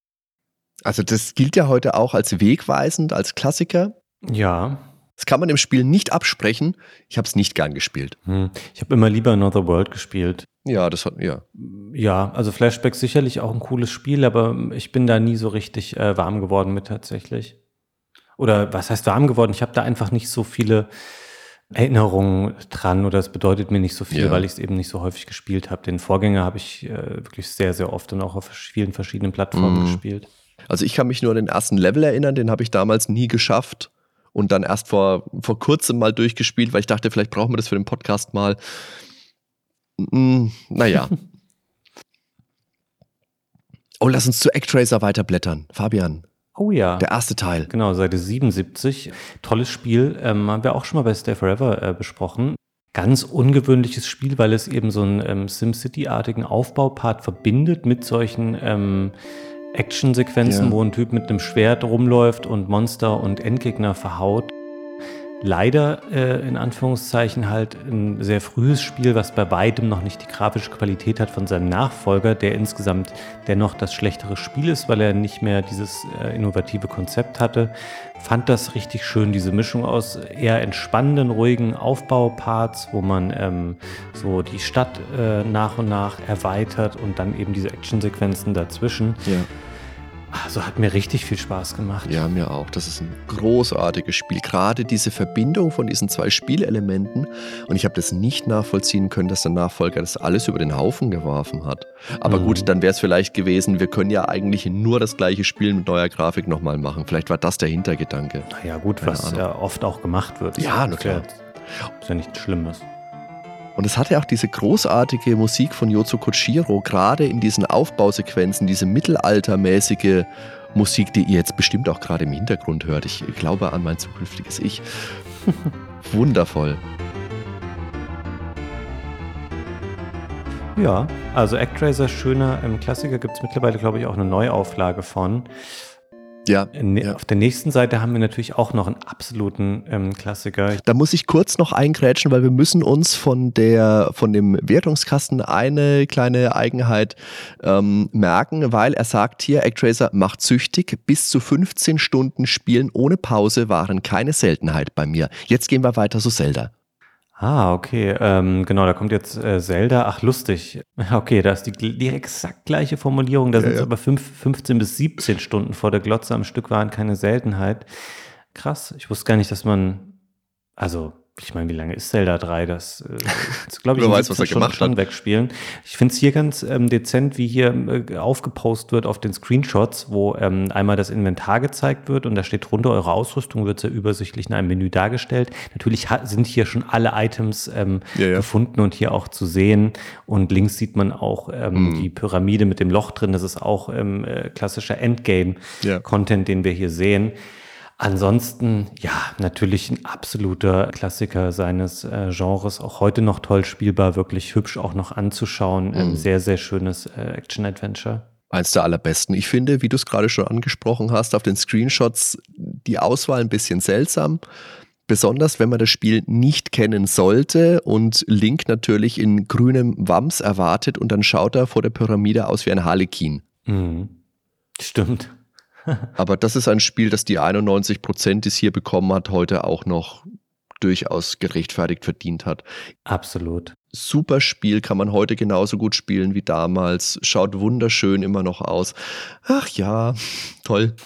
Also das gilt ja heute auch als wegweisend, als Klassiker. Ja. Das kann man im Spiel nicht absprechen. Ich habe es nicht gern gespielt. Hm. Ich habe immer lieber Another World gespielt. Ja, das hat, ja. Ja, also Flashback sicherlich auch ein cooles Spiel, aber ich bin da nie so richtig äh, warm geworden mit tatsächlich. Oder was heißt warm geworden? Ich habe da einfach nicht so viele Erinnerungen dran oder es bedeutet mir nicht so viel, ja. weil ich es eben nicht so häufig gespielt habe. Den Vorgänger habe ich äh, wirklich sehr, sehr oft und auch auf vielen verschiedenen Plattformen mm. gespielt. Also ich kann mich nur an den ersten Level erinnern, den habe ich damals nie geschafft. Und dann erst vor, vor kurzem mal durchgespielt, weil ich dachte, vielleicht brauchen wir das für den Podcast mal. Mm, naja. Oh, lass uns zu Actraiser weiterblättern. Fabian. Oh ja. Der erste Teil. Genau, Seite siebenundsiebzig. Tolles Spiel. Ähm, haben wir auch schon mal bei Stay Forever äh, besprochen. Ganz ungewöhnliches Spiel, weil es eben so einen ähm, SimCity-artigen Aufbaupart verbindet mit solchen ähm, Actionsequenzen, ja. wo ein Typ mit einem Schwert rumläuft und Monster und Endgegner verhaut. Leider, äh, in Anführungszeichen, halt ein sehr frühes Spiel, was bei weitem noch nicht die grafische Qualität hat von seinem Nachfolger, der insgesamt dennoch das schlechtere Spiel ist, weil er nicht mehr dieses äh, innovative Konzept hatte. Fand das richtig schön, diese Mischung aus eher entspannenden, ruhigen Aufbauparts, wo man ähm, so die Stadt äh, nach und nach erweitert und dann eben diese Actionsequenzen dazwischen. Ja. Also hat mir richtig viel Spaß gemacht. Ja, mir auch. Das ist ein großartiges Spiel. Gerade diese Verbindung von diesen zwei Spielelementen. Und ich habe das nicht nachvollziehen können, dass der Nachfolger das alles über den Haufen geworfen hat. Aber mhm. gut, dann wäre es vielleicht gewesen, wir können ja eigentlich nur das gleiche Spiel mit neuer Grafik nochmal machen. Vielleicht war das der Hintergedanke. Naja gut, Keine was Ahnung. ja oft auch gemacht wird. Ja, na klar. Ist ja nichts Schlimmes. Und es hatte auch diese großartige Musik von Yozo Koshiro, gerade in diesen Aufbausequenzen, diese mittelaltermäßige Musik, die ihr jetzt bestimmt auch gerade im Hintergrund hört. Ich glaube an mein zukünftiges Ich. Wundervoll. Ja, also Actraiser, schöner ähm, Klassiker, gibt es mittlerweile, glaube ich, auch eine Neuauflage von. Ja, ne, ja. Auf der nächsten Seite haben wir natürlich auch noch einen absoluten ähm, Klassiker. Da muss ich kurz noch eingrätschen, weil wir müssen uns von der von dem Wertungskasten eine kleine Eigenheit ähm, merken, weil er sagt hier, Actraiser macht süchtig, bis zu fünfzehn Stunden Spielen ohne Pause waren keine Seltenheit bei mir. Jetzt gehen wir weiter zu Zelda. Ah, okay. Ähm, genau, da kommt jetzt äh, Zelda. Ach, lustig. Okay, da ist die, die exakt gleiche Formulierung. Da Ja, sind es ja. aber fünf, fünfzehn bis siebzehn Stunden vor der Glotze am Stück, waren keine Seltenheit. Krass. Ich wusste gar nicht, dass man, also, ich meine, wie lange ist Zelda drei? Das, äh, das glaube ich, Wer in weiß, was er siebzehn Stunden gemacht schon hat. wegspielen. Ich finde es hier ganz ähm, dezent, wie hier äh, aufgepostet wird auf den Screenshots, wo ähm, einmal das Inventar gezeigt wird und da steht drunter, eure Ausrüstung wird sehr übersichtlich in einem Menü dargestellt. Natürlich ha- sind hier schon alle Items ähm, Ja, ja. gefunden und hier auch zu sehen. Und links sieht man auch ähm, Mhm. die Pyramide mit dem Loch drin. Das ist auch ähm, äh, klassischer Ja. Endgame-Content, den wir hier sehen. Ansonsten, ja, natürlich ein absoluter Klassiker seines äh, Genres, auch heute noch toll spielbar, wirklich hübsch auch noch anzuschauen. Ähm, Mhm. sehr, sehr schönes äh, Action-Adventure. Eins der allerbesten. Ich finde, wie du es gerade schon angesprochen hast, auf den Screenshots die Auswahl ein bisschen seltsam. Besonders wenn man das Spiel nicht kennen sollte und Link natürlich in grünem Wams erwartet und dann schaut er vor der Pyramide aus wie ein Harlekin. Mhm. Stimmt. Aber das ist ein Spiel, das die einundneunzig Prozent, die es hier bekommen hat, heute auch noch durchaus gerechtfertigt verdient hat. Absolut. Super Spiel, kann man heute genauso gut spielen wie damals. Schaut wunderschön immer noch aus. Ach ja, toll.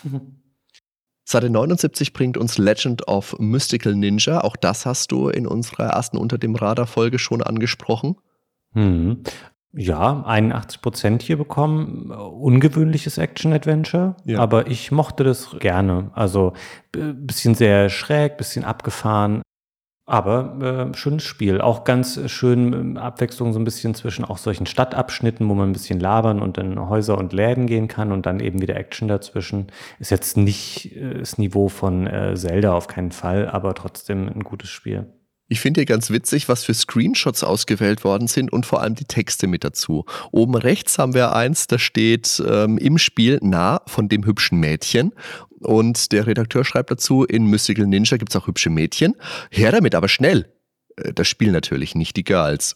Seite neunundsiebzig bringt uns Legend of Mystical Ninja. Auch das hast du in unserer ersten Unter dem Radar-Folge schon angesprochen. Mhm. Ja, einundachtzig Prozent hier bekommen. Ungewöhnliches Action-Adventure, Ja. aber ich mochte das gerne. Also b- bisschen sehr schräg, bisschen abgefahren, aber äh, schönes Spiel. Auch ganz schön ähm, Abwechslung so ein bisschen zwischen auch solchen Stadtabschnitten, wo man ein bisschen labern und in Häuser und Läden gehen kann und dann eben wieder Action dazwischen. Ist jetzt nicht äh, das Niveau von äh, Zelda auf keinen Fall, aber trotzdem ein gutes Spiel. Ich finde hier ganz witzig, was für Screenshots ausgewählt worden sind und vor allem die Texte mit dazu. Oben rechts haben wir eins, da steht ähm, im Spiel nah von dem hübschen Mädchen. Und der Redakteur schreibt dazu, in Mystical Ninja gibt es auch hübsche Mädchen. Her damit, aber schnell. Äh, Das Spiel natürlich, nicht die Girls.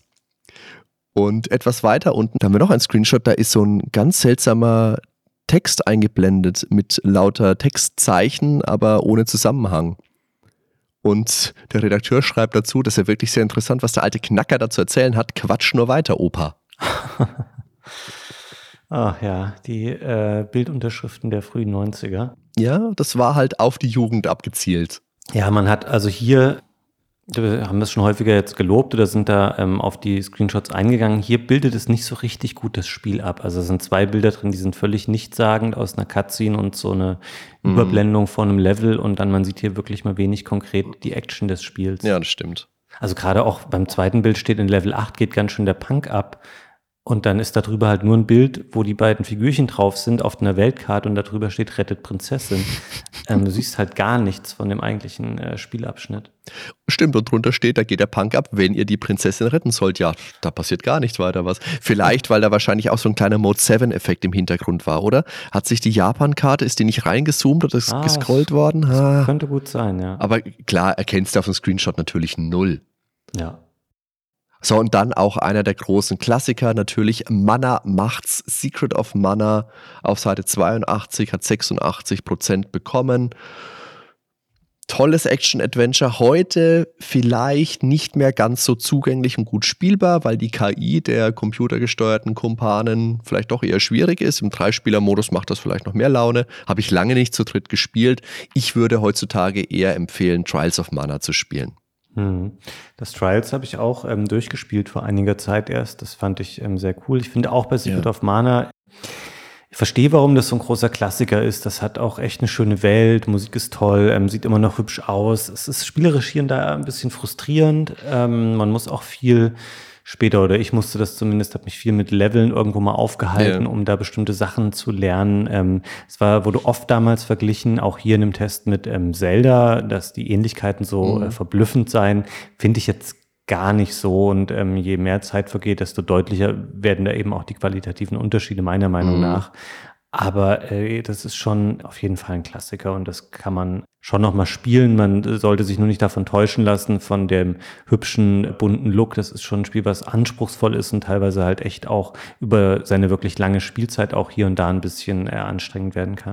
Und etwas weiter unten, da haben wir noch einen Screenshot, da ist so ein ganz seltsamer Text eingeblendet mit lauter Textzeichen, aber ohne Zusammenhang. Und der Redakteur schreibt dazu, das ist ja wirklich sehr interessant, was der alte Knacker dazu erzählen hat. Quatsch nur weiter, Opa. Ach ja, die äh, Bildunterschriften der frühen neunziger. Ja, das war halt auf die Jugend abgezielt. Ja, man hat also hier, wir haben das schon häufiger jetzt gelobt oder sind da ähm, auf die Screenshots eingegangen. Hier bildet es nicht so richtig gut das Spiel ab. Also es sind zwei Bilder drin, die sind völlig nichtssagend aus einer Cutscene und so eine Mhm. Überblendung von einem Level und dann man sieht hier wirklich mal wenig konkret die Action des Spiels. Ja, das stimmt. Also gerade auch beim zweiten Bild steht in Level acht geht ganz schön der Punk ab. Und dann ist da drüber halt nur ein Bild, wo die beiden Figürchen drauf sind auf einer Weltkarte und darüber steht Rettet Prinzessin. ähm, du siehst halt gar nichts von dem eigentlichen äh, Spielabschnitt. Stimmt, und drunter steht, da geht der Punk ab, wenn ihr die Prinzessin retten sollt. Ja, da passiert gar nicht weiter was. Vielleicht, weil da wahrscheinlich auch so ein kleiner Mode sieben Effekt im Hintergrund war, oder? Hat sich die Japan-Karte, ist die nicht reingezoomt oder ist Ah, gescrollt worden? Das Ha. könnte gut sein, ja. Aber klar, erkennst du auf dem Screenshot natürlich null. Ja. So, und dann auch einer der großen Klassiker, natürlich Mana macht's. Secret of Mana auf Seite zweiundachtzig hat sechsundachtzig Prozent bekommen. Tolles Action-Adventure, heute vielleicht nicht mehr ganz so zugänglich und gut spielbar, weil die K I der computergesteuerten Kumpanen vielleicht doch eher schwierig ist. Im Dreispieler-Modus macht das vielleicht noch mehr Laune. Habe ich lange nicht zu dritt gespielt. Ich würde heutzutage eher empfehlen, Trials of Mana zu spielen. Hm. Das Trials habe ich auch ähm, durchgespielt vor einiger Zeit erst. Das fand ich ähm, sehr cool. Ich finde auch bei Secret Ja. of Mana, ich verstehe, warum das so ein großer Klassiker ist. Das hat auch echt eine schöne Welt, Musik ist toll, ähm, sieht immer noch hübsch aus. Es ist spielerisch hier und da ein bisschen frustrierend. Ähm, man muss auch viel später, oder ich musste das zumindest, habe mich viel mit Leveln irgendwo mal aufgehalten, Ja. um da bestimmte Sachen zu lernen. Ähm, es war, wurde oft damals verglichen, auch hier in dem Test mit ähm, Zelda, dass die Ähnlichkeiten so Mhm. äh, verblüffend seien, finde ich jetzt gar nicht so. Und ähm, je mehr Zeit vergeht, desto deutlicher werden da eben auch die qualitativen Unterschiede meiner Meinung Mhm. nach. Aber äh, das ist schon auf jeden Fall ein Klassiker und das kann man schon noch mal spielen. Man sollte sich nur nicht davon täuschen lassen, von dem hübschen, bunten Look. Das ist schon ein Spiel, was anspruchsvoll ist und teilweise halt echt auch über seine wirklich lange Spielzeit auch hier und da ein bisschen äh, anstrengend werden kann.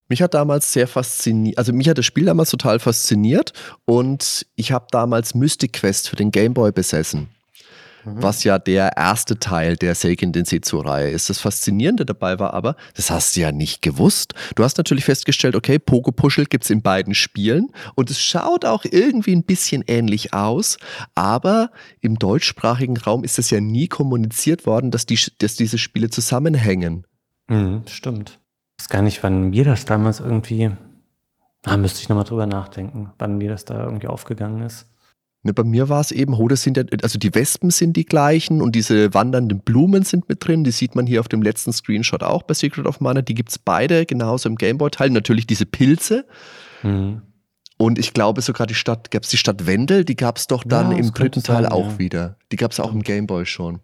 Mich hat damals sehr fasziniert, also mich hat das Spiel damals total fasziniert und ich habe damals Mystic Quest für den Game Boy besessen. Was ja der erste Teil der Seiken Densetsu-Reihe ist. Das Faszinierende dabei war aber, das hast du ja nicht gewusst. Du hast natürlich festgestellt, okay, Pogo Puschel gibt es in beiden Spielen und es schaut auch irgendwie ein bisschen ähnlich aus, aber im deutschsprachigen Raum ist es ja nie kommuniziert worden, dass, die, dass diese Spiele zusammenhängen. Mhm, stimmt. Ich weiß gar nicht, wann mir das damals irgendwie, ah, müsste ich nochmal drüber nachdenken, wann mir das da irgendwie aufgegangen ist. Ne, bei mir war es eben, oh, das sind ja, also die Wespen sind die gleichen und diese wandernden Blumen sind mit drin, die sieht man hier auf dem letzten Screenshot auch bei Secret of Mana, die gibt es beide genauso im Gameboy-Teil, natürlich diese Pilze Mhm. und ich glaube sogar die Stadt, gab es die Stadt Wendel, die gab es doch dann Ja, das im dritten könnte Teil sein, auch ja. wieder, die gab es auch im Stimmt. Gameboy schon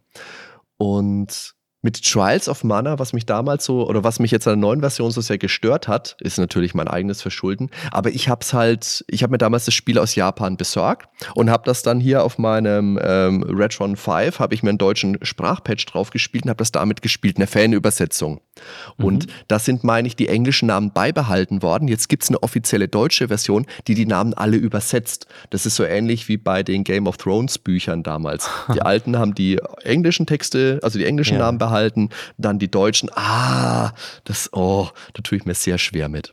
und mit Trials of Mana, was mich damals so, oder was mich jetzt an der neuen Version so sehr gestört hat, ist natürlich mein eigenes Verschulden, aber ich hab's halt, ich habe mir damals das Spiel aus Japan besorgt und habe das dann hier auf meinem ähm, Retron fünf, habe ich mir einen deutschen Sprachpatch drauf gespielt und habe das damit gespielt, eine Fanübersetzung. Und Mhm. da sind, meine ich, die englischen Namen beibehalten worden. Jetzt gibt's eine offizielle deutsche Version, die die Namen alle übersetzt. Das ist so ähnlich wie bei den Game of Thrones Büchern damals. Die alten haben die englischen Texte, also die englischen Ja. Namen behalten, dann die deutschen. Ah, das, oh, da tue ich mir sehr schwer mit.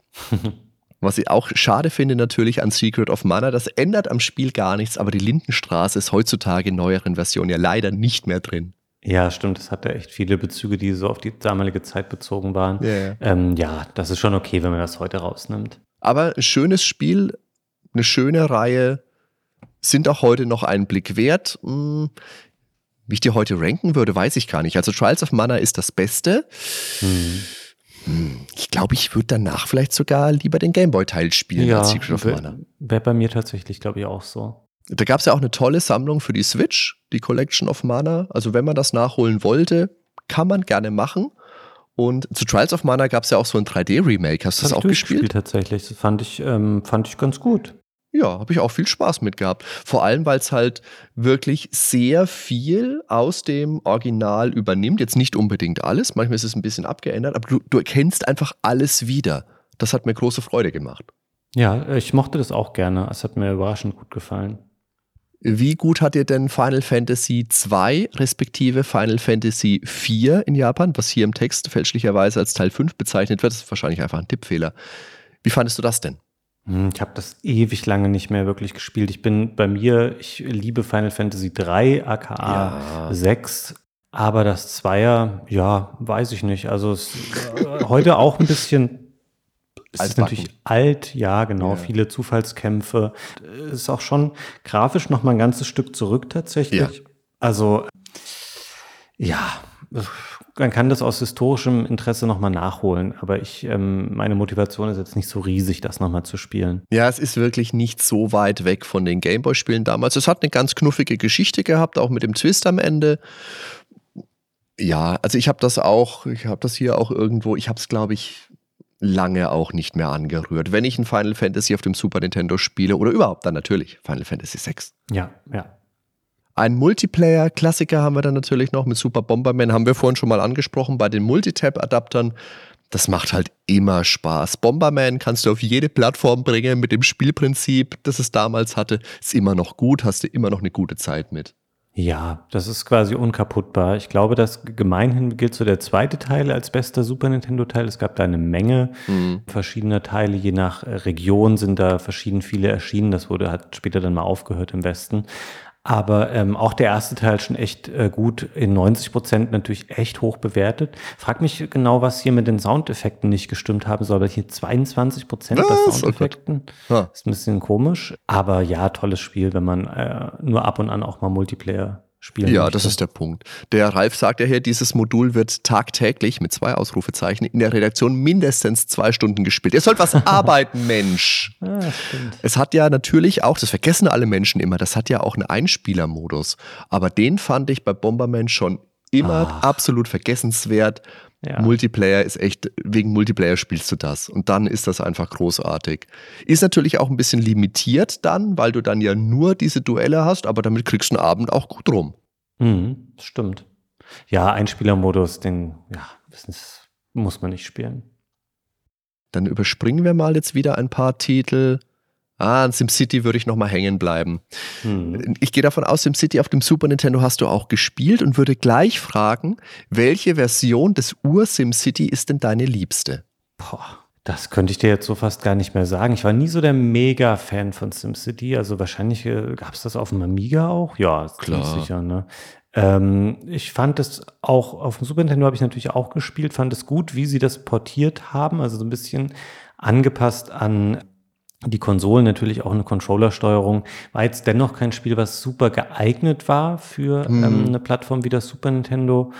Was ich auch schade finde natürlich an Secret of Mana, das ändert am Spiel gar nichts, aber die Lindenstraße ist heutzutage in neueren Versionen ja leider nicht mehr drin. Ja, stimmt, es hatte echt viele Bezüge, die so auf die damalige Zeit bezogen waren. Ja, ja. Ähm, ja, das ist schon okay, wenn man das heute rausnimmt. Aber ein schönes Spiel, eine schöne Reihe, sind auch heute noch einen Blick wert. Hm, wie ich die heute ranken würde, weiß ich gar nicht. Also Trials of Mana ist das Beste. Mhm. Hm, ich glaube, ich würde danach vielleicht sogar lieber den Gameboy-Teil spielen Ja, als Secret of wäre Mana. wär bei mir tatsächlich, glaube ich, auch so. Da gab es ja auch eine tolle Sammlung für die Switch, die Collection of Mana. Also wenn man das nachholen wollte, kann man gerne machen. Und zu Trials of Mana gab es ja auch so ein drei D-Remake. Hast du das hab auch ich durchgespielt gespielt? tatsächlich. Das fand ich, ähm, fand ich ganz gut. Ja, habe ich auch viel Spaß mit gehabt. Vor allem, weil es halt wirklich sehr viel aus dem Original übernimmt. Jetzt nicht unbedingt alles, manchmal ist es ein bisschen abgeändert, aber du, du erkennst einfach alles wieder. Das hat mir große Freude gemacht. Ja, ich mochte das auch gerne. Es hat mir überraschend gut gefallen. Wie gut hat dir denn Final Fantasy zwei respektive Final Fantasy vier in Japan, was hier im Text fälschlicherweise als Teil fünf bezeichnet wird? Das ist wahrscheinlich einfach ein Tippfehler. Wie fandest du das denn? Hm, Ich habe das ewig lange nicht mehr wirklich gespielt. Ich bin bei mir, ich liebe Final Fantasy drei, aka Ja. sechs, aber das Zweier, ja, weiß ich nicht. Also es, äh, heute auch ein bisschen, es ist Altbacken. natürlich alt, ja, genau, Ja. viele Zufallskämpfe. Ist auch schon grafisch noch mal ein ganzes Stück zurück tatsächlich. Ja. Also, ja, man kann das aus historischem Interesse noch mal nachholen, aber ich, ähm, meine Motivation ist jetzt nicht so riesig, das noch mal zu spielen. Ja, es ist wirklich nicht so weit weg von den Gameboy-Spielen damals. Es hat eine ganz knuffige Geschichte gehabt, auch mit dem Twist am Ende. Ja, also ich habe das auch, ich habe das hier auch irgendwo, ich habe es, glaube ich, lange auch nicht mehr angerührt. Wenn ich ein Final Fantasy auf dem Super Nintendo spiele oder überhaupt, dann natürlich Final Fantasy sechs. Ja, ja. Ein Multiplayer-Klassiker haben wir dann natürlich noch mit Super Bomberman, haben wir vorhin schon mal angesprochen, bei den Multitap-Adaptern. Das macht halt immer Spaß. Bomberman kannst du auf jede Plattform bringen mit dem Spielprinzip, das es damals hatte. Ist immer noch gut, hast du immer noch eine gute Zeit mit. Ja, das ist quasi unkaputtbar. Ich glaube, dass gemeinhin gilt so der zweite Teil als bester Super Nintendo-Teil. Es gab da eine Menge Mhm. verschiedener Teile. Je nach äh, Region sind da verschieden viele erschienen. Das wurde, hat später dann mal aufgehört im Westen. Aber ähm, auch der erste Teil schon echt äh, gut, in neunzig Prozent natürlich echt hoch bewertet. Frag mich genau, was hier mit den Soundeffekten nicht gestimmt haben soll, weil hier zweiundzwanzig Prozent bei Was? Oh Gott. Soundeffekten. Ha. Ist ein bisschen komisch. Aber ja, tolles Spiel, wenn man äh, nur ab und an auch mal Multiplayer spielen Ja, möchte. das ist der Punkt. Der Ralf sagt ja hier, dieses Modul wird tagtäglich mit zwei Ausrufezeichen in der Redaktion mindestens zwei Stunden gespielt. Ihr sollt was arbeiten, Mensch. Ah, stimmt. Es hat ja natürlich auch, das vergessen alle Menschen immer, das hat ja auch einen Einspielermodus. Aber den fand ich bei Bomberman schon immer Ach. absolut vergessenswert. Ja. Multiplayer ist echt, wegen Multiplayer spielst du das. Und dann ist das einfach großartig. Ist natürlich auch ein bisschen limitiert dann, weil du dann ja nur diese Duelle hast, aber damit kriegst du einen Abend auch gut rum. Mhm, stimmt. Ja, Einspielermodus, den ja, das muss man nicht spielen. Dann überspringen wir mal jetzt wieder ein paar Titel. Ah, an SimCity würde ich nochmal hängen bleiben. Hm. Ich gehe davon aus, SimCity auf dem Super Nintendo hast du auch gespielt und würde gleich fragen, welche Version des Ur-SimCity ist denn deine liebste? Boah, das könnte ich dir jetzt so fast gar nicht mehr sagen. Ich war nie so der Mega-Fan von SimCity. Also wahrscheinlich äh, gab es das auf dem Amiga auch? Ja, klar. Sicher, ne? Ähm, ich fand es auch, auf dem Super Nintendo habe ich natürlich auch gespielt, fand es gut, wie sie das portiert haben. Also so ein bisschen angepasst an die Konsolen, natürlich auch eine Controllersteuerung. War jetzt dennoch kein Spiel, was super geeignet war für hm. ähm, eine Plattform wie das Super Nintendo.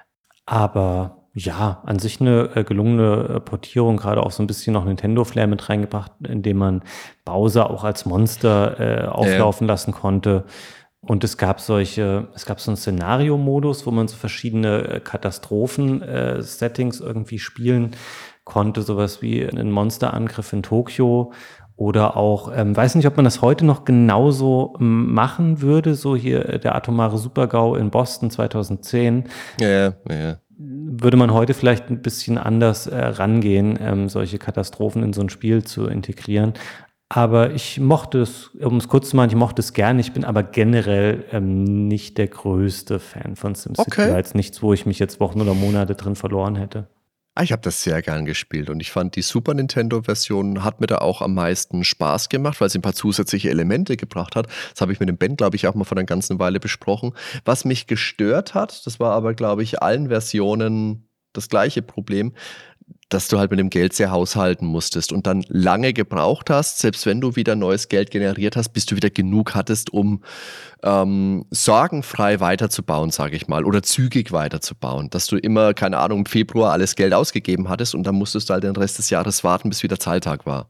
Aber ja, an sich eine äh, gelungene äh, Portierung, gerade auch so ein bisschen noch Nintendo-Flair mit reingebracht, indem man Bowser auch als Monster äh, auflaufen ja. lassen konnte. Und es gab solche, es gab so einen Szenario-Modus, wo man so verschiedene äh, Katastrophen-Settings äh, irgendwie spielen konnte, sowas wie einen Monsterangriff in Tokio. Oder auch, ähm, weiß nicht, ob man das heute noch genauso ähm, machen würde, so hier äh, der atomare Super-GAU in Boston zweitausendzehn. Ja, ja, ja. Würde man heute vielleicht ein bisschen anders äh, rangehen, ähm, solche Katastrophen in so ein Spiel zu integrieren. Aber ich mochte es, um es kurz zu machen, ich mochte es gerne. Ich bin aber generell ähm, nicht der größte Fan von SimCity. Okay. War jetzt nichts, wo ich mich jetzt Wochen oder Monate drin verloren hätte. Ich habe das sehr gern gespielt und ich fand, die Super Nintendo-Version hat mir da auch am meisten Spaß gemacht, weil sie ein paar zusätzliche Elemente gebracht hat. Das habe ich mit dem Ben, glaube ich, auch mal vor einer ganzen Weile besprochen. Was mich gestört hat, das war aber, glaube ich, allen Versionen das gleiche Problem, dass du halt mit dem Geld sehr haushalten musstest und dann lange gebraucht hast, selbst wenn du wieder neues Geld generiert hast, bis du wieder genug hattest, um ähm, sorgenfrei weiterzubauen, sage ich mal, oder zügig weiterzubauen. Dass du immer, keine Ahnung, im Februar alles Geld ausgegeben hattest und dann musstest du halt den Rest des Jahres warten, bis wieder Zahltag war.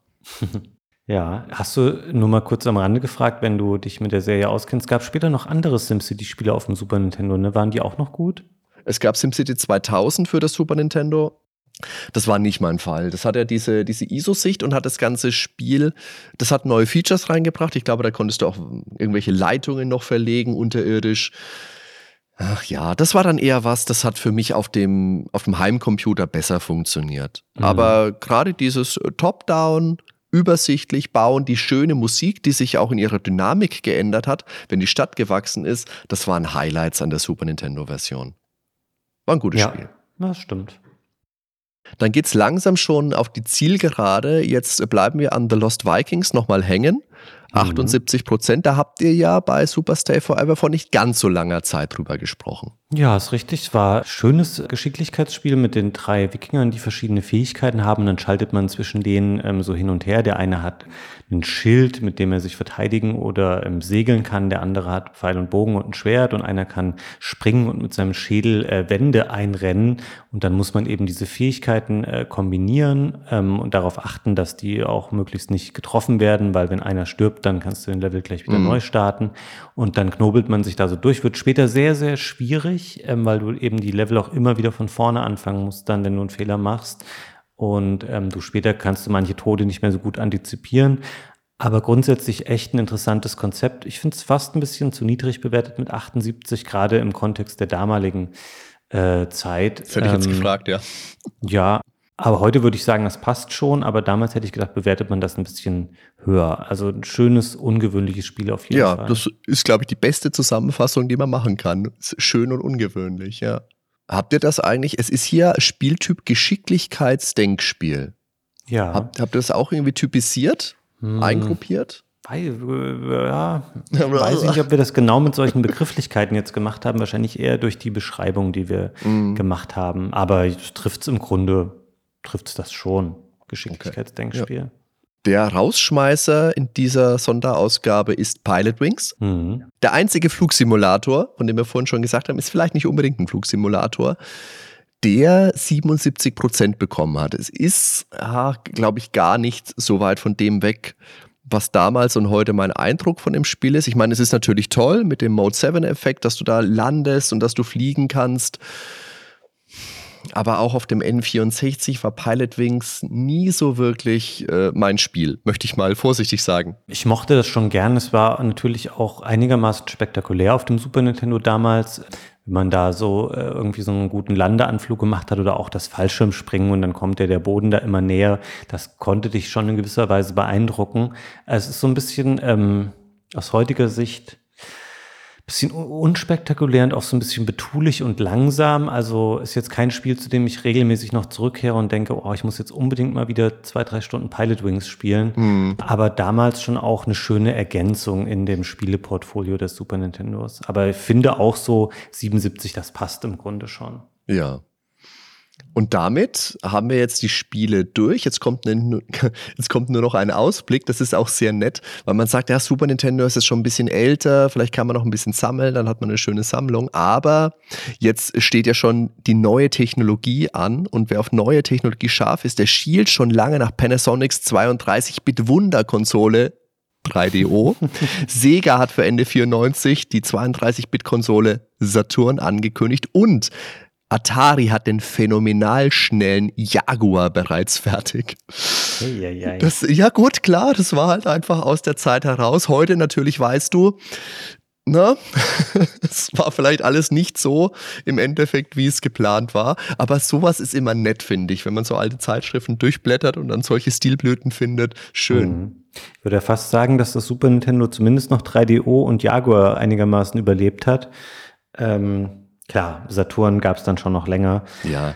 Ja, hast du nur mal kurz am Rande gefragt, wenn du dich mit der Serie auskennst, gab es später noch andere SimCity-Spiele auf dem Super Nintendo, ne? Waren die auch noch gut? Es gab SimCity zweitausend für das Super Nintendo. Das war nicht mein Fall. Das hat ja diese, diese I S O-Sicht und hat das ganze Spiel, das hat neue Features reingebracht. Ich glaube, da konntest du auch irgendwelche Leitungen noch verlegen, unterirdisch. Ach ja, das war dann eher was, das hat für mich auf dem, auf dem Heimcomputer besser funktioniert. Mhm. Aber gerade dieses Top-Down, übersichtlich bauen, die schöne Musik, die sich auch in ihrer Dynamik geändert hat, wenn die Stadt gewachsen ist, das waren Highlights an der Super Nintendo-Version. War ein gutes ja, Spiel. Das stimmt. Dann geht's langsam schon auf die Zielgerade. Jetzt bleiben wir an The Lost Vikings nochmal hängen. achtundsiebzig Prozent, da habt ihr ja bei Super Stay Forever vor nicht ganz so langer Zeit drüber gesprochen. Ja, ist richtig. Es war ein schönes Geschicklichkeitsspiel mit den drei Wikingern, die verschiedene Fähigkeiten haben. Und dann schaltet man zwischen denen ähm, so hin und her. Der eine hat ein Schild, mit dem er sich verteidigen oder ähm, segeln kann. Der andere hat Pfeil und Bogen und ein Schwert. Und einer kann springen und mit seinem Schädel äh, Wände einrennen. Und dann muss man eben diese Fähigkeiten äh, kombinieren ähm, und darauf achten, dass die auch möglichst nicht getroffen werden, weil wenn einer stirbt, dann kannst du den Level gleich wieder mhm. neu starten. Und dann knobelt man sich da so durch. Wird später sehr, sehr schwierig. Ähm, weil du eben die Level auch immer wieder von vorne anfangen musst, dann, wenn du einen Fehler machst. Und ähm, du später kannst du manche Tode nicht mehr so gut antizipieren. Aber grundsätzlich echt ein interessantes Konzept. Ich finde es fast ein bisschen zu niedrig bewertet mit achtundsiebzig, gerade im Kontext der damaligen äh, Zeit. Das hätte ich jetzt ähm, gefragt, ja. Ja, aber heute würde ich sagen, das passt schon. Aber damals hätte ich gedacht, bewertet man das ein bisschen höher. Also ein schönes, ungewöhnliches Spiel auf jeden ja, Fall. Ja, das ist, glaube ich, die beste Zusammenfassung, die man machen kann. Schön und ungewöhnlich, ja. Habt ihr das eigentlich? Es ist hier Spieltyp Geschicklichkeitsdenkspiel. Ja. Habt, habt ihr das auch irgendwie typisiert? Hm. Eingruppiert? Weil, ja, ich weiß nicht, ob wir das genau mit solchen Begrifflichkeiten jetzt gemacht haben. Wahrscheinlich eher durch die Beschreibung, die wir mm. gemacht haben. Aber trifft es im Grunde, trifft es das schon. Geschicklichkeitsdenkspiel. Okay. Ja. Der Rausschmeißer in dieser Sonderausgabe ist Pilotwings. Mhm. Der einzige Flugsimulator, von dem wir vorhin schon gesagt haben, ist vielleicht nicht unbedingt ein Flugsimulator, der siebenundsiebzig Prozent bekommen hat. Es ist, ja, glaube ich, gar nicht so weit von dem weg, was damals und heute mein Eindruck von dem Spiel ist. Ich meine, es ist natürlich toll mit dem Mode sieben Effekt, dass du da landest und dass du fliegen kannst. Aber auch auf dem N vierundsechzig war Pilotwings nie so wirklich äh, mein Spiel, möchte ich mal vorsichtig sagen. Ich mochte das schon gern. Es war natürlich auch einigermaßen spektakulär auf dem Super Nintendo damals. wenn man da so äh, irgendwie so einen guten Landeanflug gemacht hat oder auch das Fallschirmspringen und dann kommt der, der Boden da immer näher. Das konnte dich schon in gewisser Weise beeindrucken. Es ist so ein bisschen ähm, aus heutiger Sicht bisschen unspektakulär und auch so ein bisschen betulich und langsam. Also ist jetzt kein Spiel, zu dem ich regelmäßig noch zurückkehre und denke, oh, ich muss jetzt unbedingt mal wieder zwei, drei Stunden Pilot Wings spielen. Mhm. Aber damals schon auch eine schöne Ergänzung in dem Spieleportfolio des Super Nintendos. Aber ich finde auch so siebenundsiebzig, das passt im Grunde schon. Ja. Und damit haben wir jetzt die Spiele durch. Jetzt kommt, eine, jetzt kommt nur noch ein Ausblick. Das ist auch sehr nett, weil man sagt, ja, Super Nintendo ist jetzt schon ein bisschen älter. Vielleicht kann man noch ein bisschen sammeln, dann hat man eine schöne Sammlung. Aber jetzt steht ja schon die neue Technologie an. Und wer auf neue Technologie scharf ist, der schielt schon lange nach Panasonics zweiunddreißig-Bit-Wunderkonsole drei D O. Sega hat für Ende vierundneunzig die zweiunddreißig-Bit-Konsole Saturn angekündigt und Atari hat den phänomenal schnellen Jaguar bereits fertig. Hey, hey, hey. Das, ja gut, klar, das war halt einfach aus der Zeit heraus. Heute natürlich weißt du, ne, es war vielleicht alles nicht so im Endeffekt, wie es geplant war. Aber sowas ist immer nett, finde ich, wenn man so alte Zeitschriften durchblättert und dann solche Stilblüten findet. Schön. Mhm. Ich würde ja fast sagen, dass das Super Nintendo zumindest noch drei D O und Jaguar einigermaßen überlebt hat. Ähm Klar, Saturn gab es dann schon noch länger. Ja.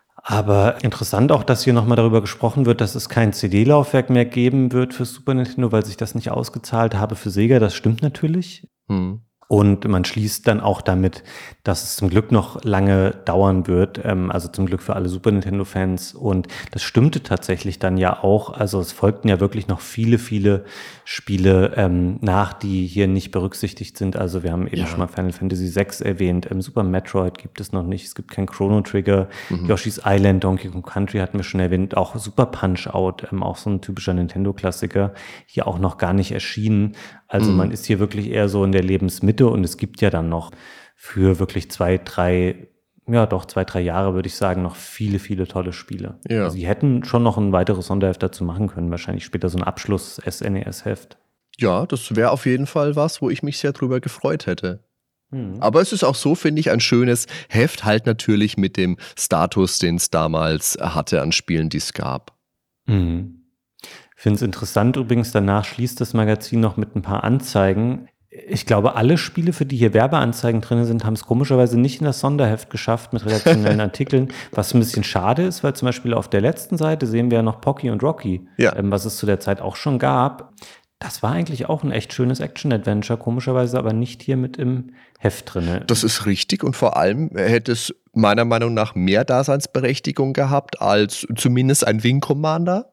Aber interessant auch, dass hier nochmal darüber gesprochen wird, dass es kein C D-Laufwerk mehr geben wird für Super Nintendo, weil sich das nicht ausgezahlt habe für Sega. Das stimmt natürlich. Hm. Und man schließt dann auch damit, dass es zum Glück noch lange dauern wird, ähm, also zum Glück für alle Super Nintendo-Fans. Und das stimmte tatsächlich dann ja auch. Also es folgten ja wirklich noch viele, viele Spiele ähm, nach, die hier nicht berücksichtigt sind. Also wir haben eben ja. schon mal Final Fantasy sechs erwähnt. Ähm, Super Metroid gibt es noch nicht. Es gibt kein Chrono Trigger. Mhm. Yoshi's Island, Donkey Kong Country hatten wir schon erwähnt. Auch Super Punch-Out, ähm, auch so ein typischer Nintendo-Klassiker, hier auch noch gar nicht erschienen. Also mhm. man ist hier wirklich eher so in der Lebensmitte und es gibt ja dann noch für wirklich zwei, drei, ja doch zwei, drei Jahre, würde ich sagen, noch viele, viele tolle Spiele. Ja. Also sie hätten schon noch ein weiteres Sonderheft dazu machen können, wahrscheinlich später so ein Abschluss-S N E S-Heft. Ja, das wäre auf jeden Fall was, wo ich mich sehr drüber gefreut hätte. Mhm. Aber es ist auch so, finde ich, ein schönes Heft, halt natürlich mit dem Status, den es damals hatte an Spielen, die es gab. Mhm. Ich finde es interessant übrigens, danach schließt das Magazin noch mit ein paar Anzeigen. Ich glaube, alle Spiele, für die hier Werbeanzeigen drin sind, haben es komischerweise nicht in das Sonderheft geschafft mit redaktionellen Artikeln, was ein bisschen schade ist, weil zum Beispiel auf der letzten Seite sehen wir ja noch Pocky und Rocky, ja. ähm, was es zu der Zeit auch schon gab. Das war eigentlich auch ein echt schönes Action-Adventure, komischerweise aber nicht hier mit im Heft drin. Das ist richtig und vor allem hätte es meiner Meinung nach mehr Daseinsberechtigung gehabt als zumindest ein Wing Commander.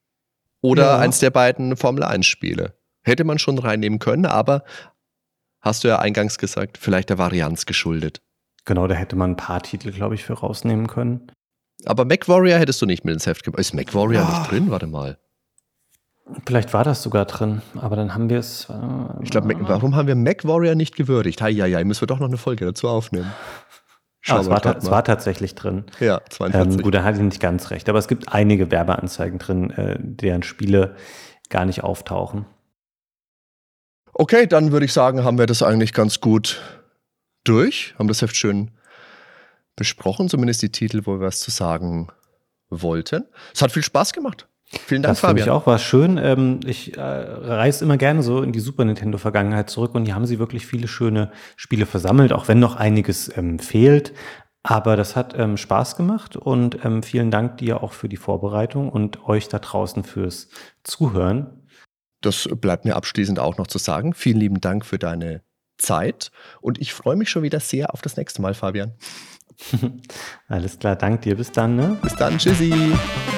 Oder ja. eins der beiden Formel eins Spiele. Hätte man schon reinnehmen können, aber hast du ja eingangs gesagt, vielleicht der Varianz geschuldet. Genau, da hätte man ein paar Titel, glaube ich, für rausnehmen können. Aber MacWarrior hättest du nicht mit ins Heft gebracht. Ist MacWarrior oh. nicht drin? Warte mal. Vielleicht war das sogar drin, aber dann haben wir es... Äh, ich glaube, warum haben wir MacWarrior nicht gewürdigt? Hei, hei, hei, müssen wir doch noch eine Folge dazu aufnehmen. Ah, es, war ta- es war tatsächlich drin. Ja, zweiundvierzig. Ähm, gut, da hatte ich nicht ganz recht. Aber es gibt einige Werbeanzeigen drin, äh, deren Spiele gar nicht auftauchen. Okay, dann würde ich sagen, haben wir das eigentlich ganz gut durch. Haben das Heft schön besprochen, zumindest die Titel, wo wir was zu sagen wollten. Es hat viel Spaß gemacht. Vielen Dank, das Fabian. Das finde ich auch, war schön. Ähm, ich äh, reise immer gerne so in die Super Nintendo-Vergangenheit zurück und hier haben sie wirklich viele schöne Spiele versammelt, auch wenn noch einiges ähm, fehlt. Aber das hat ähm, Spaß gemacht und ähm, vielen Dank dir auch für die Vorbereitung und euch da draußen fürs Zuhören. Das bleibt mir abschließend auch noch zu sagen. Vielen lieben Dank für deine Zeit und ich freue mich schon wieder sehr auf das nächste Mal, Fabian. Alles klar, danke dir. Bis dann. Ne? Bis dann, tschüssi.